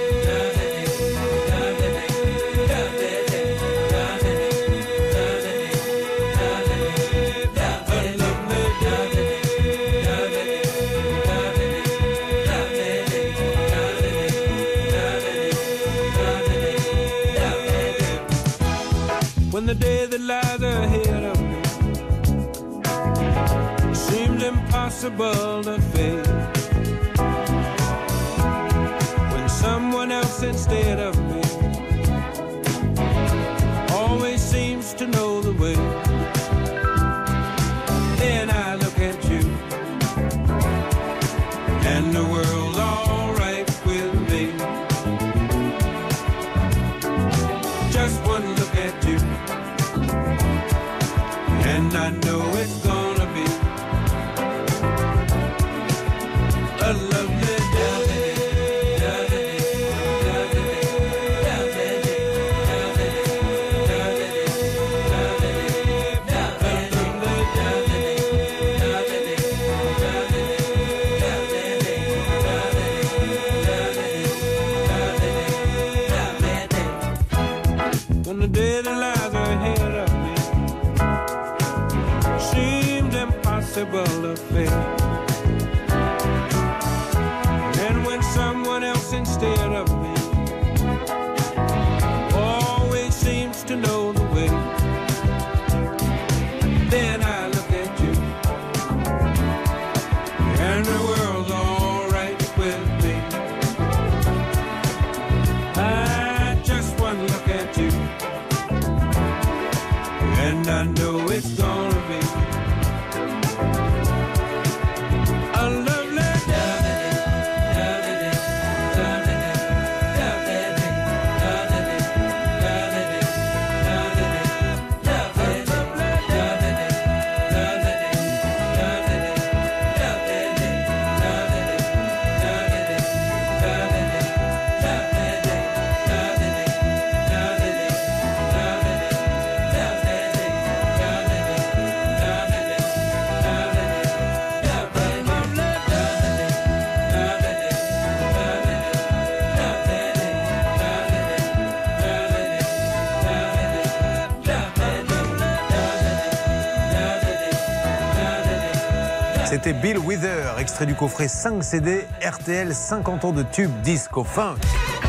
When the day that lies ahead of me seems impossible to face, when someone else instead of me always seems to know the way, then I look at you, and the world's all right with me. Just one look at you, and I know it's gonna be a lovely day. When the day that lies ahead of me seems impossible to face, and when someone else instead of me always seems to know the way, then I look at you, and the world's all right with me. I just one look at you, and I know it's gonna be C'était Bill Wither, extrait du coffret 5 CD RTL 50 ans de tube disco funk.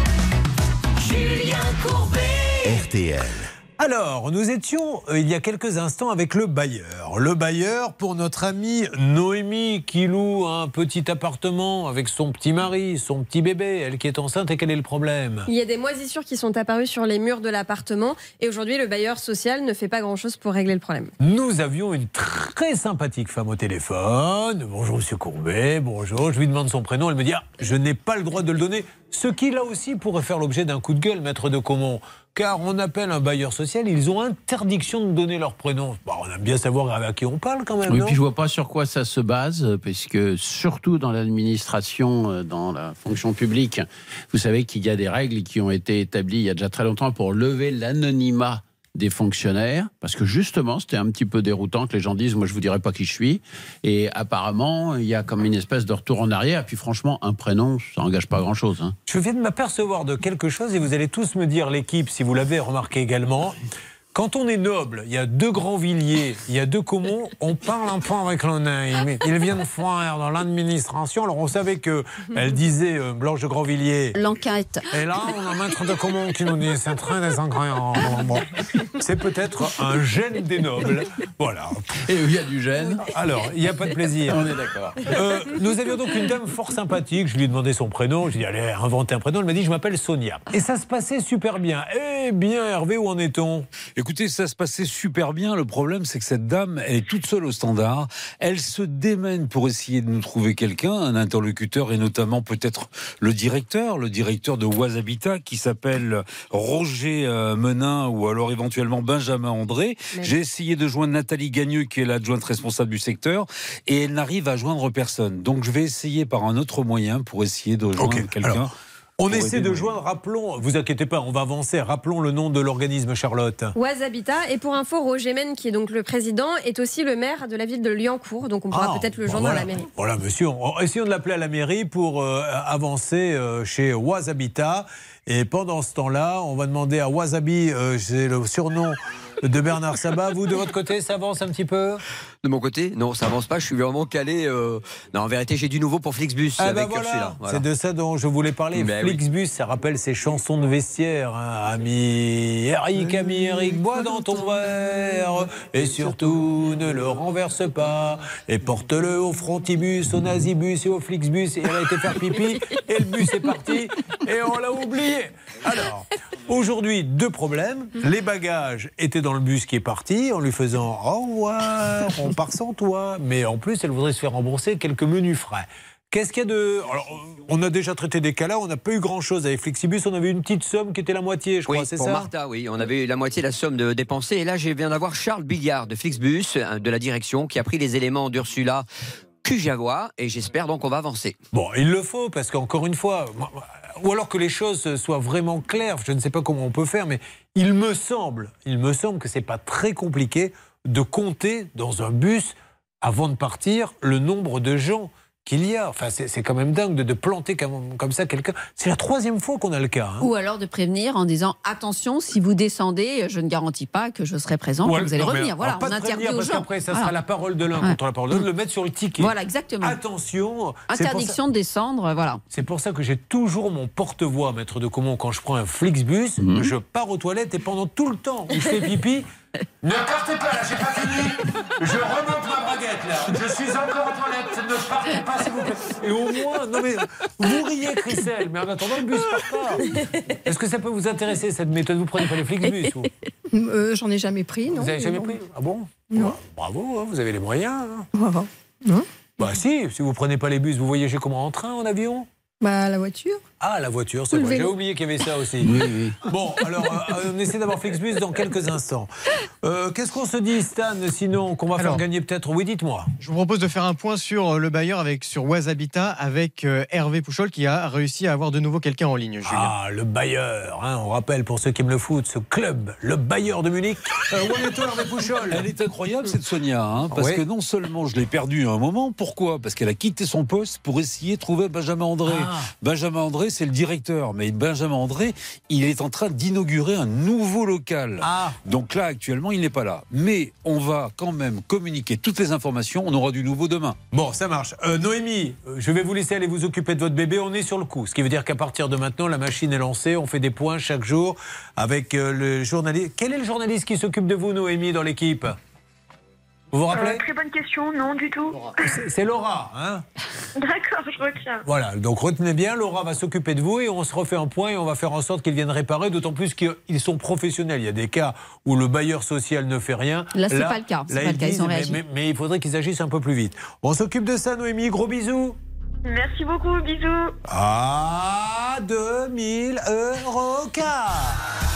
Julien Courbet. RTL. Alors, nous étions il y a quelques instants avec le bailleur. Le bailleur pour notre amie Noémie qui loue un petit appartement avec son petit mari, son petit bébé, elle qui est enceinte. Et quel est le problème ? Il y a des moisissures qui sont apparues sur les murs de l'appartement et aujourd'hui le bailleur social ne fait pas grand-chose pour régler le problème. Nous avions une très sympathique femme au téléphone. Bonjour Monsieur Courbet, bonjour. Je lui demande son prénom, elle me dit je n'ai pas le droit de le donner. Ce qui là aussi pourrait faire l'objet d'un coup de gueule, maître de Caumont. Car on appelle un bailleur social, ils ont interdiction de donner leur prénom. Bon, on aime bien savoir à qui on parle quand même. Oui, non puis je vois pas sur quoi ça se base, puisque surtout dans l'administration, dans la fonction publique, vous savez qu'il y a des règles qui ont été établies il y a déjà très longtemps pour lever l'anonymat des fonctionnaires, parce que justement c'était un petit peu déroutant que les gens disent moi je vous dirai pas qui je suis, et apparemment il y a comme une espèce de retour en arrière, et puis franchement un prénom ça engage pas grand chose. Je viens de m'apercevoir de quelque chose et vous allez tous me dire, l'équipe, si vous l'avez remarqué également. Quand on est noble, il y a 2 Grandvilliers, il y a 2 Caumont, on parle un peu avec le nez. Ils viennent faire dans l'administration. Alors on savait qu'elle disait Blanche de Grandvilliers. L'enquête. Et là, on a maître de Caumont qui nous dit c'est très désagréable. Bon, c'est peut-être un gène des nobles. Voilà. Et il y a du gène. Alors, il n'y a pas de plaisir. On est d'accord. Nous avions donc une dame fort sympathique. Je lui ai demandé son prénom. Je lui ai dit allez, inventer un prénom. Elle m'a dit je m'appelle Sonia. Et ça se passait super bien. Eh bien, Hervé, où en est-on ? Écoutez, ça se passait super bien. Le problème, c'est que cette dame, elle est toute seule au standard. Elle se démène pour essayer de nous trouver quelqu'un, un interlocuteur, et notamment peut-être le directeur de Oise Habitat, qui s'appelle Roger Menin, ou alors éventuellement Benjamin André. J'ai essayé de joindre Nathalie Gagneux, qui est l'adjointe responsable du secteur, et elle n'arrive à joindre personne. Donc je vais essayer par un autre moyen pour essayer de joindre quelqu'un. Alors, on essaie de joindre, rappelons, vous inquiétez pas, on va avancer, rappelons le nom de l'organisme, Charlotte. Oise Habitat, et pour info, Roger Men, qui est donc le président, est aussi le maire de la ville de Liancourt, donc on pourra peut-être le joindre à la mairie. Voilà, monsieur, essayons de l'appeler à la mairie pour avancer chez Oise Habitat. Et pendant ce temps-là, on va demander à Wasabi, c'est le surnom de Bernard Sabat. Vous, de votre côté, ça avance un petit peu ? De mon côté, non, ça avance pas. Je suis vraiment calé. Non, en vérité, j'ai du nouveau pour Flixbus avec Ursula. Voilà. C'est de ça dont je voulais parler. Flixbus, ça rappelle ces chansons de vestiaire. Ami Eric, bois dans ton verre. Et surtout, ne le renverse pas. Et porte-le au Frontibus, au Nazibus et au Flixbus. Et elle a été faire pipi. Et le bus est parti. Et on l'a oublié. Alors, aujourd'hui, 2 problèmes. Les bagages étaient dans le bus qui est parti, en lui faisant au revoir, on part sans toi. Mais en plus, elle voudrait se faire rembourser quelques menus frais. Qu'est-ce qu'il y a de... Alors, on a déjà traité des cas là, on n'a pas eu grand-chose. Avec Flixibus, on avait une petite somme qui était la moitié, je crois, c'est ça ? Pour Martha, oui. On avait eu la moitié de la somme de dépensée. Et là, je viens d'avoir Charles Billard de Flixbus, de la direction, qui a pris les éléments d'Ursula que j'avoue, et j'espère donc qu'on va avancer. Bon, il le faut, parce qu'encore une fois... Ou alors que les choses soient vraiment claires, je ne sais pas comment on peut faire, mais il me semble que c'est pas très compliqué de compter dans un bus, avant de partir, le nombre de gens qu'il y a. Enfin, c'est quand même dingue de planter comme ça quelqu'un. C'est la 3e fois qu'on a le cas. Ou alors de prévenir en disant attention, si vous descendez, je ne garantis pas que je serai présent quand vous allez revenir. Voilà, on interdit aux gens. Après, ça sera la parole de l'un contre la parole de l'autre, le mettre sur le ticket. Voilà, exactement. Attention. Interdiction de descendre, voilà. C'est pour ça que j'ai toujours mon porte-voix, maître de Caumont, quand je prends un Flixbus, je pars aux toilettes et pendant tout le temps où je fais pipi, ne partez pas là, j'ai pas fini. Je remonte ma braguette là. Je suis encore aux toilettes. Ne partez pas s'il vous plaît. Et au moins, non mais vous riez, Christelle, mais en attendant le bus part pas. Est-ce que ça peut vous intéresser cette méthode ? Vous prenez pas les Flixbus ou... J'en ai jamais pris, non. Vous avez jamais pris ? Ah bon ? Non. Bravo, hein, vous avez les moyens. Hein. Non. Bah si vous prenez pas les bus, vous voyagez comment ? En train, en avion ? Bah la voiture. Ah, la voiture, c'est vrai. J'ai oublié qu'il y avait ça aussi. Oui. Bon, alors, on essaie d'avoir Flixbus dans quelques instants. Qu'est-ce qu'on se dit, Stan, sinon, qu'on va faire gagner peut-être ? Oui, dites-moi. Je vous propose de faire un point sur le bailleur sur Oise Habitat avec Hervé Pouchol qui a réussi à avoir de nouveau quelqu'un en ligne, Julien. Ah, le bailleur, hein, on rappelle pour ceux qui aiment le foot, ce club, le bailleur de Munich. Où en est-on, Hervé Pouchol ? Elle est incroyable, cette Sonia, parce que non seulement je l'ai perdue à un moment, pourquoi ? Parce qu'elle a quitté son poste pour essayer de trouver Benjamin André. Benjamin André, André, c'est le directeur. Mais Benjamin André, il est en train d'inaugurer un nouveau local. Donc là, actuellement, il n'est pas là. Mais on va quand même communiquer toutes les informations. On aura du nouveau demain. Bon, ça marche. Noémie, je vais vous laisser aller vous occuper de votre bébé. On est sur le coup. Ce qui veut dire qu'à partir de maintenant, la machine est lancée. On fait des points chaque jour avec le journaliste. Quel est le journaliste qui s'occupe de vous, Noémie, dans l'équipe ? Vous vous rappelez ? Très bonne question, non du tout. C'est Laura, hein ? D'accord, je retiens. Voilà, donc retenez bien, Laura va s'occuper de vous et on se refait un point et on va faire en sorte qu'ils viennent réparer, d'autant plus qu'ils sont professionnels. Il y a des cas où le bailleur social ne fait rien. Là, c'est pas le cas. Là, ils disent, mais il faudrait qu'ils agissent un peu plus vite. On s'occupe de ça, Noémie. Gros bisous. Merci beaucoup, bisous. Ah, 2000 € car.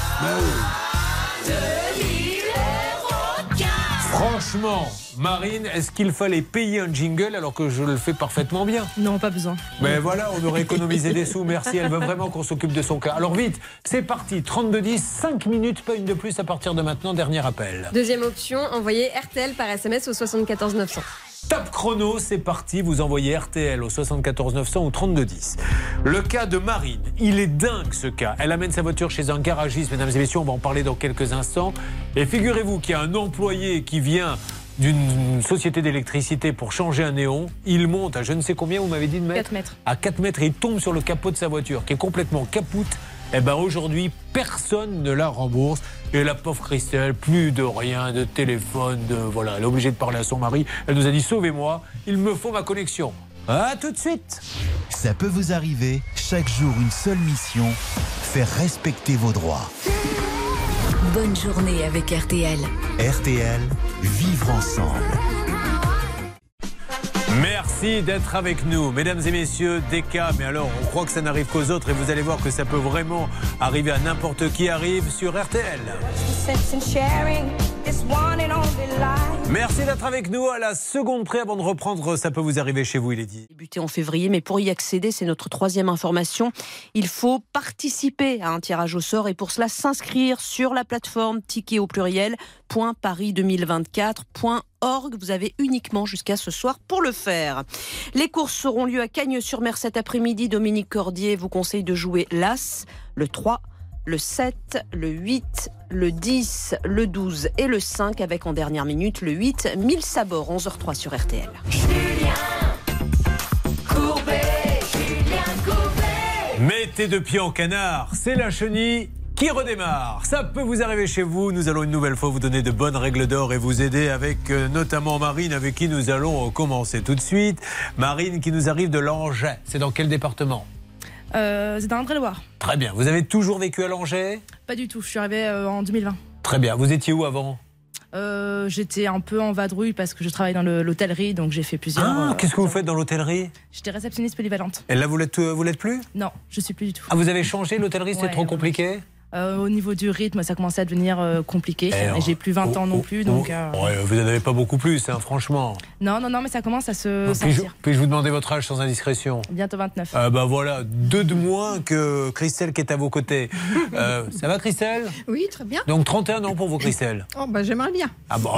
2000 € car. Franchement, Marine, est-ce qu'il fallait payer un jingle alors que je le fais parfaitement bien ? Non, pas besoin. Mais voilà, on aurait économisé des sous, merci. Elle veut vraiment qu'on s'occupe de son cas. Alors vite, c'est parti, 3210, 5 minutes, pas une de plus à partir de maintenant, dernier appel. Deuxième option, envoyez RTL par SMS au 74 900. Top chrono, c'est parti, vous envoyez RTL au 74 900 ou 3210. Le cas de Marine, il est dingue ce cas. Elle amène sa voiture chez un garagiste, mesdames et messieurs, on va en parler dans quelques instants. Et figurez-vous qu'il y a un employé qui vient d'une société d'électricité pour changer un néon. Il monte à je ne sais combien, vous m'avez dit de mettre ? 4 mètres. À 4 mètres et il tombe sur le capot de sa voiture qui est complètement capoute. Eh bien aujourd'hui, personne ne la rembourse. Et la pauvre Christelle, plus de rien, de téléphone, voilà, elle est obligée de parler à son mari. Elle nous a dit, sauvez-moi, il me faut ma connexion. À tout de suite. Ça peut vous arriver, chaque jour une seule mission, faire respecter vos droits. Bonne journée avec RTL. RTL, vivre ensemble. Merci d'être avec nous, mesdames et messieurs. Des cas, mais alors on croit que ça n'arrive qu'aux autres et vous allez voir que ça peut vraiment arriver à n'importe qui arrive sur RTL. Merci d'être avec nous à la seconde près avant de reprendre. Ça peut vous arriver chez vous, il est dit. Débuté en février, mais pour y accéder, c'est notre troisième information. Il faut participer à un tirage au sort et pour cela s'inscrire sur la plateforme ticket au pluriel .paris2024.org. Vous avez uniquement jusqu'à ce soir pour le faire. Les courses auront lieu à Cagnes-sur-Mer cet après-midi. Dominique Cordier vous conseille de jouer l'As, le 3, le 7, le 8, le 10, le 12 et le 5 avec en dernière minute le 8, 1000 sabords, 11h03 sur RTL. Mettez deux pieds en canard, c'est la chenille qui redémarre. Ça peut vous arriver chez vous. Nous allons une nouvelle fois vous donner de bonnes règles d'or et vous aider avec notamment Marine, avec qui nous allons commencer tout de suite. Marine qui nous arrive de Langeais. C'est dans quel département ? C'est dans Indre-et-Loire. Très bien. Vous avez toujours vécu à Langeais ? Pas du tout. Je suis arrivée en 2020. Très bien. Vous étiez où avant ? J'étais un peu en vadrouille parce que je travaille dans l'hôtellerie, donc j'ai fait plusieurs. Qu'est-ce que vous faites dans l'hôtellerie ? J'étais réceptionniste polyvalente. Et là, vous l'êtes plus ? Non, je suis plus du tout. Ah, vous avez changé l'hôtellerie, c'était trop compliqué ? Au niveau du rythme, ça commençait à devenir compliqué. Et j'ai plus 20 ans non plus. Donc, vous n'en avez pas beaucoup plus, hein, franchement. Non, mais ça commence à se sentir. Puis-je vous demander votre âge sans indiscrétion ? Bientôt 29. Voilà, 2 de moins que Christelle qui est à vos côtés. Ça va, Christelle ? Oui, très bien. Donc 31 ans pour vous, Christelle ? Oh, j'aimerais bien. Ah bon.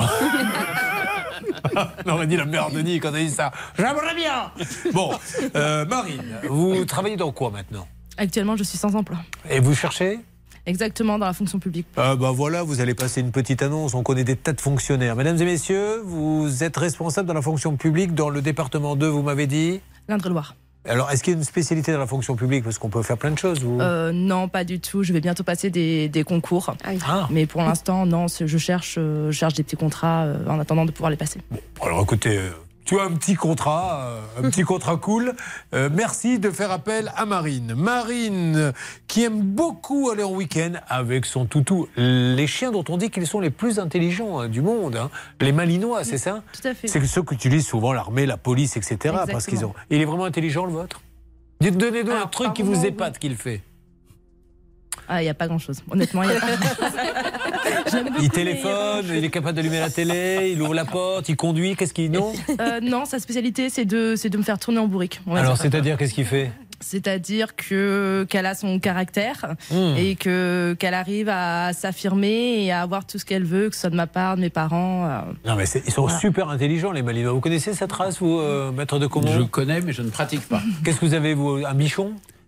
On aurait dit la mère Denis quand elle a dit ça. J'aimerais bien. Bon, Marine, vous travaillez dans quoi maintenant ? Actuellement, je suis sans emploi. Et vous cherchez ? Exactement, dans la fonction publique. Voilà, vous allez passer une petite annonce. On connaît des tas de fonctionnaires. Mesdames et messieurs, vous êtes responsable dans la fonction publique dans le département 2, vous m'avez dit ? L'Indre-et-Loire. Alors, est-ce qu'il y a une spécialité dans la fonction publique ? Parce qu'on peut faire plein de choses. Non, pas du tout. Je vais bientôt passer des concours. Mais pour l'instant, non, je cherche des petits contrats en attendant de pouvoir les passer. Bon, alors écoutez... Tu as un petit contrat cool. Merci de faire appel à Marine. Marine, qui aime beaucoup aller en week-end avec son toutou. Les chiens dont on dit qu'ils sont les plus intelligents du monde. Hein. Les Malinois, c'est ça ? Tout à fait. C'est ceux qu'utilisent souvent l'armée, la police, etc. Exactement. Parce qu'ils ont... Il est vraiment intelligent, le vôtre ? Donnez-nous un truc qui vous épate qu'il fait. Il n'y a pas grand-chose. Honnêtement, il n'y a pas grand-chose. Il téléphone, il est capable d'allumer la télé, il ouvre la porte, il conduit, qu'est-ce qu'il... Non, non, sa spécialité, c'est de me faire tourner en bourrique. Alors, c'est-à-dire, qu'est-ce qu'il fait ? C'est-à-dire qu'elle a son caractère et qu'elle arrive à s'affirmer et à avoir tout ce qu'elle veut, que ce soit de ma part, de mes parents. Non, mais ils sont super intelligents, les Malinois. Vous connaissez cette race, vous, maître de Comont ? Je connais, mais je ne pratique pas. Qu'est-ce que vous avez, vous ? Un bichon ?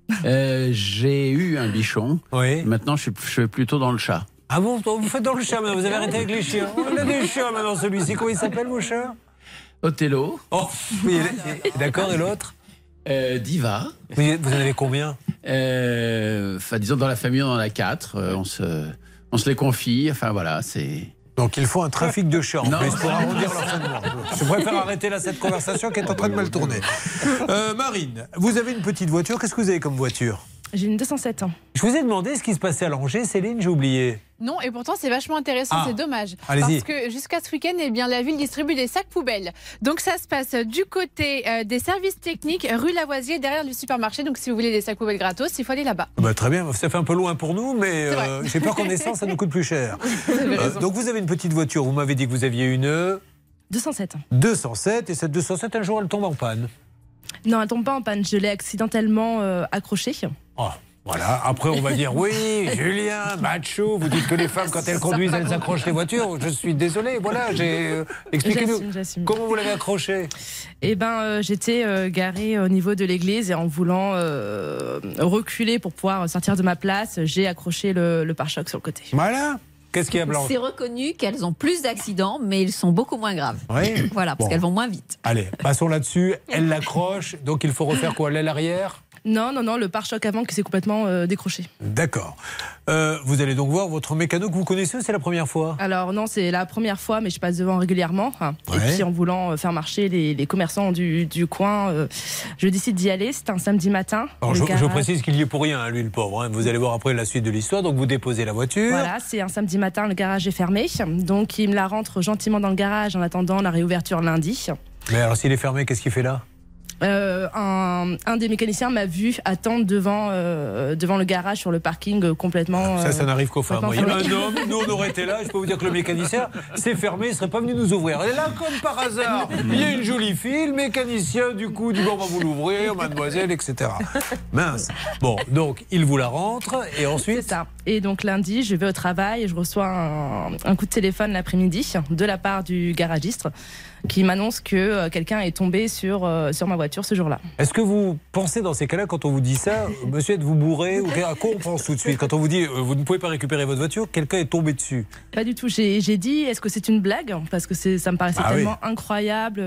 J'ai eu un bichon. Oui. Maintenant, je suis plutôt dans le chat. Ah bon, vous faites dans le chat maintenant, vous avez arrêté avec les chiens. On a des chiens maintenant, celui-ci. Comment il s'appelle, vos chats? Othello. Oh, oui, d'accord, et l'autre? Diva. Vous en avez combien? Disons, dans la famille, on en a 4. On se les confie. Enfin, voilà, c'est... Donc il faut un trafic de chats en plus pour arrondir leur fin de mois. Je préfère arrêter là cette conversation qui est en train de mal tourner. Marine, vous avez une petite voiture. Qu'est-ce que vous avez comme voiture? J'ai une 207 ans. Je vous ai demandé ce qui se passait à Langeais. Céline, j'ai oublié. Non, et pourtant c'est vachement intéressant, c'est dommage. Allez-y. Parce que jusqu'à ce week-end, eh bien, la ville distribue des sacs poubelles. Donc ça se passe du côté des services techniques, rue Lavoisier, derrière le supermarché. Donc si vous voulez des sacs poubelles gratos, il faut aller là-bas. Bah, très bien, ça fait un peu loin pour nous, mais j'ai peur qu'en essence, ça nous coûte plus cher. Donc vous avez une petite voiture, vous m'avez dit que vous aviez une... 207. 207, et cette 207, un jour, elle tombe en panne. Non, elle tombe pas en panne, je l'ai accidentellement accrochée. Oh. Voilà, après on va dire oui, Julien, macho, vous dites que les femmes quand elles conduisent elles accrochent les voitures, je suis désolé, voilà, expliquez-nous, comment vous l'avez accrochée? Eh ben j'étais garée au niveau de l'église et en voulant reculer pour pouvoir sortir de ma place, j'ai accroché le pare-choc sur le côté. Voilà. Qu'est-ce qu'il y a, Blanche? C'est reconnu qu'elles ont plus d'accidents, mais ils sont beaucoup moins graves. Oui. Voilà, parce qu'elles vont moins vite. Allez, passons là-dessus, elle l'accroche, donc il faut refaire quoi, l'aile arrière? Non, le pare-choc avant qui s'est complètement décroché. D'accord. Vous allez donc voir votre mécano que vous connaissez, c'est la première fois? Alors non, c'est la première fois, mais je passe devant régulièrement. Et puis en voulant faire marcher les commerçants du coin, je décide d'y aller. C'est un samedi matin. Alors je précise qu'il y est pour rien, lui le pauvre. Vous allez voir après la suite de l'histoire. Donc vous déposez la voiture. Voilà, c'est un samedi matin, le garage est fermé. Donc il me la rentre gentiment dans le garage en attendant la réouverture lundi. Mais alors s'il est fermé, qu'est-ce qu'il fait là? Un des mécaniciens m'a vu attendre devant le garage sur le parking complètement. Ça n'arrive qu'aux femmes. Il y a un homme, nous on aurait été là. Je peux vous dire que le mécanicien, c'est fermé, il serait pas venu nous ouvrir. Et là, comme par hasard, il y a une jolie fille, le mécanicien du coup dit bon, on va vous l'ouvrir, mademoiselle, etc. Mince. Bon, donc il vous la rentre et ensuite. C'est ça. Et donc lundi, je vais au travail et je reçois un coup de téléphone l'après-midi de la part du garagiste qui m'annonce que quelqu'un est tombé sur ma voiture ce jour-là. Est-ce que vous pensez dans ces cas-là, quand on vous dit ça, monsieur, êtes-vous bourré ou à quoi on pense tout de suite? Quand on vous dit vous ne pouvez pas récupérer votre voiture, quelqu'un est tombé dessus? Pas du tout. J'ai dit est-ce que c'est une blague? Parce que ça me paraissait tellement incroyable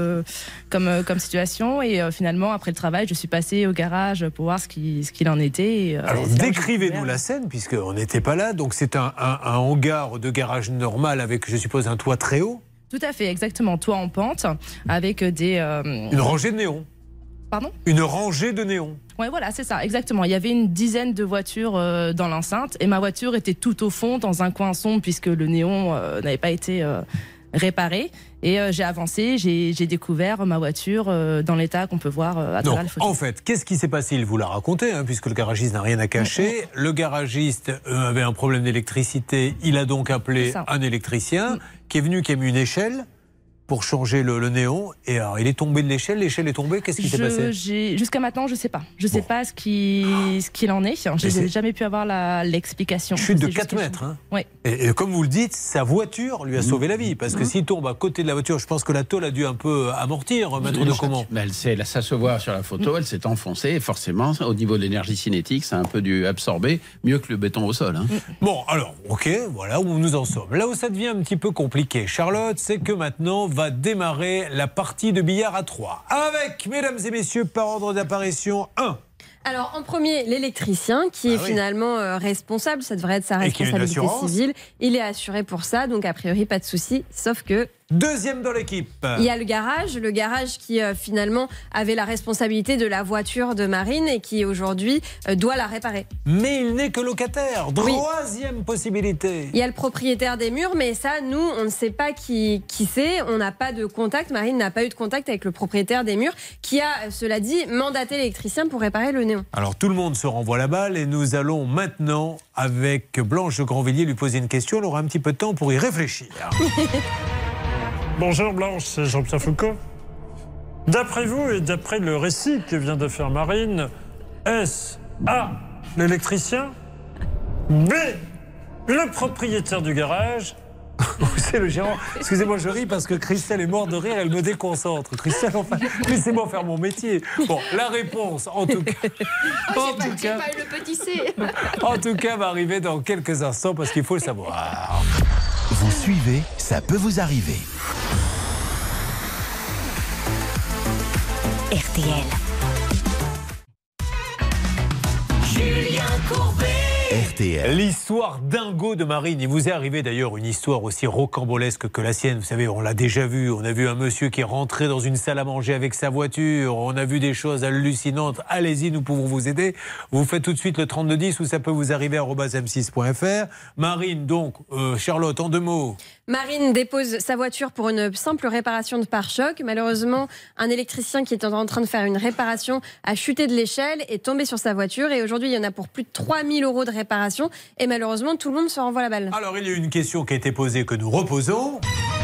comme situation. Et finalement, après le travail, je suis passée au garage pour voir ce qu'il en était. Alors décrivez-nous la scène, puisqu'on n'était pas là. Donc c'est un hangar de garage normal avec, je suppose, un toit très haut? Tout à fait, exactement. Toit en pente avec des... Une rangée de néons. Pardon? Une rangée de néons. Oui, voilà, c'est ça, exactement. Il y avait une dizaine de voitures dans l'enceinte et ma voiture était tout au fond, dans un coin sombre, puisque le néon n'avait pas été réparé. Et j'ai avancé, j'ai découvert ma voiture dans l'état qu'on peut voir à travers la photo. En fait, qu'est-ce qui s'est passé? Il vous l'a raconté, puisque le garagiste n'a rien à cacher. Le garagiste avait un problème d'électricité. Il a donc appelé un électricien qui est venu, qui a mis une échelle pour changer le néon. Et alors, il est tombé de l'échelle est tombée. Qu'est-ce qui s'est passé? Jusqu'à maintenant, je ne sais pas. Je ne sais pas ce qu'il en est. Je n'ai jamais pu avoir l'explication. Chute de 4 mètres. Oui. Et comme vous le dites, sa voiture lui a sauvé la vie. Parce que s'il tombe à côté de la voiture, je pense que la tôle a dû un peu amortir, maître de comment. Ça se voit sur la photo, elle s'est enfoncée. Et forcément, au niveau de l'énergie cinétique, ça a un peu dû absorber mieux que le béton au sol. Bon, alors, ok, voilà où nous en sommes. Là où ça devient un petit peu compliqué, Charlotte, c'est que maintenant va démarrer la partie de billard à 3. Avec, mesdames et messieurs, par ordre d'apparition, 1. Alors, en premier, l'électricien, qui est finalement responsable, ça devrait être sa responsabilité civile. Il est assuré pour ça, donc a priori, pas de souci, sauf que... Deuxième dans l'équipe. Il y a le garage qui finalement avait la responsabilité de la voiture de Marine et qui aujourd'hui doit la réparer. Mais il n'est que locataire. Troisième possibilité. Il y a le propriétaire des murs, mais ça, nous, on ne sait pas qui c'est. On n'a pas de contact. Marine n'a pas eu de contact avec le propriétaire des murs qui a, cela dit, mandaté l'électricien pour réparer le néon. Alors tout le monde se renvoie la balle et nous allons maintenant, avec Blanche de Grandvilliers, lui poser une question. Elle aura un petit peu de temps pour y réfléchir. Bonjour Blanche, c'est Jean-Pierre Foucault. D'après vous et d'après le récit que vient de faire Marine, est-ce A, l'électricien, B, le propriétaire du garage, C'est le gérant. Excusez-moi, je ris parce que Christelle est morte de rire, elle me déconcentre. Christelle, enfin, laissez-moi faire mon métier. Bon, la réponse, en tout cas. J'ai pas eu le petit C. En tout cas, va arriver dans quelques instants parce qu'il faut le savoir. Vous suivez, ça peut vous arriver. RTL. Julien Courbet. RTL. L'histoire dingo de Marine. Il vous est arrivé d'ailleurs une histoire aussi rocambolesque que la sienne. Vous savez, on l'a déjà vu. On a vu un monsieur qui est rentré dans une salle à manger avec sa voiture. On a vu des choses hallucinantes. Allez-y, nous pouvons vous aider. Vous faites tout de suite le 3210 ou ça peut vous arriver @m6.fr. Marine, donc, Charlotte, en 2 mots. Marine dépose sa voiture pour une simple réparation de pare-choc. Malheureusement, un électricien qui était en train de faire une réparation a chuté de l'échelle, est tombé sur sa voiture et aujourd'hui, il y en a pour plus de 3 000 € de réparation et malheureusement, tout le monde se renvoie la balle. Alors, il y a une question qui a été posée que nous reposons.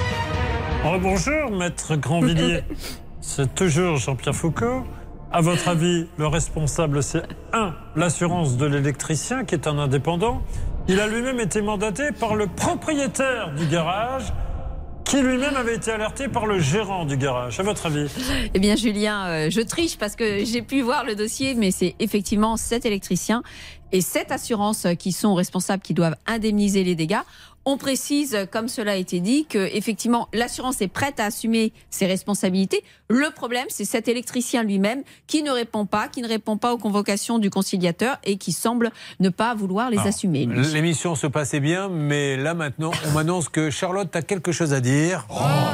Bonjour, maître Grandvilliers. C'est toujours Jean-Pierre Foucault. À votre avis, le responsable, c'est 1. L'assurance de l'électricien, qui est un indépendant. Il a lui-même été mandaté par le propriétaire du garage, qui lui-même avait été alerté par le gérant du garage. À votre avis? Eh bien, Julien, je triche parce que j'ai pu voir le dossier, mais c'est effectivement cet électricien et cette assurance qui sont responsables, qui doivent indemniser les dégâts. On précise, comme cela a été dit, que effectivement l'assurance est prête à assumer ses responsabilités. Le problème, c'est cet électricien lui-même qui ne répond pas aux convocations du conciliateur et qui semble ne pas vouloir les assumer. Lui. L'émission se passait bien, mais là maintenant, on m'annonce que Charlotte a quelque chose à dire.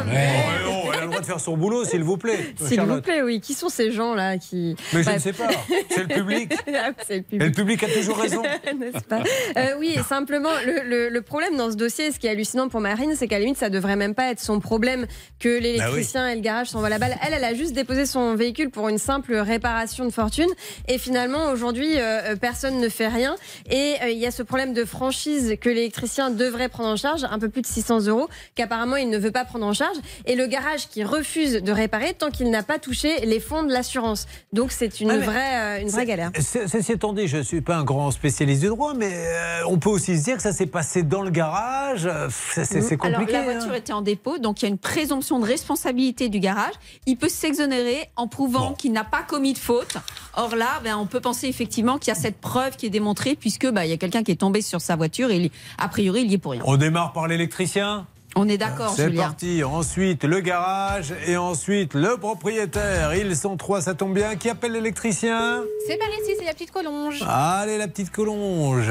Elle a le droit de faire son boulot, s'il vous plaît. S'il vous plaît, oui. Qui sont ces gens-là qui... Mais je ne sais pas. C'est le public. C'est le public. Et le public a toujours raison. N'est-ce pas? Oui, simplement, le problème dans ce dossier, ce qui est hallucinant pour Marine, c'est qu'à la limite, ça devrait même pas être son problème que l'électricien et le garage s'envoient la balle. Elle a juste déposé son véhicule pour une simple réparation de fortune. Et finalement, aujourd'hui, personne ne fait rien. Et il y a ce problème de franchise que l'électricien devrait prendre en charge, un peu plus de 600 €, qu'apparemment il ne veut pas prendre en charge. Et le garage qui refuse de réparer tant qu'il n'a pas touché les fonds de l'assurance. Donc c'est une vraie galère. Ceci étant dit, je ne suis pas un grand spécialiste du droit, mais on peut aussi se dire que ça s'est passé dans le garage. C'est compliqué. Alors, la voiture était en dépôt, donc il y a une présomption de responsabilité du garage. Il peut s'exonérer en prouvant qu'il n'a pas commis de faute. Or là, on peut penser effectivement qu'il y a cette preuve qui est démontrée, puisque il y a quelqu'un qui est tombé sur sa voiture et a priori il y est pour rien. On démarre par l'électricien. On est d'accord, Julien. C'est parti. Ensuite, le garage et ensuite le propriétaire. Ils sont 3, ça tombe bien. Qui appelle l'électricien? C'est par ici, c'est la petite Collonge. Allez, la petite Collonge.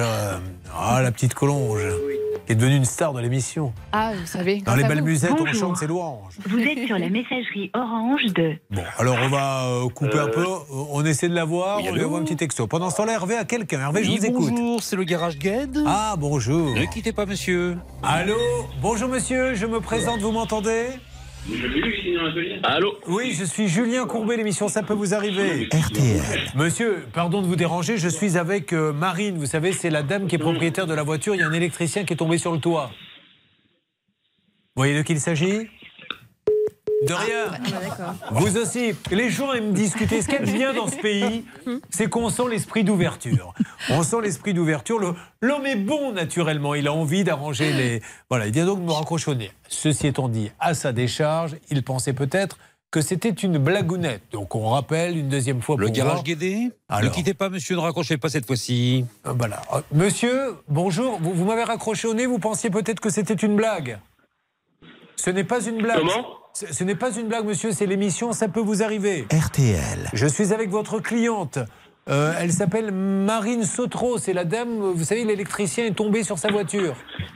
La petite Collonge. Qui est devenue une star de l'émission. Ah, vous savez. Dans les belles musettes, on chante ses louanges. Vous êtes sur la messagerie Orange de... Bon, alors on va couper un peu. On essaie de la voir. On lui envoie un petit texto. Pendant ce temps-là, Hervé a quelqu'un. Hervé, je vous écoute. Bonjour, c'est le garage Gued. Ah, bonjour. Ne quittez pas, monsieur. Allô, bonjour monsieur, je me présente, vous m'entendez? Allô? Oui, je suis Julien Courbet, l'émission Ça peut vous arriver. RTL. Monsieur, pardon de vous déranger, je suis avec Marine, vous savez, c'est la dame qui est propriétaire de la voiture, il y a un électricien qui est tombé sur le toit. Vous voyez de qui il s'agit? De rien. Vous aussi. Les gens aiment discuter. Ce qui est bien dans ce pays, c'est qu'on sent l'esprit d'ouverture. On sent l'esprit d'ouverture. L'homme est bon naturellement. Il a envie d'arranger les... Voilà, il vient donc me raccrochonner. Ceci étant dit, à sa décharge, il pensait peut-être que c'était une blagounette. Donc on rappelle une deuxième fois pour le garage Guédé. Ne quittez pas, monsieur, ne raccrochez pas cette fois-ci. Voilà. Monsieur, bonjour. Vous m'avez raccrochonné. Vous pensiez peut-être que c'était une blague. Ce n'est pas une blague. Comment ? Ce n'est pas une blague, monsieur, c'est l'émission Ça peut vous arriver. RTL. Je suis avec votre cliente. Elle s'appelle Marine Sautreau. C'est la dame, vous savez, l'électricien est tombé sur sa voiture.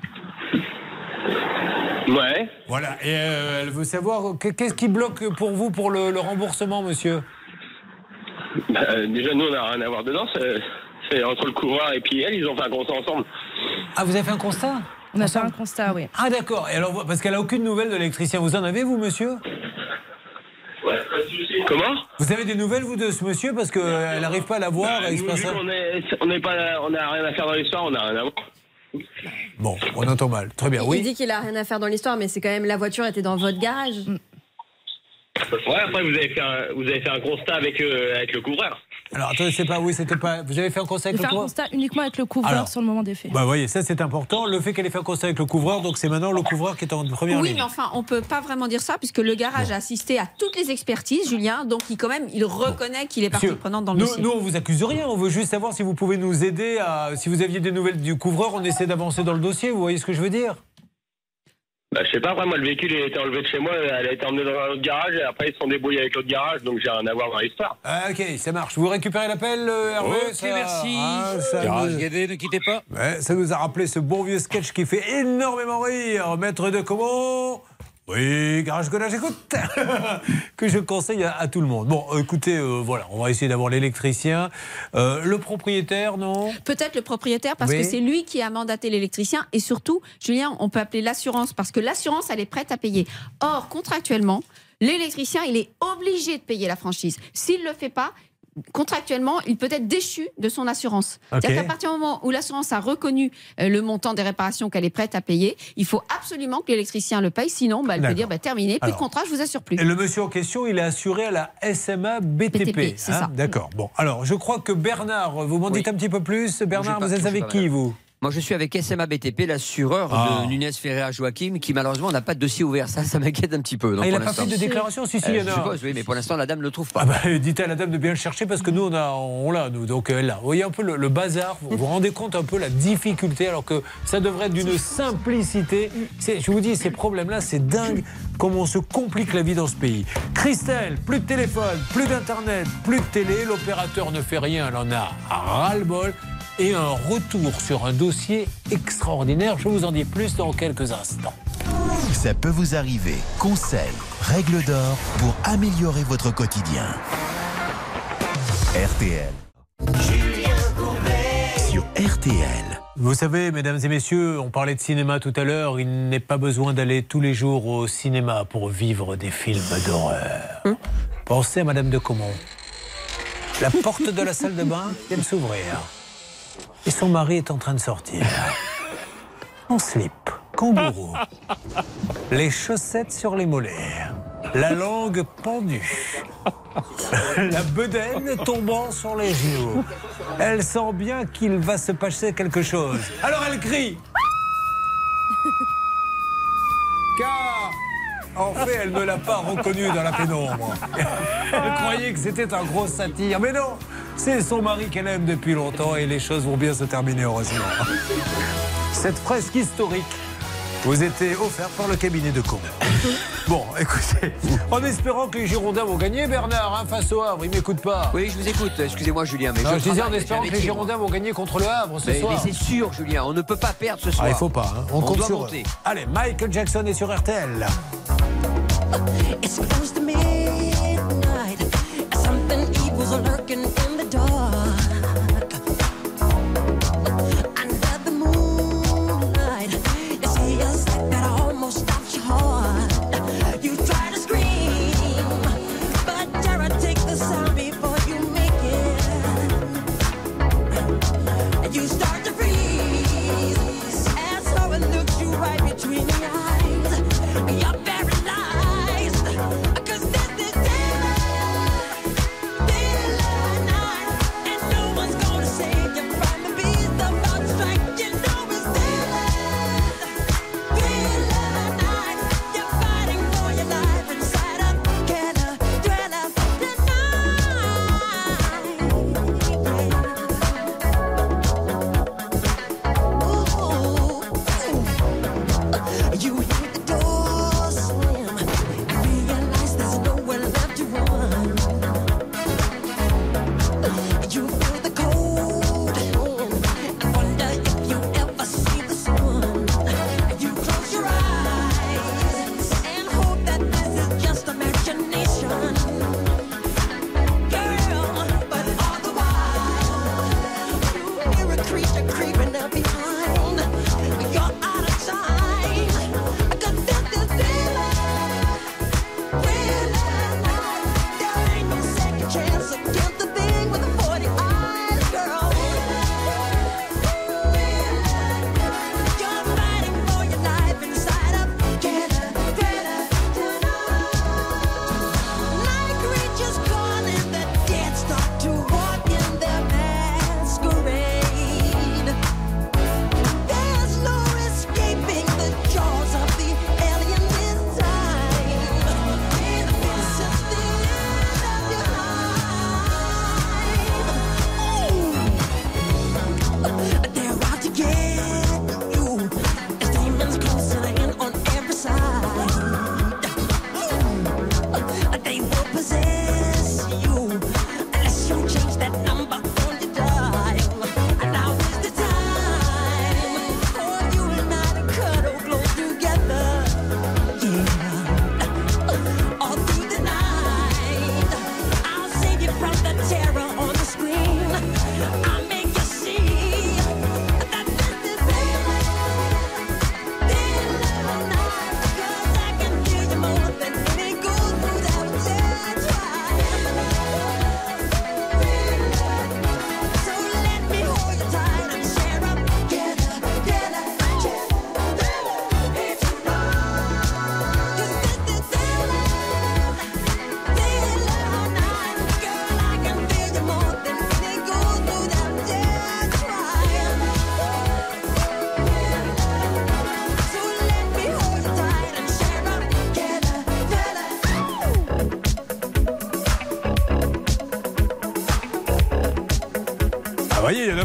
Ouais. Voilà, et elle veut savoir qu'est-ce qui bloque pour vous pour le remboursement, monsieur? Déjà, nous, on n'a rien à voir dedans. C'est entre le couvreur et puis elle, ils ont fait un constat ensemble. Ah, vous avez fait un constat? On a fait un constat, oui. Ah d'accord, et alors, parce qu'elle n'a aucune nouvelle de l'électricien. Vous en avez, vous, monsieur? Ouais, pas de souci. Comment? Vous avez des nouvelles, vous, de ce monsieur? Parce qu'elle n'arrive pas à la voir. Nous, vu qu'on n'a rien à faire dans l'histoire, on n'a rien à voir. Bon, on entend mal. Très bien, oui. Il dit qu'il n'a rien à faire dans l'histoire, mais c'est quand même la voiture était dans votre garage. Ouais, après, vous avez fait un constat avec le couvreur. Alors, attendez, c'était pas. Vous avez fait un constat avec le Faire un couvreur? constat uniquement avec le couvreur Alors, sur le moment des faits. Bah, voyez, ça c'est important. Le fait qu'elle ait fait un constat avec le couvreur, donc c'est maintenant le couvreur qui est en première Oui, ligne. mais enfin, on peut pas vraiment dire ça puisque le garage a assisté à toutes les expertises, Julien. Donc, il reconnaît qu'il est partie prenante dans le dossier. Nous, on vous accuse de rien. On veut juste savoir si vous pouvez nous aider à. Si vous aviez des nouvelles du couvreur, on essaie d'avancer dans le dossier. Vous voyez ce que je veux dire? Bah, je sais pas, moi le véhicule il a été enlevé de chez moi, elle a été emmenée dans un autre garage et après ils se sont débrouillés avec l'autre garage, donc j'ai rien à voir dans l'histoire. Ah, ok, ça marche. Vous récupérez l'appel, Hervé? Ok, merci. Garage Guédé, ne quittez pas. Ouais, ça nous a rappelé ce bon vieux sketch qui fait énormément rire. Maître de comment? Oui, Garage Godin, j'écoute. Que je conseille à tout le monde. Bon, écoutez, voilà, on va essayer d'avoir l'électricien. Le propriétaire, non? Peut-être le propriétaire, parce que c'est lui qui a mandaté l'électricien. Et surtout, Julien, on peut appeler l'assurance, parce que l'assurance, elle est prête à payer. Or, contractuellement, l'électricien, il est obligé de payer la franchise. S'il ne le fait pas, contractuellement, il peut être déchu de son assurance. Okay. C'est-à-dire qu'à partir du moment où l'assurance a reconnu le montant des réparations qu'elle est prête à payer, il faut absolument que l'électricien le paye, sinon elle peut dire terminé, plus de contrat, je vous assure plus. Et le monsieur en question, il est assuré à la SMA BTP. C'est ça. D'accord. Bon, alors je crois que Bernard, vous m'en dites un petit peu plus. Bernard, vous êtes avec qui, vous? Moi, je suis avec SMA BTP, l'assureur de Nunez Ferreira Joachim, qui malheureusement n'a pas de dossier ouvert. Ça m'inquiète un petit peu. Donc, il n'a pas fait de déclaration? Si, il y en a. Je suppose, oui, mais pour l'instant, la dame ne le trouve pas. Ah bah, dites à la dame de bien le chercher parce que nous, on l'a, nous. Donc là, vous voyez un peu le bazar. Vous vous rendez compte un peu la difficulté, alors que ça devrait être d'une simplicité. Je vous dis, ces problèmes-là, c'est dingue comment on se complique la vie dans ce pays. Christelle, plus de téléphone, plus d'internet, plus de télé. L'opérateur ne fait rien, elle en a ras-le-bol. Et un retour sur un dossier extraordinaire. Je vous en dis plus dans quelques instants. Ça peut vous arriver. Conseils, règles d'or pour améliorer votre quotidien. RTL. Sur RTL. Vous savez, mesdames et messieurs, on parlait de cinéma tout à l'heure. Il n'est pas besoin d'aller tous les jours au cinéma pour vivre des films d'horreur. Pensez à Madame de Caumont. La porte de la salle de bain vient de s'ouvrir. Et son mari est en train de sortir. En slip, kangourou. Les chaussettes sur les mollets. La langue pendue. La bedaine tombant sur les genoux. Elle sent bien qu'il va se passer quelque chose. Alors elle crie. Car, en fait, elle ne l'a pas reconnu dans la pénombre. Elle croyait que c'était un gros satire. Mais non, c'est son mari qu'elle aime depuis longtemps et les choses vont bien se terminer heureusement. Cette fresque historique vous était offerte par le cabinet de Caumont. Bon, écoutez, en espérant que les Girondins vont gagner, Bernard, face au Havre, il ne m'écoute pas. Oui, je vous écoute, excusez-moi Julien. Mais non, je disais en espérant que les Girondins vont gagner contre le Havre ce soir. Mais c'est sûr, Julien, on ne peut pas perdre ce soir. Il ne faut pas, hein. On compte doit sur monter. eux. Allez, Michael Jackson est sur RTL. It's close to midnight. Something evil's lurking in the dark. Under the moonlight, you see a sight that almost stops your heart. You try to scream, but terror takes the sound before you make it. And you start to freeze as someone looks you right between the eyes. You're paralyzed. 'Cause this is daylight, daylight now.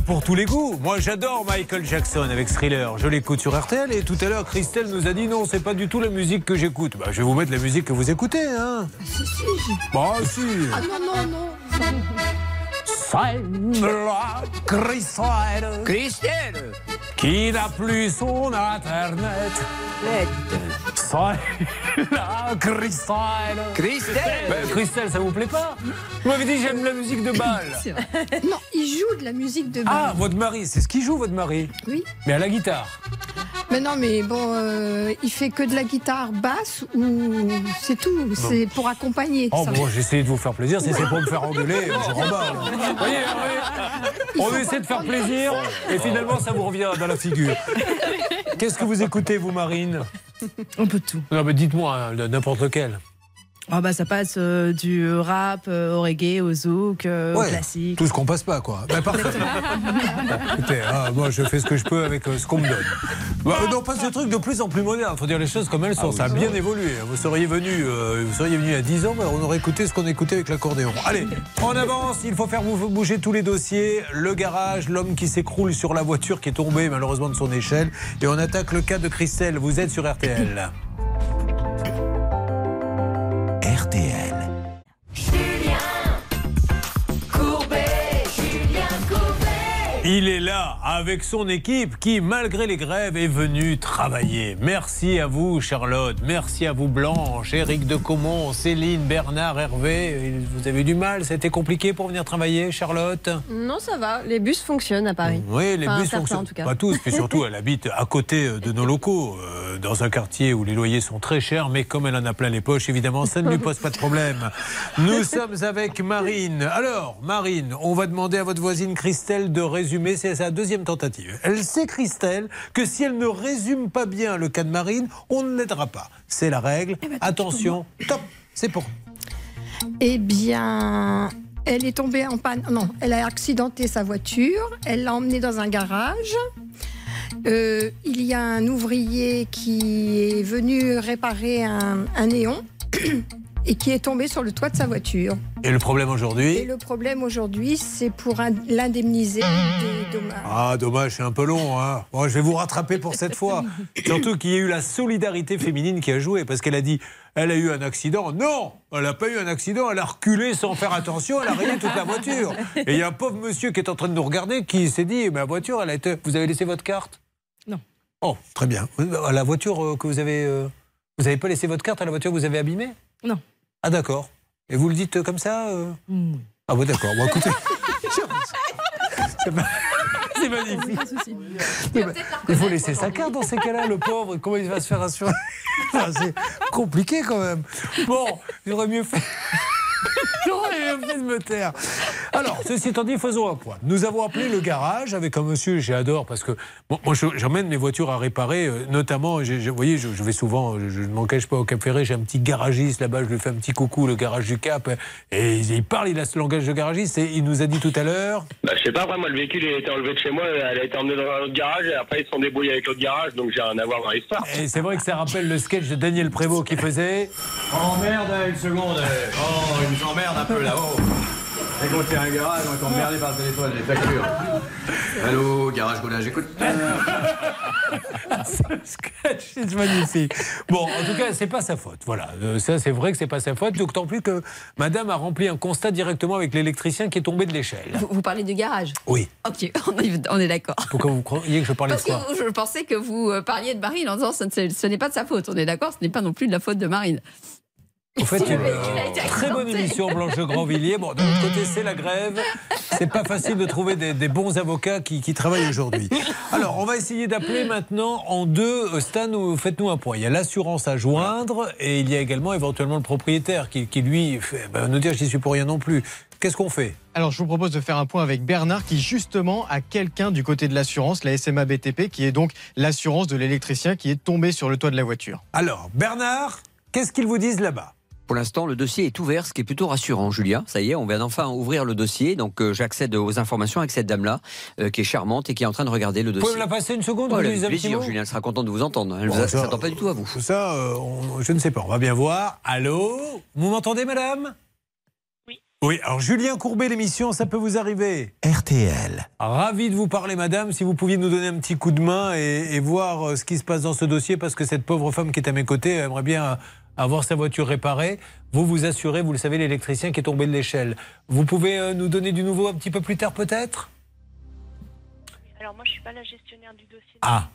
pour tous les goûts. Moi, j'adore Michael Jackson avec Thriller. Je l'écoute sur RTL et tout à l'heure, Christelle nous a dit non, c'est pas du tout la musique que j'écoute. Bah, je vais vous mettre la musique que vous écoutez, hein. Si. Bah, si. Ah non. C'est la Christelle qui n'a plus son internet. C'est la Christelle. Christelle, ça vous plaît pas? Vous m'avez dit j'aime la musique de bal. Non, il joue de la musique de bal. Ah, votre mari, c'est ce qu'il joue, votre mari? Oui. Mais à la guitare? Mais non, mais bon, il fait que de la guitare basse ou c'est tout. Bon. C'est pour accompagner. Oh ça. bon, j'ai essayé de vous faire plaisir. Si c'est pour me faire engueuler, je remballe. Vous voyez, on essaie de faire plaisir et finalement ça vous revient dans la figure. Qu'est-ce que vous écoutez, vous, Marine? Un peu de tout. Non, mais dites-moi, hein, n'importe lequel. Oh bah ça passe du rap au reggae, au zouk, au classique. Tout ce qu'on passe pas, quoi. Bah, parfait. Écoutez, moi je fais ce que je peux avec ce qu'on me donne. Bah, non, pas ce truc de plus en plus moderne. Faut dire les choses comme elles sont. Ça a bien évolué. Vous seriez venu il y a 10 ans, on aurait écouté ce qu'on écoutait avec l'accordéon. Allez, on avance. Il faut faire bouger tous les dossiers. Le garage, l'homme qui s'écroule sur la voiture qui est tombée malheureusement de son échelle. Et on attaque le cas de Christelle. Vous êtes sur RTL. RTL. Il est là avec son équipe qui, malgré les grèves, est venue travailler. Merci à vous, Charlotte. Merci à vous, Blanche, Éric de Caumont, Céline, Bernard, Hervé. Vous avez eu du mal? C'était compliqué pour venir travailler, Charlotte? Non, ça va. Les bus fonctionnent à Paris. Oui, les bus fonctionnent. En tout cas. Pas tous, puis surtout, elle habite à côté de nos locaux, dans un quartier où les loyers sont très chers, mais comme elle en a plein les poches, évidemment, ça ne lui pose pas de problème. Nous sommes avec Marine. Alors, Marine, on va demander à votre voisine Christelle de résumer. C'est sa deuxième tentative. Elle sait, Christelle, que si elle ne résume pas bien le cas de Marine, on ne l'aidera pas. C'est la règle. Attention, top, c'est pour. Eh bien, elle est tombée en panne. Non, elle a accidenté sa voiture. Elle l'a emmenée dans un garage. Il y a un ouvrier qui est venu réparer un néon et qui est tombé sur le toit de sa voiture. Et le problème aujourd'hui? Et le problème aujourd'hui, c'est pour l'indemniser des dommages. Ah, dommage, c'est un peu long. Hein. Bon, je vais vous rattraper pour cette fois. Surtout qu'il y a eu la solidarité féminine qui a joué, parce qu'elle a dit, elle a eu un accident. Non, elle n'a pas eu un accident, elle a reculé sans faire attention, elle a rayé toute la voiture. Et il y a un pauvre monsieur qui est en train de nous regarder qui s'est dit, ma voiture, elle a été... Vous avez laissé votre carte? Non. Oh, très bien. La voiture que vous avez... Vous n'avez pas laissé votre carte à la voiture que vous avez abîmée? Non. Ah d'accord. Et vous le dites comme ça Ah bon d'accord. Bon écoutez. C'est magnifique. Il faut laisser sa carte dans ces cas-là, le pauvre. Comment il va se faire assurer? C'est compliqué quand même. Bon, j'aurais mieux fait. J'aurais mieux fait de me taire. Alors, ceci étant dit, faisons un point. Nous avons appelé le garage avec un monsieur, j'adore, parce que bon, moi j'emmène mes voitures à réparer, notamment, vous voyez, je vais souvent, je ne m'en cache pas, au Cap Ferré, j'ai un petit garagiste là-bas, je lui fais un petit coucou, le garage du Cap, et il parle, il a ce langage de garagiste, et il nous a dit tout à l'heure... Je sais pas, moi le véhicule il a été enlevé de chez moi, elle a été emmenée dans un autre garage, et après ils se sont débrouillés avec l'autre garage, donc j'ai rien à voir dans l'histoire. Et c'est vrai que ça rappelle le sketch de Daniel Prévost qui faisait... Oh merde, une seconde. Oh, il nous emmerde un peu là-haut. Et quand t'es un garage, on est emmerdé par le téléphone, les factures. Allô, garage Gaudin, j'écoute. Ce sketch, c'est magnifique. Bon, en tout cas, c'est pas sa faute. Voilà, ça c'est vrai que c'est pas sa faute. D'autant plus que madame a rempli un constat directement avec l'électricien qui est tombé de l'échelle. Vous parlez du garage? Oui. Ok, on est d'accord. Pourquoi vous croyez que je parlais de quoi? Parce que je pensais que vous parliez de Marine en disant ce n'est pas de sa faute. On est d'accord, ce n'est pas non plus de la faute de Marine. En fait, une très bonne émission, Blanche de Grandvilliers. Bon, de l'autre côté, c'est la grève. C'est pas facile de trouver des bons avocats qui travaillent aujourd'hui. Alors, on va essayer d'appeler maintenant en deux. Stan, faites-nous un point. Il y a l'assurance à joindre et il y a également éventuellement le propriétaire qui lui, va nous dire j'y suis pour rien non plus. Qu'est-ce qu'on fait? Alors, je vous propose de faire un point avec Bernard qui, justement, a quelqu'un du côté de l'assurance, la SMA BTP, qui est donc l'assurance de l'électricien qui est tombé sur le toit de la voiture. Alors, Bernard, qu'est-ce qu'ils vous disent là-bas? Pour l'instant, le dossier est ouvert, ce qui est plutôt rassurant, Julien. Ça y est, on vient d'enfin ouvrir le dossier. Donc, j'accède aux informations avec cette dame-là, qui est charmante et qui est en train de regarder le dossier. Vous pouvez me la passer une seconde? Oh, avec plaisir, Julien. Elle sera contente de vous entendre. Elle ne s'attend pas du tout à vous. Ça, je ne sais pas. On va bien voir. Allô? Vous m'entendez, madame? Oui. Oui, alors Julien Courbet, l'émission, ça peut vous arriver. RTL. Ravi de vous parler, madame. Si vous pouviez nous donner un petit coup de main et voir ce qui se passe dans ce dossier, parce que cette pauvre femme qui est à mes côtés aimerait bien avoir sa voiture réparée. Vous assurez, vous le savez, l'électricien qui est tombé de l'échelle. Vous pouvez nous donner du nouveau un petit peu plus tard, peut-être ? Alors moi, je suis pas la gestionnaire du dossier. Ah.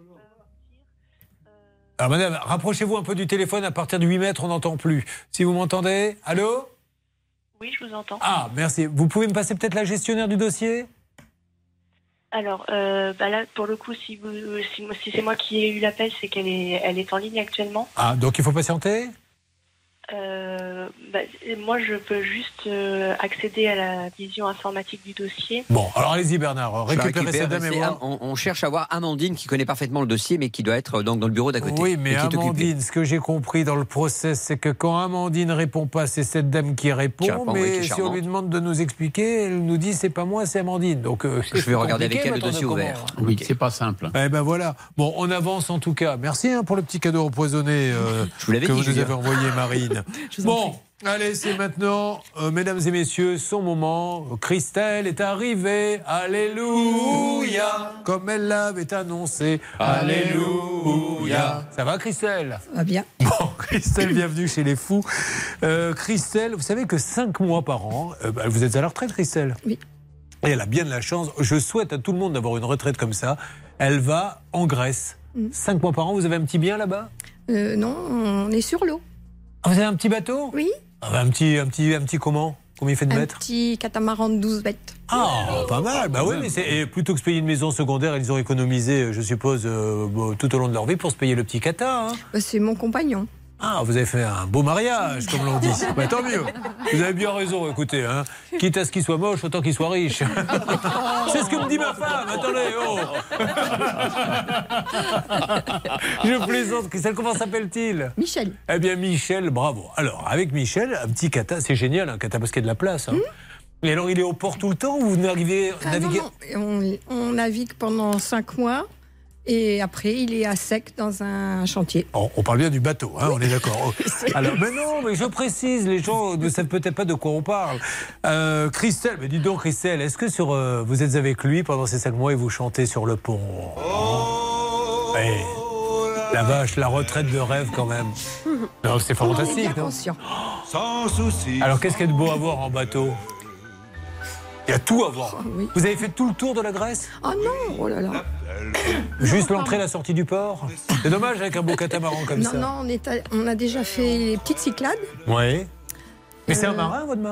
Alors, madame, rapprochez-vous un peu du téléphone. À partir de 8 mètres, on n'entend plus. Si vous m'entendez, allô ? Oui, je vous entends. Ah, merci. Vous pouvez me passer peut-être la gestionnaire du dossier ? Alors, là, pour le coup, si c'est moi qui ai eu l'appel, c'est qu'elle est en ligne actuellement. Ah, donc il faut patienter ? Moi, je peux juste accéder à la vision informatique du dossier. Bon, alors allez-y Bernard, récupérez cette dame et voir. On cherche à voir Amandine qui connaît parfaitement le dossier, mais qui doit être donc dans le bureau d'à côté. Oui, mais Amandine, ce que j'ai compris dans le process, c'est que quand Amandine répond pas, c'est cette dame qui répond. Mais si on lui demande de nous expliquer, elle nous dit c'est pas moi, c'est Amandine. Donc je vais regarder avec elle le dossier ouvert. Oui, c'est pas simple. Eh ben voilà. Bon, on avance en tout cas. Merci pour le petit cadeau empoisonné que vous nous avez envoyé, Marine. Bon, allez, c'est maintenant, mesdames et messieurs, son moment. Christelle est arrivée, alléluia, comme elle l'avait annoncé, alléluia. Ça va, Christelle ? Ça va bien. Bon, Christelle, bienvenue chez les fous. Christelle, vous savez que 5 mois par an, vous êtes à la retraite, Christelle ? Oui. Et elle a bien de la chance. Je souhaite à tout le monde d'avoir une retraite comme ça. Elle va en Grèce. 5 mois par an, vous avez un petit bien là-bas ? Non, on est sur l'eau. Ah, vous avez un petit bateau ? Oui. Un petit comment ? Combien il fait de mètres ? Un petit catamaran de 12 mètres. Ah, pas mal. Bah oui, mais et plutôt que se payer une maison secondaire, ils ont économisé, je suppose, tout au long de leur vie pour se payer le petit cata. Hein. C'est mon compagnon. Ah, vous avez fait un beau mariage, comme l'on dit. Bah, tant mieux. Vous avez bien raison, écoutez. Hein. Quitte à ce qu'il soit moche, autant qu'il soit riche. C'est ce que me dit ma femme. Attendez, oh. Je plaisante. Comment s'appelle-t-il ? Michel. Eh bien, Michel, bravo. Alors, avec Michel, un petit cata, c'est génial, un cata parce qu'il y a de la place. Hein. Et alors, il est au port tout le temps ou vous naviguez non. On navigue pendant 5 mois. Et après, il est à sec dans un chantier. On parle bien du bateau, hein, on est d'accord. Alors, mais non, mais je précise, les gens ne savent peut-être pas de quoi on parle. Christelle, mais dis donc Christelle, est-ce que vous êtes avec lui pendant ces 5 mois et vous chantez sur le pont ? La vache, la retraite de rêve quand même. Non, c'est fantastique, non ? Sans souci. Alors, qu'est-ce qu'il y a de beau à voir en bateau ? Il y a tout à voir. Oui. Vous avez fait tout le tour de la Grèce ? Oh non, oh là là. Juste l'entrée et la sortie du port ? C'est dommage avec un beau catamaran comme ça. Non, on a déjà fait les petites Cyclades. Oui. Mais c'est un marin, votre mari ?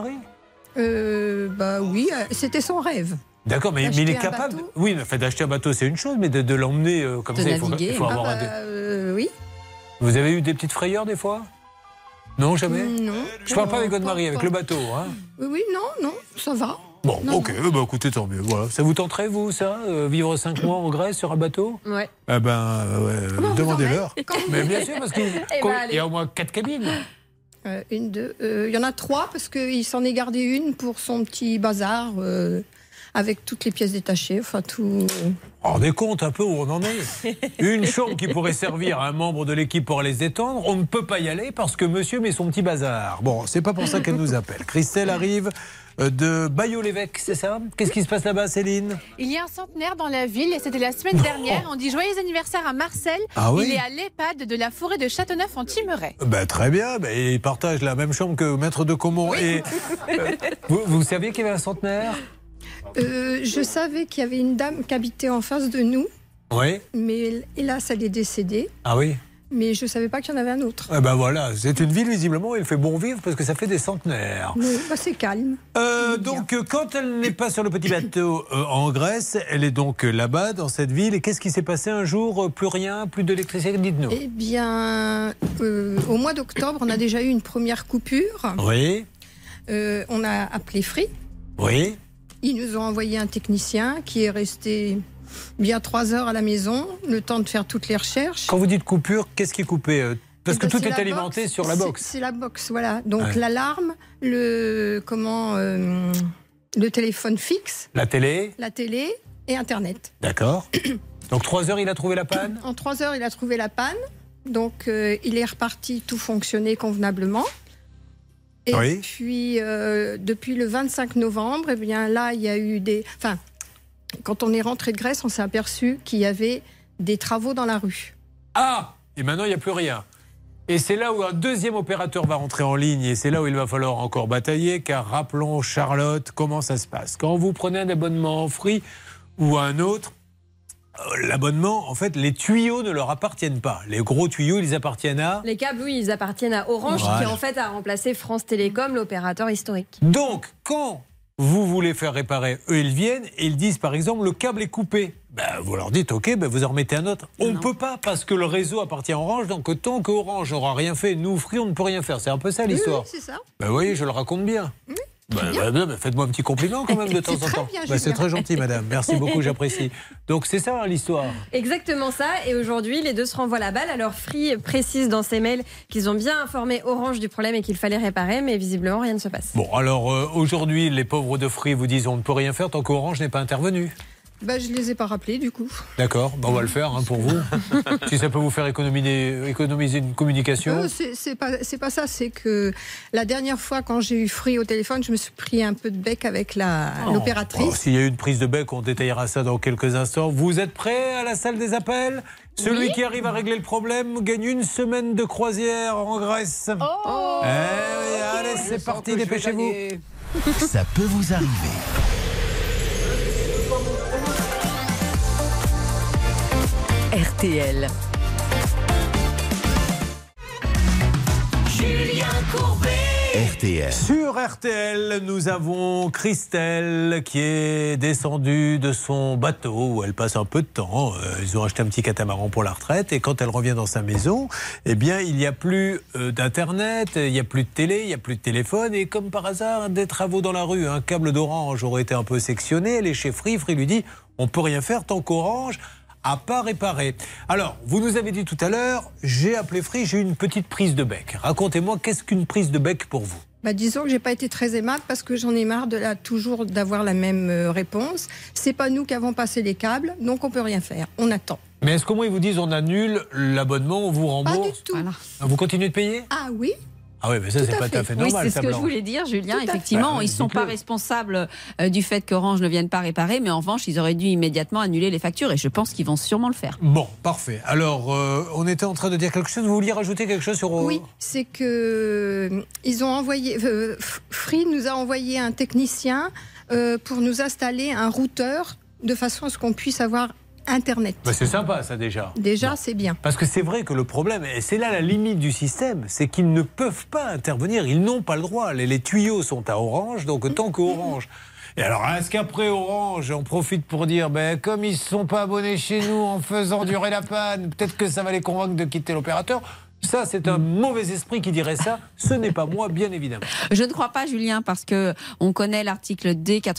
Oui, c'était son rêve. D'accord, mais il est capable. Oui, mais d'acheter un bateau, c'est une chose, mais de l'emmener comme ça, il faut avoir oui. Vous avez eu des petites frayeurs des fois ? Non, jamais ? Non. Je parle pas avec votre mari, avec le bateau. Hein. Oui, non, ça va. Bon, ok, écoutez, tant mieux. Voilà. Ça vous tenterait, vous, ça vivre 5 mois en Grèce sur un bateau ? Ouais. Eh ben, demandez-leur. Mais bien sûr, parce qu'il y a au moins 4 cabines. Une, deux. Il y en a 3 parce qu'il s'en est gardé une pour son petit bazar avec toutes les pièces détachées, enfin tout. Rendez compte un peu où on en est. Une chambre qui pourrait servir à un membre de l'équipe pour aller se détendre, on ne peut pas y aller parce que monsieur met son petit bazar. Bon, c'est pas pour ça qu'elle nous appelle. Christelle arrive de Bayeaux-l'Évêque, c'est ça ? Qu'est-ce qui se passe là-bas, Céline ? Il y a un centenaire dans la ville et c'était la semaine dernière. On dit joyeux anniversaire à Marcel. Ah oui ? Il est à l'EHPAD de la forêt de Châteauneuf en Thymerais. Très bien, il partage la même chambre que Maître de Caumont. Oui. Et vous saviez qu'il y avait un centenaire ? Je savais qu'il y avait une dame qui habitait en face de nous. Oui. Mais hélas, elle est décédée. Ah oui ? Mais je ne savais pas qu'il y en avait un autre. Voilà, c'est une ville visiblement où il fait bon vivre parce que ça fait des centenaires. Oui, c'est calme. Donc quand elle n'est pas sur le petit bateau en Grèce, elle est donc là-bas dans cette ville. Et qu'est-ce qui s'est passé un jour ? Plus rien, plus d'électricité, dites-nous. Eh bien, au mois d'octobre, on a déjà eu une première coupure. Oui. On a appelé Free. Oui. Ils nous ont envoyé un technicien qui est resté bien 3 heures à la maison, le temps de faire toutes les recherches. Quand vous dites coupure, qu'est-ce qui est coupé ? Parce que tout est alimenté sur la box. C'est la box, voilà. Donc l'alarme, le téléphone fixe. La télé et Internet. D'accord. Donc 3 heures, il a trouvé la panne ? En 3 heures, il a trouvé la panne. Donc il est reparti, tout fonctionnait convenablement. Et puis, depuis le 25 novembre, eh bien, là, il y a eu des... Enfin, quand on est rentré de Grèce, on s'est aperçu qu'il y avait des travaux dans la rue. Ah! Et maintenant, il n'y a plus rien. Et c'est là où un deuxième opérateur va rentrer en ligne et c'est là où il va falloir encore batailler, car rappelons, Charlotte, comment ça se passe. Quand vous prenez un abonnement Free ou un autre, l'abonnement, en fait, les tuyaux ne leur appartiennent pas. Les gros tuyaux, ils appartiennent à... Les câbles, oui, ils appartiennent à Orange, Voilà. qui en fait a remplacé France Télécom, l'opérateur historique. Donc, quand vous voulez faire réparer, eux, ils viennent et ils disent, par exemple, le câble est coupé. Vous leur dites, OK, vous en remettez un autre. On ne peut pas, parce que le réseau appartient à Orange, donc tant qu'Orange n'aura rien fait, nous, Free, on ne peut rien faire. C'est un peu ça, l'histoire. Oui, c'est ça. Vous voyez, je le raconte bien. Faites-moi un petit compliment quand même de temps en temps. C'est très gentil, madame. Merci beaucoup, j'apprécie. Donc c'est ça l'histoire. Exactement ça. Et aujourd'hui, les deux se renvoient la balle. Alors Free précise dans ses mails qu'ils ont bien informé Orange du problème et qu'il fallait réparer, mais visiblement rien ne se passe. Bon, alors aujourd'hui, les pauvres de Free vous disent on ne peut rien faire tant qu'Orange n'est pas intervenu. Je ne les ai pas rappelés, du coup. D'accord, on va le faire pour vous. Si ça peut vous faire économiser une communication. C'est pas ça, c'est que la dernière fois, quand j'ai eu Free au téléphone, je me suis pris un peu de bec avec l'opératrice. S'il y a eu une prise de bec, on détaillera ça dans quelques instants. Vous êtes prêts à la salle des appels? Celui qui arrive à régler le problème gagne une semaine de croisière en Grèce. Allez, c'est parti, dépêchez-vous. Ça peut vous arriver. RTL. Julien Courbet. RTL. Sur RTL, nous avons Christelle qui est descendue de son bateau où elle passe un peu de temps. Ils ont acheté un petit catamaran pour la retraite et quand elle revient dans sa maison, eh bien, il n'y a plus d'internet, il n'y a plus de télé, il n'y a plus de téléphone et comme par hasard, des travaux dans la rue. Un câble d'Orange aurait été un peu sectionné. Elle est chez Free. Free lui dit, on ne peut rien faire tant qu'Orange à pas réparer. Alors, vous nous avez dit tout à l'heure, j'ai appelé Free, j'ai eu une petite prise de bec. Racontez-moi, qu'est-ce qu'une prise de bec pour vous? Disons que j'ai pas été très aimable parce que j'en ai marre toujours d'avoir la même réponse. C'est pas nous qui avons passé les câbles, donc on peut rien faire. On attend. Mais est-ce qu'au moins ils vous disent on annule l'abonnement, on vous rembourse? Pas du tout. Voilà. Vous continuez de payer? Ah oui. Ah oui, mais ça, c'est pas tout à fait normal. Oui, c'est ce que je voulais dire, Julien. Effectivement, ils ne sont pas responsables du fait qu'Orange ne vienne pas réparer, mais en revanche, ils auraient dû immédiatement annuler les factures et je pense qu'ils vont sûrement le faire. Bon, parfait. Alors, on était en train de dire quelque chose. Vous vouliez rajouter quelque chose sur... Oui, c'est que ils ont envoyé... Free nous a envoyé un technicien pour nous installer un routeur de façon à ce qu'on puisse avoir Internet. C'est sympa ça déjà. Déjà, c'est bien. Parce que c'est vrai que le problème, et c'est là la limite du système, c'est qu'ils ne peuvent pas intervenir, ils n'ont pas le droit. Les tuyaux sont à Orange, donc tant qu'Orange... Et alors, est-ce qu'après Orange, on profite pour dire, comme ils ne sont pas abonnés chez nous en faisant durer la panne, peut-être que ça va les convaincre de quitter l'opérateur? Ça, c'est un mauvais esprit qui dirait ça. Ce n'est pas moi, bien évidemment. Je ne crois pas, Julien, parce que on connaît l'article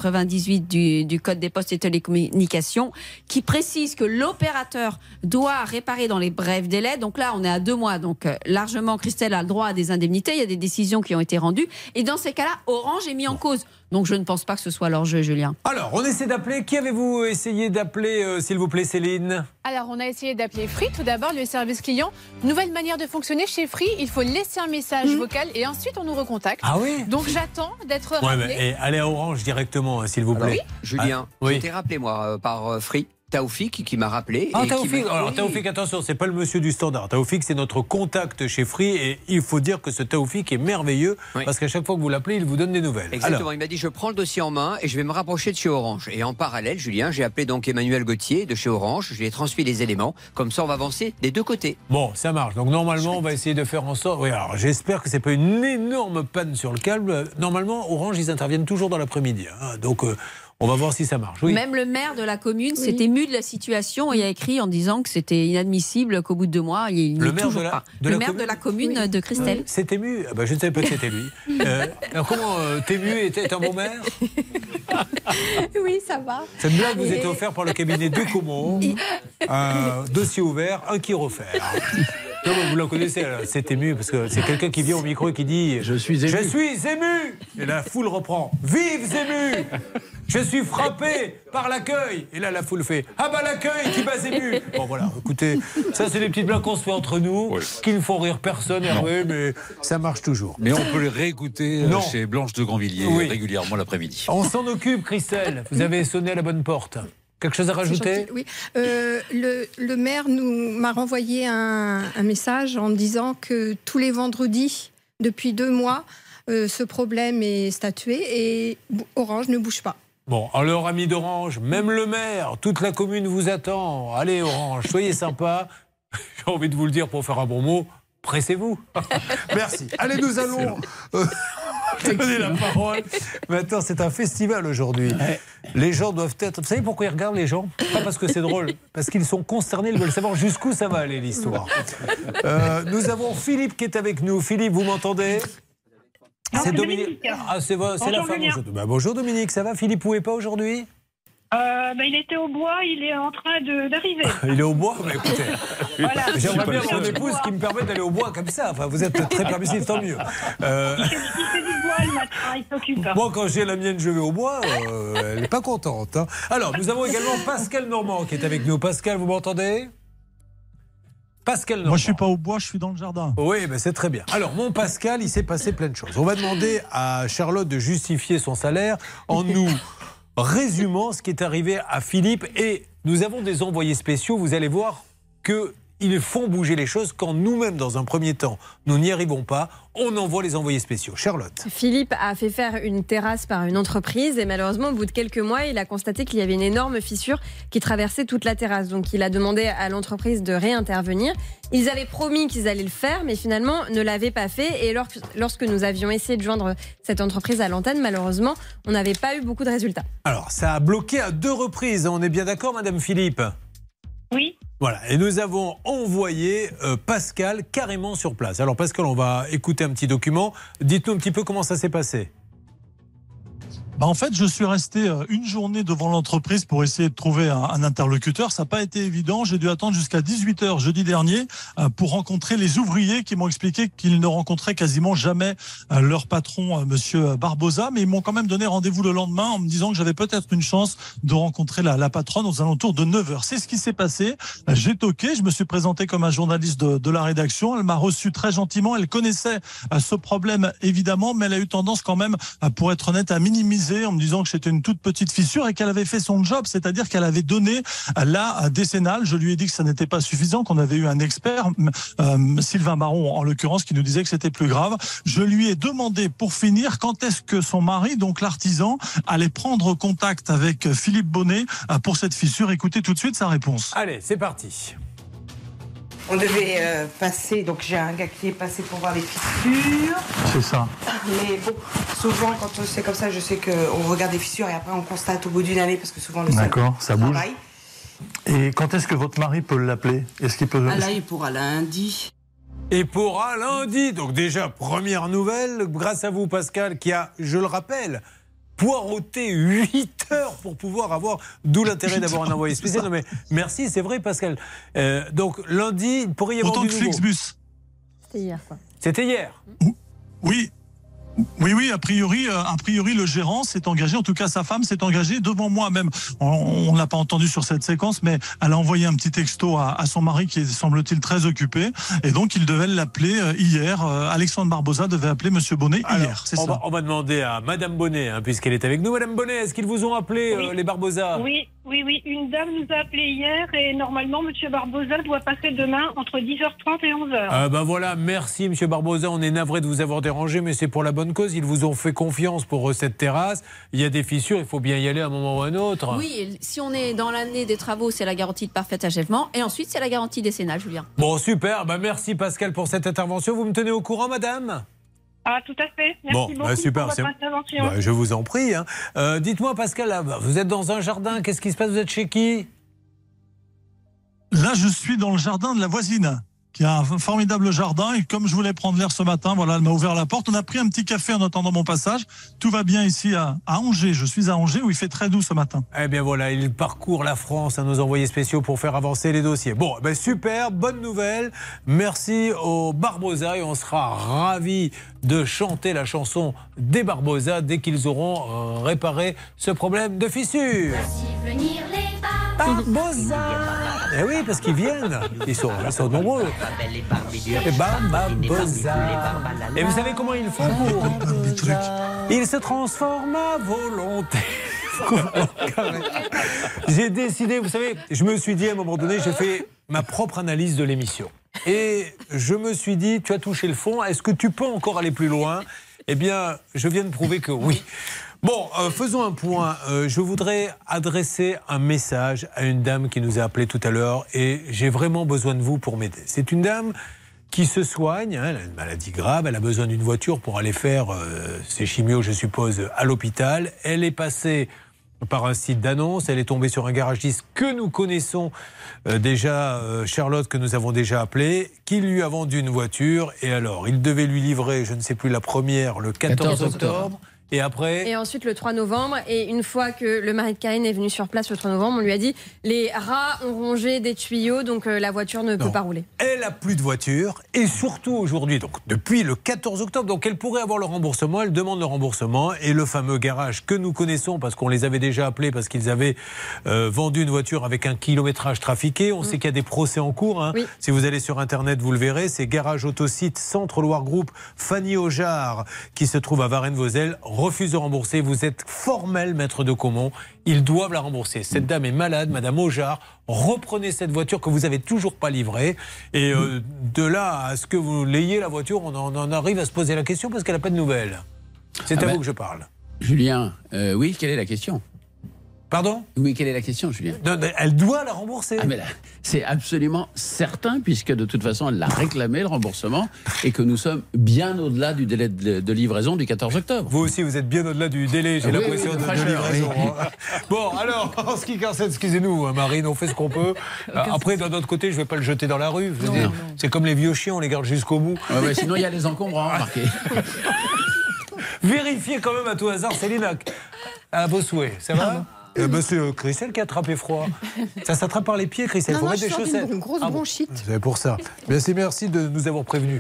D98 du Code des postes et télécommunications qui précise que l'opérateur doit réparer dans les brefs délais. Donc là, on est à 2 mois. Donc largement, Christelle a le droit à des indemnités. Il y a des décisions qui ont été rendues. Et dans ces cas-là, Orange est mis en cause. Donc je ne pense pas que ce soit leur jeu, Julien. Alors, on essaie d'appeler. Qui avez-vous essayé d'appeler, s'il vous plaît, Céline? Alors, on a essayé d'appeler Free, tout d'abord, le service client. Nouvelle manière de fonctionner chez Free, il faut laisser un message vocal et ensuite on nous recontacte. Ah oui? Donc j'attends d'être rappelé. Allez à Orange directement, s'il vous plaît. Oui, Julien, j'ai été rappelé, moi, par Free. Taoufik qui m'a rappelé. Ah, Taoufik. Alors, Taoufik, attention, c'est pas le monsieur du standard. Taoufik, c'est notre contact chez Free et il faut dire que ce Taoufik est merveilleux parce qu'à chaque fois que vous l'appelez, il vous donne des nouvelles. Exactement. Alors. Il m'a dit je prends le dossier en main et je vais me rapprocher de chez Orange. Et en parallèle, Julien, j'ai appelé donc Emmanuel Gauthier de chez Orange. Je lui ai transmis les éléments. Comme ça, on va avancer des deux côtés. Bon, ça marche. Donc normalement, on va essayer de faire en sorte. Oui, alors j'espère que c'est pas une énorme panne sur le câble. Normalement, Orange, ils interviennent toujours dans l'après-midi. Donc. On va voir si ça marche. Oui. Même le maire de la commune s'est ému de la situation et a écrit en disant que c'était inadmissible qu'au bout de 2 mois, il n'y ait toujours pas. Le maire de la commune de Christelle. C'est ému. Je ne savais pas que c'était lui. Alors comment Tému était un bon maire? Oui, ça va. Cette blague vous est offerte par le cabinet de Comont. Dossier ouvert, un qui refaire. Non, mais vous la connaissez, c'est ému, parce que c'est quelqu'un qui vient au micro et qui dit Je suis ému. Je suis ému. Et la foule reprend Vive ému. Je suis frappé par l'accueil. Et là, la foule fait Ah bah l'accueil qui m'a ému. Bon voilà, écoutez, ça c'est des petites blagues qu'on se fait entre nous, qui ne font rire personne, Hervé, mais ça marche toujours. Mais on peut les réécouter chez Blanche de Grandvilliers régulièrement l'après-midi. On s'en occupe, Christelle. Vous avez sonné à la bonne porte. Quelque chose à rajouter ? Oui. Le maire m'a renvoyé un message en disant que tous les vendredis, depuis 2 mois, ce problème est statué et Orange ne bouge pas. Bon, alors amis d'Orange, même le maire, toute la commune vous attend. Allez Orange, soyez sympa. J'ai envie de vous le dire pour faire un bon mot, pressez-vous. Merci. Allez, nous allons donner la parole. Maintenant, c'est un festival aujourd'hui. Les gens doivent être... Vous savez pourquoi ils regardent les gens ? Pas parce que c'est drôle, parce qu'ils sont consternés, ils veulent savoir jusqu'où ça va aller l'histoire. Nous avons Philippe qui est avec nous. Philippe, vous m'entendez ? C'est Dominique. Ah, c'est la femme. Bonjour Dominique, ça va ? Philippe, où est pas aujourd'hui ? Il était au bois, il est en train d'arriver. Il est au bois, mais écoutez, Voilà. j'aimerais bien mon épouse qui me permet d'aller au bois comme ça. Enfin, vous êtes très permissif, tant mieux. Il fait du bois le matin, il s'occupe. Moi, quand j'ai la mienne, je vais au bois. Elle n'est pas contente. Hein. Alors, nous avons également Pascal Normand qui est avec nous. Pascal, vous m'entendez ? Pascal Normand. Moi, je suis pas au bois, je suis dans le jardin. Oui, ben c'est très bien. Alors, mon Pascal, il s'est passé plein de choses. On va demander à Charlotte de justifier son salaire en nous résumant ce qui est arrivé à Philippe. Et nous avons des envoyés spéciaux. Vous allez voir qu'ils font bouger les choses quand nous-mêmes, dans un premier temps, nous n'y arrivons pas. On envoie les envoyés spéciaux. Charlotte. Philippe a fait faire une terrasse par une entreprise et malheureusement, au bout de quelques mois, il a constaté qu'il y avait une énorme fissure qui traversait toute la terrasse. Donc, il a demandé à l'entreprise de réintervenir. Ils avaient promis qu'ils allaient le faire, mais finalement, ne l'avaient pas fait. Et lorsque nous avions essayé de joindre cette entreprise à l'antenne, malheureusement, on n'avait pas eu beaucoup de résultats. Alors, ça a bloqué à 2 reprises. On est bien d'accord, Madame Philippe ? Oui. Voilà, et nous avons envoyé Pascal carrément sur place. Alors Pascal, on va écouter un petit document. Dites-nous un petit peu comment ça s'est passé. En fait, je suis resté une journée devant l'entreprise pour essayer de trouver un interlocuteur. Ça n'a pas été évident. J'ai dû attendre jusqu'à 18h jeudi dernier pour rencontrer les ouvriers qui m'ont expliqué qu'ils ne rencontraient quasiment jamais leur patron, monsieur Barbosa. Mais ils m'ont quand même donné rendez-vous le lendemain en me disant que j'avais peut-être une chance de rencontrer la patronne aux alentours de 9h. C'est ce qui s'est passé. J'ai toqué. Je me suis présenté comme un journaliste de la rédaction. Elle m'a reçu très gentiment. Elle connaissait ce problème, évidemment, mais elle a eu tendance quand même, pour être honnête, à minimiser en me disant que c'était une toute petite fissure et qu'elle avait fait son job, c'est-à-dire qu'elle avait donné la décennale. Je lui ai dit que ça n'était pas suffisant, qu'on avait eu un expert, Sylvain Baron en l'occurrence, qui nous disait que c'était plus grave. Je lui ai demandé, pour finir, quand est-ce que son mari, donc l'artisan, allait prendre contact avec Philippe Bonnet pour cette fissure. Écoutez tout de suite sa réponse. Allez, c'est parti. On devait passer, donc j'ai un gars qui est passé pour voir les fissures. C'est ça. Mais bon, souvent quand c'est comme ça, je sais qu'on regarde les fissures et après on constate au bout d'une année parce que souvent le sol ça bouge. travaille. Et quand est-ce que votre mari peut l'appeler ? Est-ce qu'il peut... Ah là, il pourra lundi. Et pourra lundi. Donc déjà, première nouvelle, grâce à vous Pascal, qui a, je le rappelle, poireauté 8 heures pour pouvoir avoir, d'où l'intérêt d'avoir un envoyé spécial. Non mais merci, c'est vrai Pascal. Donc lundi, il pourrait y avoir du nouveau. Flixbus. C'était hier, quoi. C'était hier. Oui. Oui, a priori, le gérant s'est engagé, en tout cas sa femme s'est engagée devant moi même. On ne l'a pas entendu sur cette séquence, mais elle a envoyé un petit texto à son mari qui est, semble-t-il, très occupé. Et donc, il devait l'appeler hier. Alexandre Barbosa devait appeler Monsieur Bonnet hier, c'est ça. On va demander à Madame Bonnet, puisqu'elle est avec nous. Madame Bonnet, est-ce qu'ils vous ont appelé, les Barbosa ? Oui. Une dame nous a appelé hier et normalement, Monsieur Barbosa doit passer demain entre 10h30 et 11h. Voilà, merci Monsieur Barbosa. On est navré de vous avoir dérangé, mais c'est pour la bonne cause. Ils vous ont fait confiance pour cette terrasse. Il y a des fissures, il faut bien y aller à un moment ou à un autre. Oui, et si on est dans l'année des travaux, c'est la garantie de parfait achèvement. Et ensuite, c'est la garantie décennale, Julien. Bon, super. Merci Pascal pour cette intervention. Vous me tenez au courant, madame ? Ah, tout à fait. Merci beaucoup super, pour votre intervention. Je vous en prie. Dites-moi, Pascal, là, vous êtes dans un jardin. Qu'est-ce qui se passe ? Vous êtes chez qui ? Là, je suis dans le jardin de la voisine qui a un formidable jardin. Et comme je voulais prendre l'air ce matin, voilà, elle m'a ouvert la porte. On a pris un petit café en attendant mon passage. Tout va bien ici à Angers. Je suis à Angers où il fait très doux ce matin. Eh bien voilà, il parcourt la France à nos envoyés spéciaux pour faire avancer les dossiers. Bon, ben super, bonne nouvelle. Merci aux Barbosa et on sera ravis de chanter la chanson des Barbosa dès qu'ils auront réparé ce problème de fissure. Venir les Barbosa. Eh oui, parce qu'ils viennent. Ils sont nombreux. Les Barbosa. Et vous savez comment ils font pour... Ils se transforment à volonté. J'ai décidé, vous savez, je me suis dit à un moment donné, j'ai fait ma propre analyse de l'émission. Et je me suis dit, tu as touché le fond, est-ce que tu peux encore aller plus loin ? Eh bien, je viens de prouver que oui. Bon, faisons un point. Je voudrais adresser un message à une dame qui nous a appelé tout à l'heure et j'ai vraiment besoin de vous pour m'aider. C'est une dame qui se soigne, hein, elle a une maladie grave, elle a besoin d'une voiture pour aller faire ses chimios, je suppose, à l'hôpital. Elle est passée par un site d'annonce, elle est tombée sur un garagiste que nous connaissons déjà, Charlotte, que nous avons déjà appelé, qui lui a vendu une voiture. Et alors, il devait lui livrer, je ne sais plus, la première le 14 octobre. Et après ? Et ensuite le 3 novembre. Et une fois que le mari de Karine est venu sur place le 3 novembre, on lui a dit les rats ont rongé des tuyaux, donc la voiture ne peut pas rouler. Elle n'a plus de voiture. Et surtout aujourd'hui, donc depuis le 14 octobre, donc elle pourrait avoir le remboursement. Elle demande le remboursement. Et le fameux garage que nous connaissons, parce qu'on les avait déjà appelés, parce qu'ils avaient vendu une voiture avec un kilométrage trafiqué. On sait qu'il y a des procès en cours. Hein. Oui. Si vous allez sur Internet, vous le verrez. C'est Garage Autosite Centre Loire Groupe Fanny Aujar, qui se trouve à Varennes-Vauzelles, refuse de rembourser. Vous êtes formel, maître de Caumont. Ils doivent la rembourser. Cette dame est malade, Madame Aujar. Reprenez cette voiture que vous n'avez toujours pas livrée. Et de là à ce que vous l'ayez, la voiture, on en arrive à se poser la question parce qu'elle n'a pas de nouvelles. C'est à vous que je parle. Julien, oui, quelle est la question ? Pardon ? Oui, quelle est la question, Julien ? Non, elle doit la rembourser. Ah, mais là, c'est absolument certain, puisque de toute façon, elle l'a réclamé, le remboursement, et que nous sommes bien au-delà du délai de livraison du 14 octobre. Vous aussi, vous êtes bien au-delà du délai, j'ai l'impression, de livraison. Oui. Bon, alors, en ce qui concerne, excusez-nous, Marine, on fait ce qu'on peut. Après, d'un autre côté, je ne vais pas le jeter dans la rue. Je veux dire, c'est comme les vieux chiens, on les garde jusqu'au bout. Ouais, sinon, il y a les encombrants, remarquez. Vérifiez quand même à tout hasard, Céline, à vos souhaits. Ça va ? C'est Christelle qui a attrapé froid. Ça s'attrape par les pieds, Christelle. Il faut mettre des chaussettes. Une grosse bronchite. C'est pour ça. Merci de nous avoir prévenus.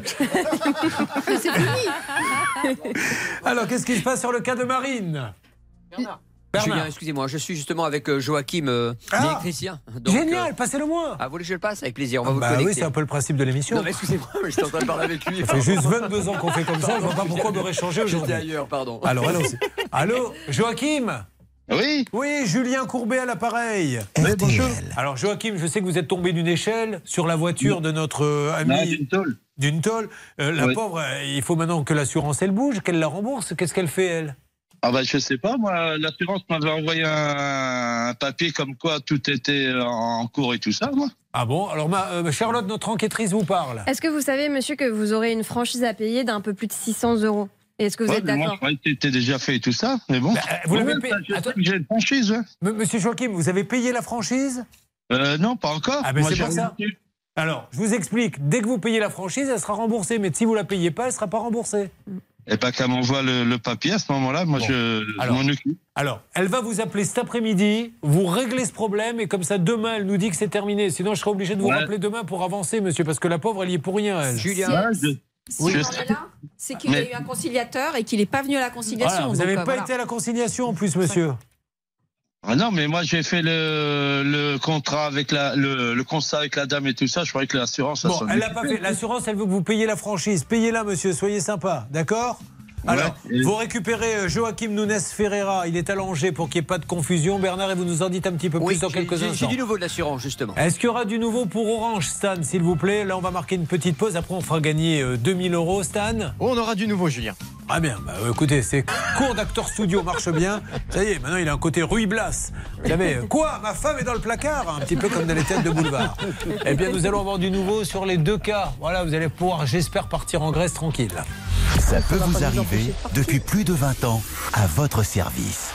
C'est fini. Alors, qu'est-ce qui se passe sur le cas de Marine ? Bernard. Julien, excusez-moi, je suis justement avec Joachim, l'électricien. Génial, passez-le-moi. Ah, vous voulez que je le passe ? Avec plaisir, on va vous Oui, connecter. c'est un peu le principe de l'émission. Non, mais excusez-moi, mais je suis en train de parler avec lui. Ça fait juste 22 ans qu'on fait comme ça, je ne vois pas pourquoi on devrait changer aujourd'hui. J'étais ailleurs, pardon. Alors, allô, Joachim ? Oui, Julien Courbet à l'appareil. RTL. Alors Joachim, je sais que vous êtes tombé d'une échelle sur la voiture de notre ami. D'une tôle. La pauvre, il faut maintenant que l'assurance elle bouge, qu'elle la rembourse. Qu'est-ce qu'elle fait elle ? Ah bah je sais pas, moi l'assurance m'avait envoyé un papier comme quoi tout était en cours et tout ça, moi. Ah bon ? Alors Charlotte, notre enquêtrice vous parle. Est-ce que vous savez, monsieur, que vous aurez une franchise à payer d'un peu plus de 600 €? Est-ce que vous êtes d'accord ? Moi, je croyais que c'était déjà fait et tout ça, mais bon. Vous l'avez payé ? J'ai une franchise, Monsieur Joachim, vous avez payé la franchise ? Non, pas encore. Ah ben c'est pour ça. Alors, je vous explique. Dès que vous payez la franchise, elle sera remboursée. Mais si vous la payez pas, elle sera pas remboursée. Et pas qu'elle m'envoie le papier à ce moment-là, moi je m'en occupe. Alors, elle va vous appeler cet après-midi, vous réglez ce problème et comme ça, demain, elle nous dit que c'est terminé. Sinon, je serai obligé de vous rappeler demain pour avancer, monsieur, parce que la pauvre, elle y est pour rien, elle. Julien, si on est là, c'est qu'il y a eu un conciliateur et qu'il n'est pas venu à la conciliation. Voilà, vous n'avez pas été à la conciliation en plus, monsieur. Ah non, mais moi j'ai fait le contrat avec le constat avec la dame et tout ça. Je croyais que l'assurance. Bon, elle l'a pas fait. L'assurance, elle veut que vous payiez la franchise. Payez-la, monsieur. Soyez sympa, d'accord ? Alors, vous récupérez Joachim Nunes Ferreira. Il est allongé pour qu'il n'y ait pas de confusion. Bernard, et vous nous en dites un petit peu plus dans quelques instants. J'ai du nouveau de l'assurance, justement. Est-ce qu'il y aura du nouveau pour Orange, Stan, s'il vous plaît ? Là, on va marquer une petite pause. Après, on fera gagner 2000 €, Stan. On aura du nouveau, Julien. Ah bien, écoutez, c'est cours d'acteur studio marche bien. Ça y est, maintenant il a un côté Ruy Blas. Vous savez, quoi ? Ma femme est dans le placard ? Un petit peu comme dans les têtes de boulevard. Eh bien, nous allons avoir du nouveau sur les deux cas. Voilà, vous allez pouvoir, j'espère, partir en Grèce tranquille. Ça peut vous arriver depuis plus de 20 ans à votre service.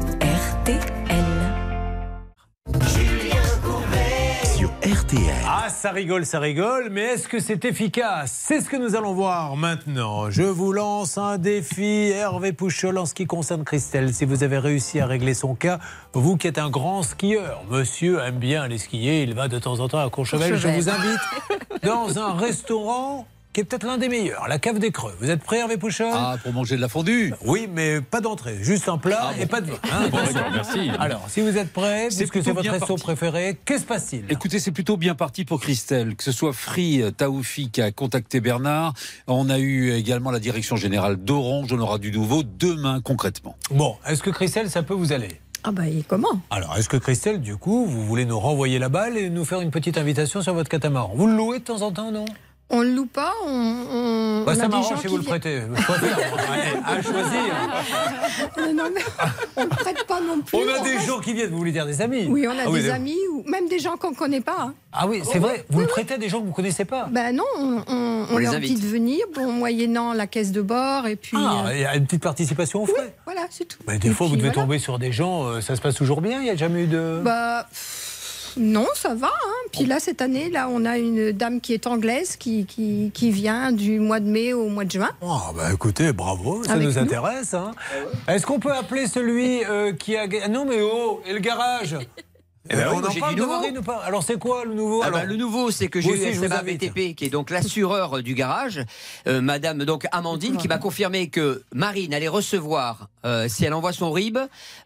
RTL. Sur RTL. Ah, ça rigole, mais est-ce que c'est efficace? C'est ce que nous allons voir maintenant. Je vous lance un défi, Hervé Pouchol, en ce qui concerne Christelle. Si vous avez réussi à régler son cas, vous qui êtes un grand skieur, monsieur aime bien aller skier, il va de temps en temps à Courchevel. Je vous invite dans un restaurant qui est peut-être l'un des meilleurs, la Cave des Creux. Vous êtes prêt, Hervé Pouchol? Ah, pour manger de la fondue? Oui, mais pas d'entrée, juste un plat et pas de vin. Hein, Bon, merci. Alors, si vous êtes prêt, puisque c'est plutôt votre bien resto parti. préféré, que se passe-t-il? Écoutez, c'est plutôt bien parti pour Christelle. Que ce soit Free Taoufi qui a contacté Bernard, on a eu également la direction générale d'Orange. On aura du nouveau demain, concrètement. Bon, est-ce que Christelle, ça peut vous aller? Ah bah et comment? Alors, est-ce que Christelle, du coup, vous voulez nous renvoyer la balle et nous faire une petite invitation sur votre catamaran? Vous le louez de temps en temps, non? On le loue pas, on Bah, a ça des gens m'arrange si vous le viennent- prêtez. Je préfère. À choisir. Non, mais on ne prête pas non plus. On a des gens qui viennent, vous voulez dire des amis? Oui, on a Ah oui, des amis ou même des gens qu'on ne connaît pas. Hein. Ah oui, c'est vrai, vous le prêtez à des gens que vous ne connaissez pas? Ben non, on les leur invite. dit de venir, bon, moyennant la caisse de bord et puis. Ah, il y a une petite participation aux frais? Voilà, c'est tout. Mais des Et fois, puis, vous devez voilà. tomber sur des gens, ça se passe toujours bien? Il n'y a jamais eu de... Bah, non, ça va. Hein. Puis là, cette année, là, on a une dame qui est anglaise qui vient du mois de mai au mois de juin. Ah bah écoutez, bravo, ça Avec nous nous. intéresse. Hein. Est-ce qu'on peut appeler celui qui a... Non mais oh, et le garage? Eh ben oui, on en j'ai parle du de nouveau. Marine ou pas? Alors c'est quoi le nouveau? Ah bah, Alors, le nouveau, c'est que vous j'ai eu aussi, je vous SMA invite. BTP, qui est donc l'assureur du garage, Madame donc Amandine, qui m'a confirmé que Marine allait recevoir, si elle envoie son RIB,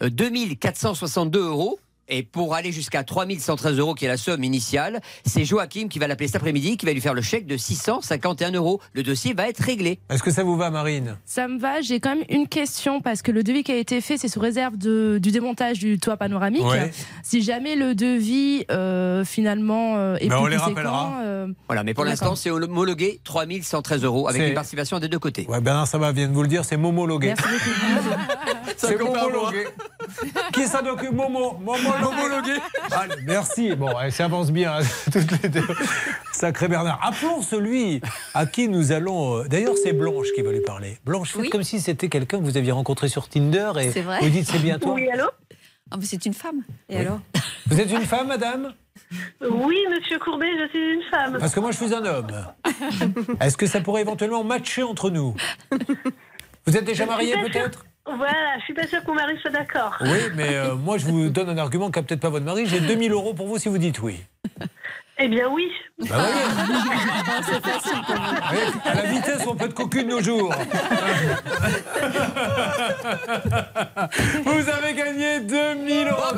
2462 €. Et pour aller jusqu'à 3113 €, qui est la somme initiale, c'est Joachim qui va l'appeler cet après-midi, qui va lui faire le chèque de 651 €. Le dossier va être réglé. Est-ce que ça vous va, Marine? Ça me va, j'ai quand même une question parce que le devis qui a été fait, c'est sous réserve du démontage du toit panoramique. Ouais. Si jamais le devis finalement est Ben, plus on les conséquent, rappellera. Voilà, mais pour D'accord. l'instant, c'est homologué 3113 € avec C'est- une participation des deux côtés. Ouais, Bernard Sabat vient de vous le dire, c'est momologué. Merci beaucoup. C'est homologué. Qui s'en occupe? Momo. Homologué. Allez, merci. Bon, elle s'avance bien, hein, toutes les deux. Sacré Bernard. Appelons celui à qui nous allons... D'ailleurs, c'est Blanche qui va lui parler. Blanche, faites comme si c'était quelqu'un que vous aviez rencontré sur Tinder et C'est vrai. vous dites c'est bien toi. Oui, allô? Ah, mais c'est une femme. Et Oui. alors? Vous êtes une femme, madame? Oui, monsieur Courbet, je suis une femme. Parce que moi, je suis un homme. Est-ce que ça pourrait éventuellement matcher entre nous? Vous êtes déjà marié, peut-être? Voilà, je suis pas sûre que mon mari soit d'accord. Oui, mais moi, je vous donne un argument qu'a peut-être pas votre mari. J'ai 2000 € pour vous si vous dites oui. Eh bien, oui. Bah oui. C'est facile pour vous. Oui, à la vitesse, on peut être cocu de nos jours. Vous avez gagné 2000 €.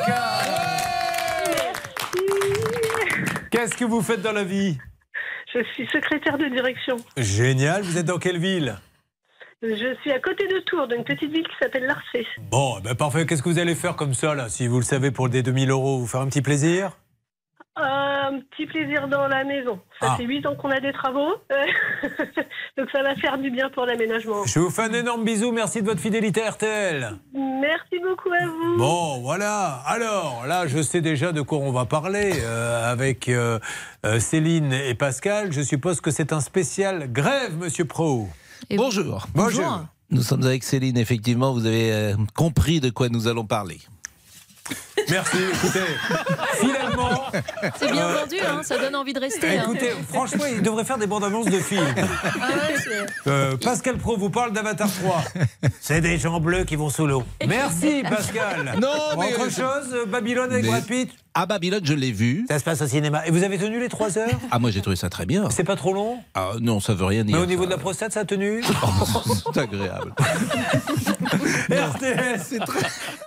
Qu'est-ce que vous faites dans la vie? Je suis secrétaire de direction. Génial. Vous êtes dans quelle ville? Je suis à côté de Tours, d'une petite ville qui s'appelle Larcé. Bon, ben parfait. Qu'est-ce que vous allez faire comme ça, là, si vous le savez, pour des 2000 €? Vous faire un petit plaisir? Un petit plaisir dans la maison. Ça fait 8 ans qu'on a des travaux. Donc ça va faire du bien pour l'aménagement. Je vous fais un énorme bisou. Merci de votre fidélité à RTL. Merci beaucoup à vous. Bon, voilà. Alors, là, je sais déjà de quoi on va parler avec Céline et Pascal. Je suppose que c'est un spécial grève, monsieur Pro. Bonjour. Bonjour. Nous sommes avec Céline, effectivement, vous avez compris de quoi nous allons parler. Merci, écoutez, finalement... C'est bien vendu, hein, ça donne envie de rester. Écoutez, franchement, il devrait faire des bandes annonces de films. Pascal Pro vous parle d'Avatar 3. C'est des gens bleus qui vont sous l'eau. Merci, Pascal. Non, mais... Autre chose, Babylone avec Brad Pitt? Ah, Babylone, je l'ai vu. Ça se passe au cinéma. Et vous avez tenu les 3 heures? Ah, moi, j'ai trouvé ça très bien. C'est pas trop long? Ah, non, ça veut rien dire. Mais au niveau de la prostate, ça a tenu? C'est agréable. RTL,